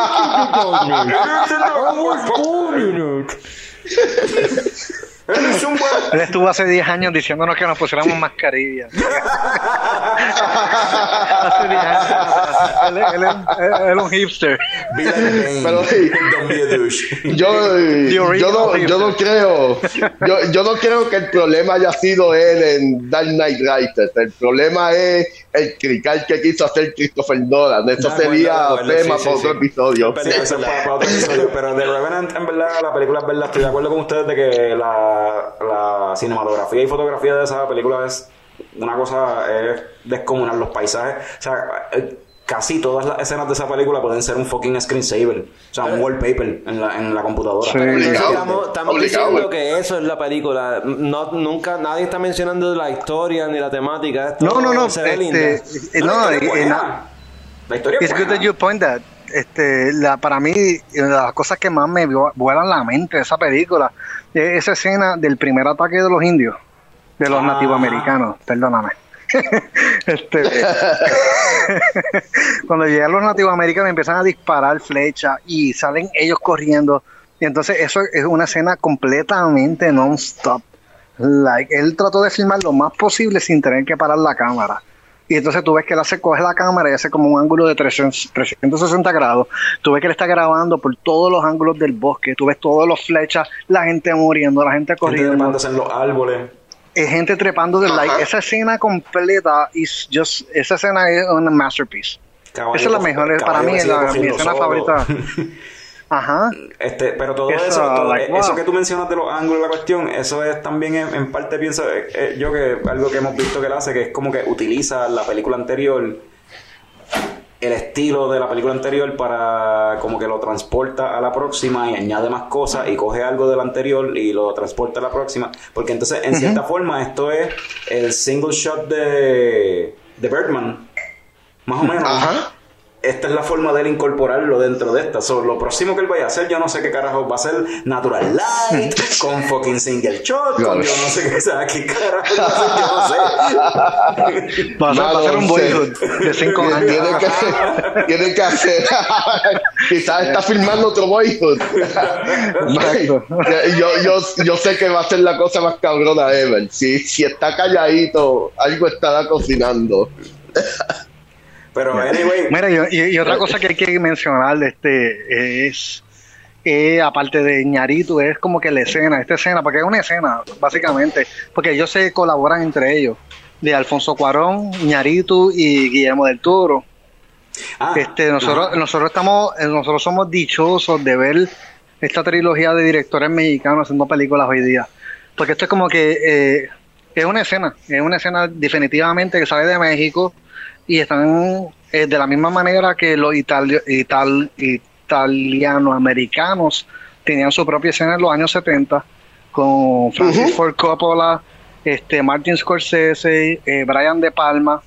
Él estuvo hace 10 años diciéndonos que nos pusiéramos mascarillas. Hace 10 años. Él es un hipster. Pero yo no creo que el problema haya sido él en Dark Knight Rises. El problema es el crical que quiso hacer Christopher Nolan. Eso sería tema para otro episodio. Para otro episodio. Pero The Revenant, en verdad, la película es verdad. Estoy de acuerdo con ustedes de que la cinematografía y fotografía de esa película es una cosa descomunal. Los paisajes, o sea, casi todas las escenas de esa película pueden ser un fucking screensaver, o sea, un wallpaper en la computadora. Sí. Estamos diciendo que eso es la película. Nunca nadie está mencionando la historia ni la temática. Esto No. Se ve linda. La historia es It's good buena. that you point that. Para mí, las cosas que más me vuelan la mente de esa película es esa escena del primer ataque de los indios, de los nativoamericanos, perdóname. Cuando llegan los nativoamericanos empiezan a disparar flechas y salen ellos corriendo, y entonces eso es una escena completamente non-stop. Él trató de filmar lo más posible sin tener que parar la cámara. Y entonces tú ves que él coge la cámara y hace como un ángulo de 360 grados. Tú ves que él está grabando por todos los ángulos del bosque. Tú ves todas las flechas, la gente muriendo, la gente corriendo. Gente en los árboles. gente trepando del like. Esa escena completa, esa escena es una masterpiece. Caballo, esa es la mejor, para mí es mi escena favorita. Ajá. Pero todo eso que tú mencionas de los ángulos, la cuestión, eso es también en parte, pienso yo, que algo que hemos visto que él hace, que es como que utiliza la película anterior, el estilo de la película anterior, para como que lo transporta a la próxima y añade más cosas y coge algo de la anterior y lo transporta a la próxima, porque entonces en cierta forma esto es el single shot de Birdman, más o menos. Ajá. Esta es la forma de él incorporarlo dentro de esta. Lo próximo que él vaya a hacer, yo no sé qué carajo va a ser. Natural Light, con fucking single shot, con yo no sé qué, o sea, qué carajo va a hacer, yo no sé. Va a ser un boyhood de 5 años. Tienen que hacer. Quizás está filmando otro boyhood. yo sé que va a ser la cosa más cabrona ever. Si está calladito, algo estará cocinando. Pero anyway. Mira, y otra cosa que hay que mencionar es aparte de Iñárritu, es como que esta escena, porque es una escena básicamente, porque ellos se colaboran entre ellos, de Alfonso Cuarón, Iñárritu y Guillermo del Toro. Nosotros somos dichosos de ver esta trilogía de directores mexicanos haciendo películas hoy día, porque esto es como que es una escena definitivamente que sale de México. Y están de la misma manera que los italianoamericanos tenían su propia escena en los años 70, con Francis Ford Coppola, Martin Scorsese, Brian De Palma,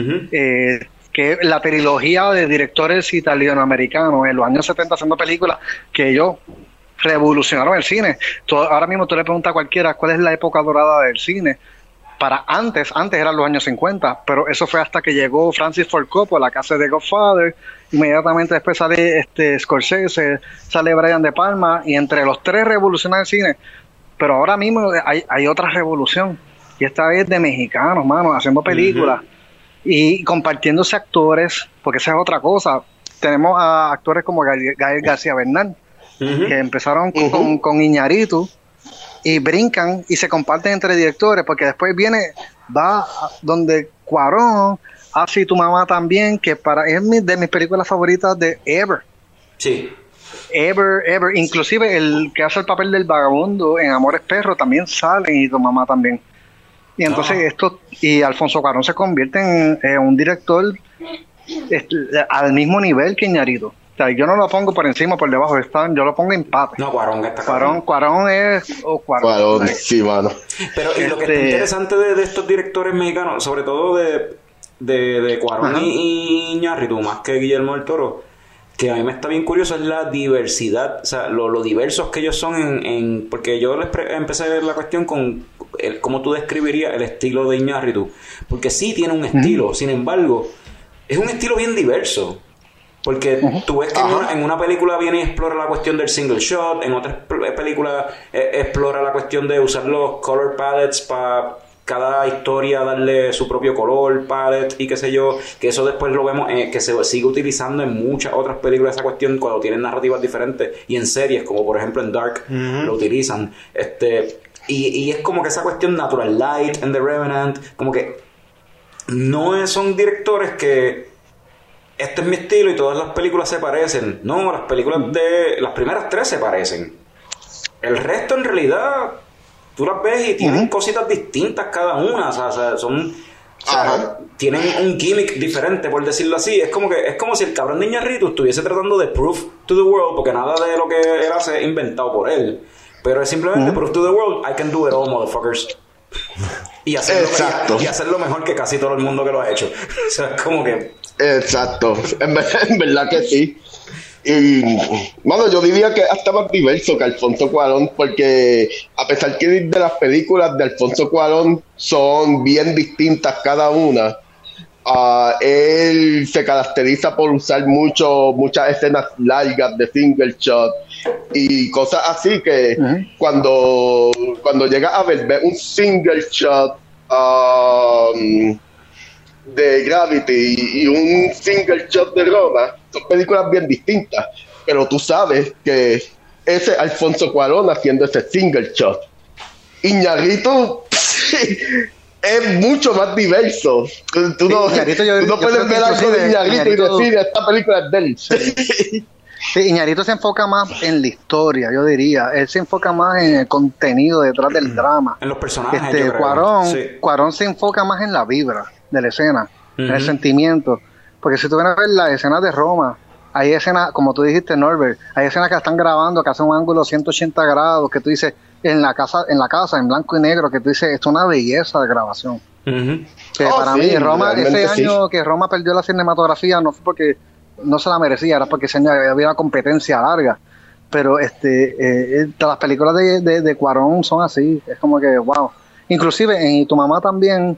que la trilogía de directores italianoamericanos en los años 70 haciendo películas que ellos revolucionaron el cine. Ahora mismo tú le preguntas a cualquiera cuál es la época dorada del cine. Antes eran los años 50, pero eso fue hasta que llegó Francis Ford Coppola, la casa de Godfather. Inmediatamente después sale Scorsese, sale Brian De Palma, y entre los tres revolucionan el cine. Pero ahora mismo hay otra revolución, y esta vez de mexicanos, mano, haciendo películas y compartiéndose actores, porque esa es otra cosa. Tenemos a actores como Gael García Bernal, que empezaron con Iñárritu, y brincan y se comparten entre directores, porque después va donde Cuarón, Así tu mamá también, que es de mis películas favoritas de ever. Sí. Ever. Inclusive el que hace el papel del vagabundo en Amores Perros también sale, y tu mamá también. Y entonces y Alfonso Cuarón se convierte en un director al mismo nivel que Iñárritu. O sea, yo no lo pongo por encima o por debajo, yo lo pongo en empate. No, Cuarón está Cuarón es... Cuarón, sí, mano. Pero y lo que está interesante de estos directores mexicanos, sobre todo de Cuarón y Iñárritu, más que Guillermo del Toro, que a mí me está bien curioso, es la diversidad, o sea, lo diversos que ellos son porque yo empecé la cuestión con cómo tú describirías el estilo de Iñárritu, porque sí tiene un estilo, sin embargo, es un estilo bien diverso. Porque tú ves que en una película viene y explora la cuestión del single shot, en otras películas explora la cuestión de usar los color palettes para cada historia darle su propio color palette y qué sé yo, que eso después lo vemos que se sigue utilizando en muchas otras películas, esa cuestión, cuando tienen narrativas diferentes, y en series, como por ejemplo en Dark lo utilizan, y es como que esa cuestión Natural Light en The Revenant, como que son directores que este es mi estilo y todas las películas se parecen. No, las películas las primeras 3 se parecen. El resto en realidad tú las ves y tienen cositas distintas cada una, o sea, tienen un gimmick diferente, por decirlo así. Es como si el cabrón de Iñárritu estuviese tratando de prove to the world, porque nada de lo que él hace es inventado por él, pero es simplemente prove to the world, I can do it all, motherfuckers. Y hacerlo mejor que casi todo el mundo que lo ha hecho. O sea, es como que... Exacto, en verdad que sí. Y, bueno, yo diría que hasta más diverso que Alfonso Cuarón, porque a pesar que de las películas de Alfonso Cuarón son bien distintas cada una, él se caracteriza por usar muchas escenas largas de single shot y cosas así que cuando llegas a ver un single shot de Gravity y un single shot de Roma, son películas bien distintas, pero tú sabes que ese Alfonso Cuarón haciendo ese single shot. Iñárritu es mucho más diverso. Tú no puedes ver algo de Iñárritu y decir, esta película es de él. Sí, Iñárritu se enfoca más en la historia, yo diría. Él se enfoca más en el contenido detrás del drama. En los personajes, yo creo. Cuarón se enfoca más en la vibra de la escena, en el sentimiento. Porque si tú vienes a ver las escenas de Roma, hay escenas, como tú dijiste, Norbert, hay escenas que están grabando, que hacen un ángulo 180 grados, que tú dices, en la casa, en blanco y negro, que tú dices, esto es una belleza de grabación. Que para mí, Roma, ese año que Roma perdió la cinematografía, no fue porque no se la merecía, era porque ese año había una competencia larga. Pero las películas de Cuarón son así, es como que, wow. Inclusive en Tu Mamá también,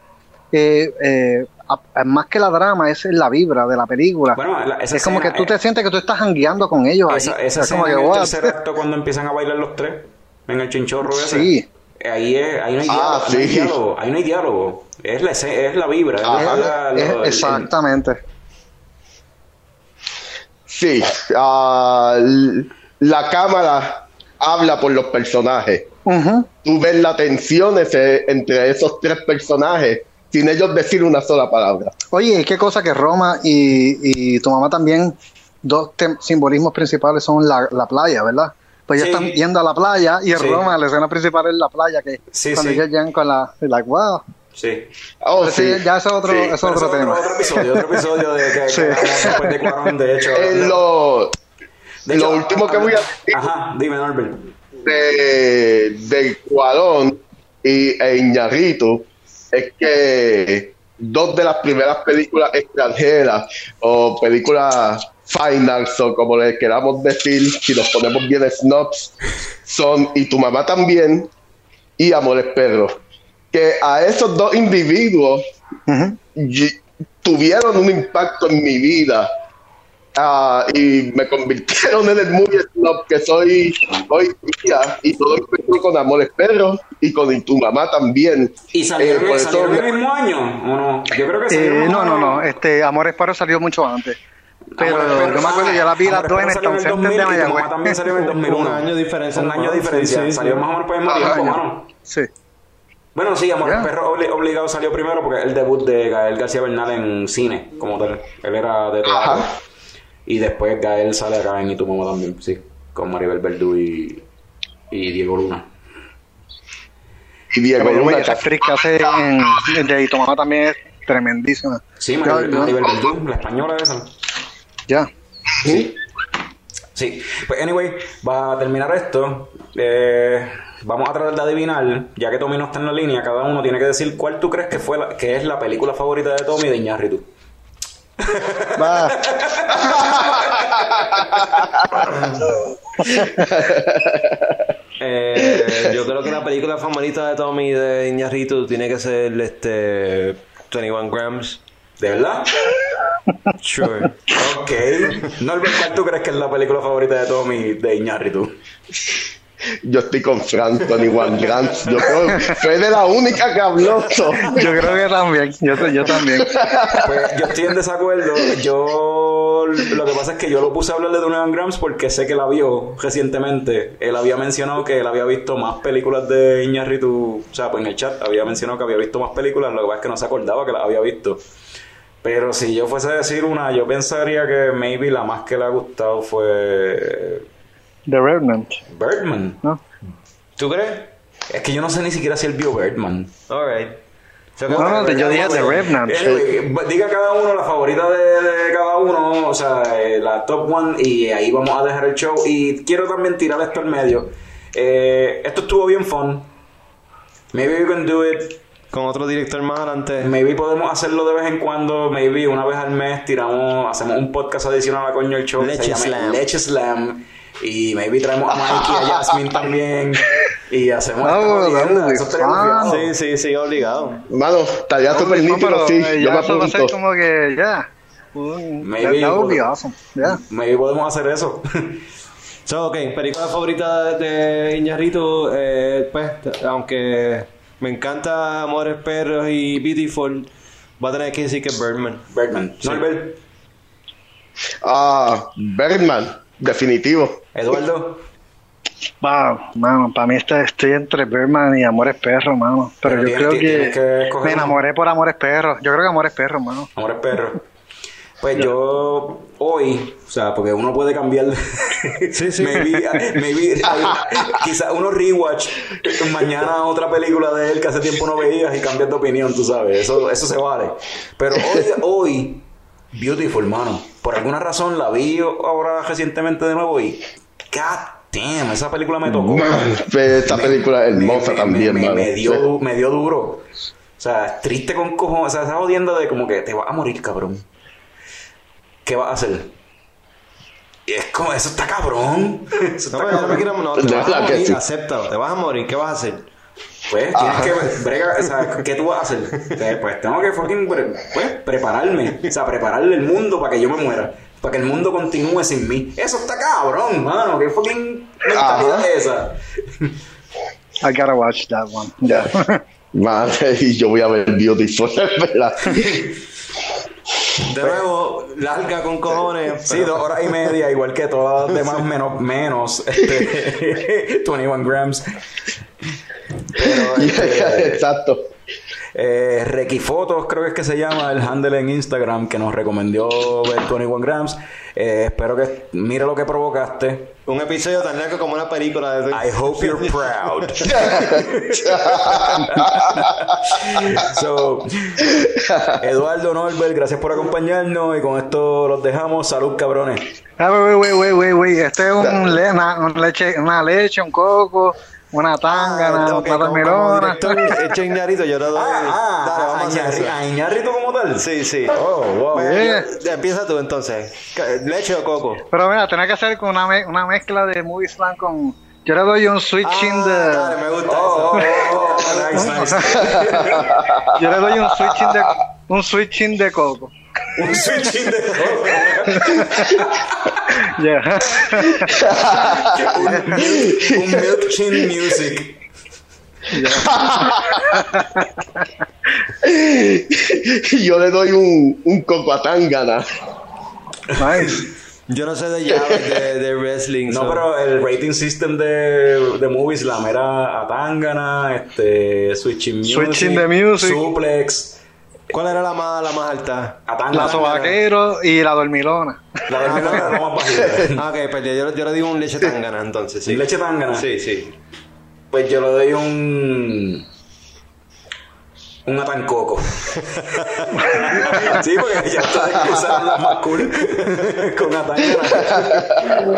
más que la drama, es la vibra de la película. Bueno, es como que tú te sientes que tú estás jangueando con ellos. Esa es como que, que, en el tercer acto, cuando empiezan a bailar los tres en el chinchorro ese. Sí. Ahí no hay diálogo. Es la vibra. Exactamente. Sí. La cámara habla por los personajes. Tú ves la tensión entre esos tres personajes sin ellos decir una sola palabra. Oye, qué cosa que Roma y Tu Mamá también, dos simbolismos principales son la playa, ¿verdad? Pues ya están yendo a la playa y en Roma la escena principal es la playa, que cuando ellos llegan con la wow. Sí. Ya es otro tema. Otro episodio de que después de Cuarón, de hecho. Lo último que voy a decir. Ajá, dime, Norbert. De Cuarón e Iñárritu es que dos de las primeras películas extranjeras o películas finals o como le queramos decir, si nos ponemos bien snobs, son Y Tu Mamá También y Amores Perros, que a esos dos individuos tuvieron un impacto en mi vida y me convirtieron en el muy snob que soy hoy día, y todo empezó con Amores Perros y con Y Tu Mamá También. ¿Y salieron el mismo año o no? Yo creo que salieron no, Amores Perros salió mucho antes. Pero yo me acuerdo, yo la vi las dos en el Town de Mayagüez. También salió en el 2001. Un año de diferencia. Un año de diferencia. Salió más o menos por el mismo tiempo, mano. Sí. Bueno, sí, Amores Perros obligado salió primero porque es el debut de Gael García Bernal en cine, como tal. Él era de teatro. Y después Gael sale acá en Y Tu Mamá También, sí. Con Maribel Verdú y Diego Luna. Y Diego Luna. Esa actriz que hace de Y Tu Mamá También es tremendísima. Sí, Maribel Verdú, la española esa. Ya. Sí. Pues anyway, para terminar esto, vamos a tratar de adivinar, ya que Tommy no está en la línea, cada uno tiene que decir cuál tú crees que es la película favorita de Tommy de Iñárritu. Yo creo que la película favorita de Tommy de Iñárritu tiene que ser 21 Grams. ¿De verdad? Sure. Ok. Norbert, ¿cuál tú crees que es la película favorita de Tommy de Iñárritu? Yo estoy con Frank, 21 Grams. Yo creo que fue de la única que habló. Yo creo que también. Yo también. Pues yo estoy en desacuerdo. Lo que pasa es que yo lo puse a hablar de 21 Grams porque sé que la vio recientemente. Él había mencionado que él había visto más películas de Iñárritu. O sea, pues en el chat había mencionado que había visto más películas. Lo que pasa es que no se acordaba que las había visto. Pero si yo fuese a decir una, yo pensaría que maybe la más que le ha gustado fue The Revenant. Birdman. ¿No? ¿Tú crees? Es que yo no sé ni siquiera si él vio Birdman. Alright. No, yo dije The Revenant. Diga cada uno la favorita de cada uno, o sea, la top one, y ahí vamos a dejar el show. Y quiero también tirar esto al medio. Esto estuvo bien fun. Maybe we can do it. Con otro director más adelante. Maybe podemos hacerlo de vez en cuando. Maybe una vez al mes hacemos un podcast adicional a Coño el Show. Leche Slam. Leche Slam. Y maybe traemos a Mike y a Jasmine también. Y hacemos Sí, obligado. Mano, estaría súper nítido, sí. Yo me apunto. Como que ya. Maybe podemos hacer eso. So, ok, película favorita de Iñárritu, pues, aunque me encanta Amores Perros y Beautiful, va a tener que decir que Birdman. Sí. Norbert. Birdman, definitivo. Eduardo. Wow, mano, para mí estoy entre Birdman y Amores Perros, mano. Pero yo creo que me enamoré por Amores Perros. Yo creo que Amores Perros, mano. Amores Perros. Pues yo hoy, o sea, porque uno puede cambiar. Sí. maybe quizás uno rewatch mañana otra película de él que hace tiempo no veías y cambias de opinión, tú sabes. Eso se vale. Pero hoy, Beautiful, mano. Por alguna razón la vi ahora recientemente de nuevo y God damn, esa película me tocó. Esta película es hermosa también, mano. Me dio duro. O sea, triste con cojones. O sea, esa jodienda de como que te vas a morir, cabrón. ¿Qué vas a hacer? Y es como, eso está cabrón. Eso está cabrón. Te vas a morir, acéptalo. Te vas a morir, ¿qué vas a hacer? Pues tienes que bregar, o sea, ¿qué tú vas a hacer? Pues tengo que fucking prepararme. O sea, prepararle el mundo para que yo me muera. Para que el mundo continúe sin mí. Eso está cabrón, mano. ¿Qué fucking mentalidad es esa? I gotta watch that one. Yeah. Madre, y yo voy a ver Beautiful, ¿verdad? De nuevo, larga con cojones. Sí, 2 horas y media, igual que todas las demás, menos 21 grams. Pero, exacto. Reiki Fotos, creo que es que se llama el handle en Instagram, que nos recomendó ver 21 grams. Espero que mire lo que provocaste. Un episodio tan largo como una película de... I hope you're proud. So, Eduardo Norbert, gracias por acompañarnos y con esto los dejamos. Salud, cabrones. Wait. Este es una leche, un coco, una tángana, una melona. Hecho Iñárritu, yo le doy. Dale, vamos a Iñárritu como tal. Sí. Oh, wow. Empieza tú entonces. ¿Leche o coco? Pero mira, tenés que hacer con una mezcla de Movie Slam con. Yo le doy un switching de. Dale, me gusta eso. Nice. Yo le doy un switching de coco. Un switching de coco. Yeah. un milk chin music. Yo le doy un coco a tángana. Nice. Yo no sé de llaves de wrestling. No, pero el rating system de Movie Slam era Atangana, Switching the Music, Suplex. ¿Cuál era la más alta? La Sobaquero y la Dormilona. La Dormilona era la más bajita. Ok, pues yo le digo un leche tángana entonces, sí. ¿Un leche tángana? Sí. Pues yo le doy un atancoco. Sí, porque ya está usaron las más cool con atangana.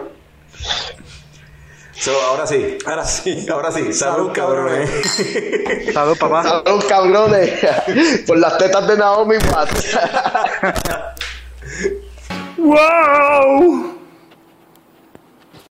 Ahora sí. Salud, cabrones. Salud, papá. Salud, cabrones. Por las tetas de Naomi Watts. ¡Wow!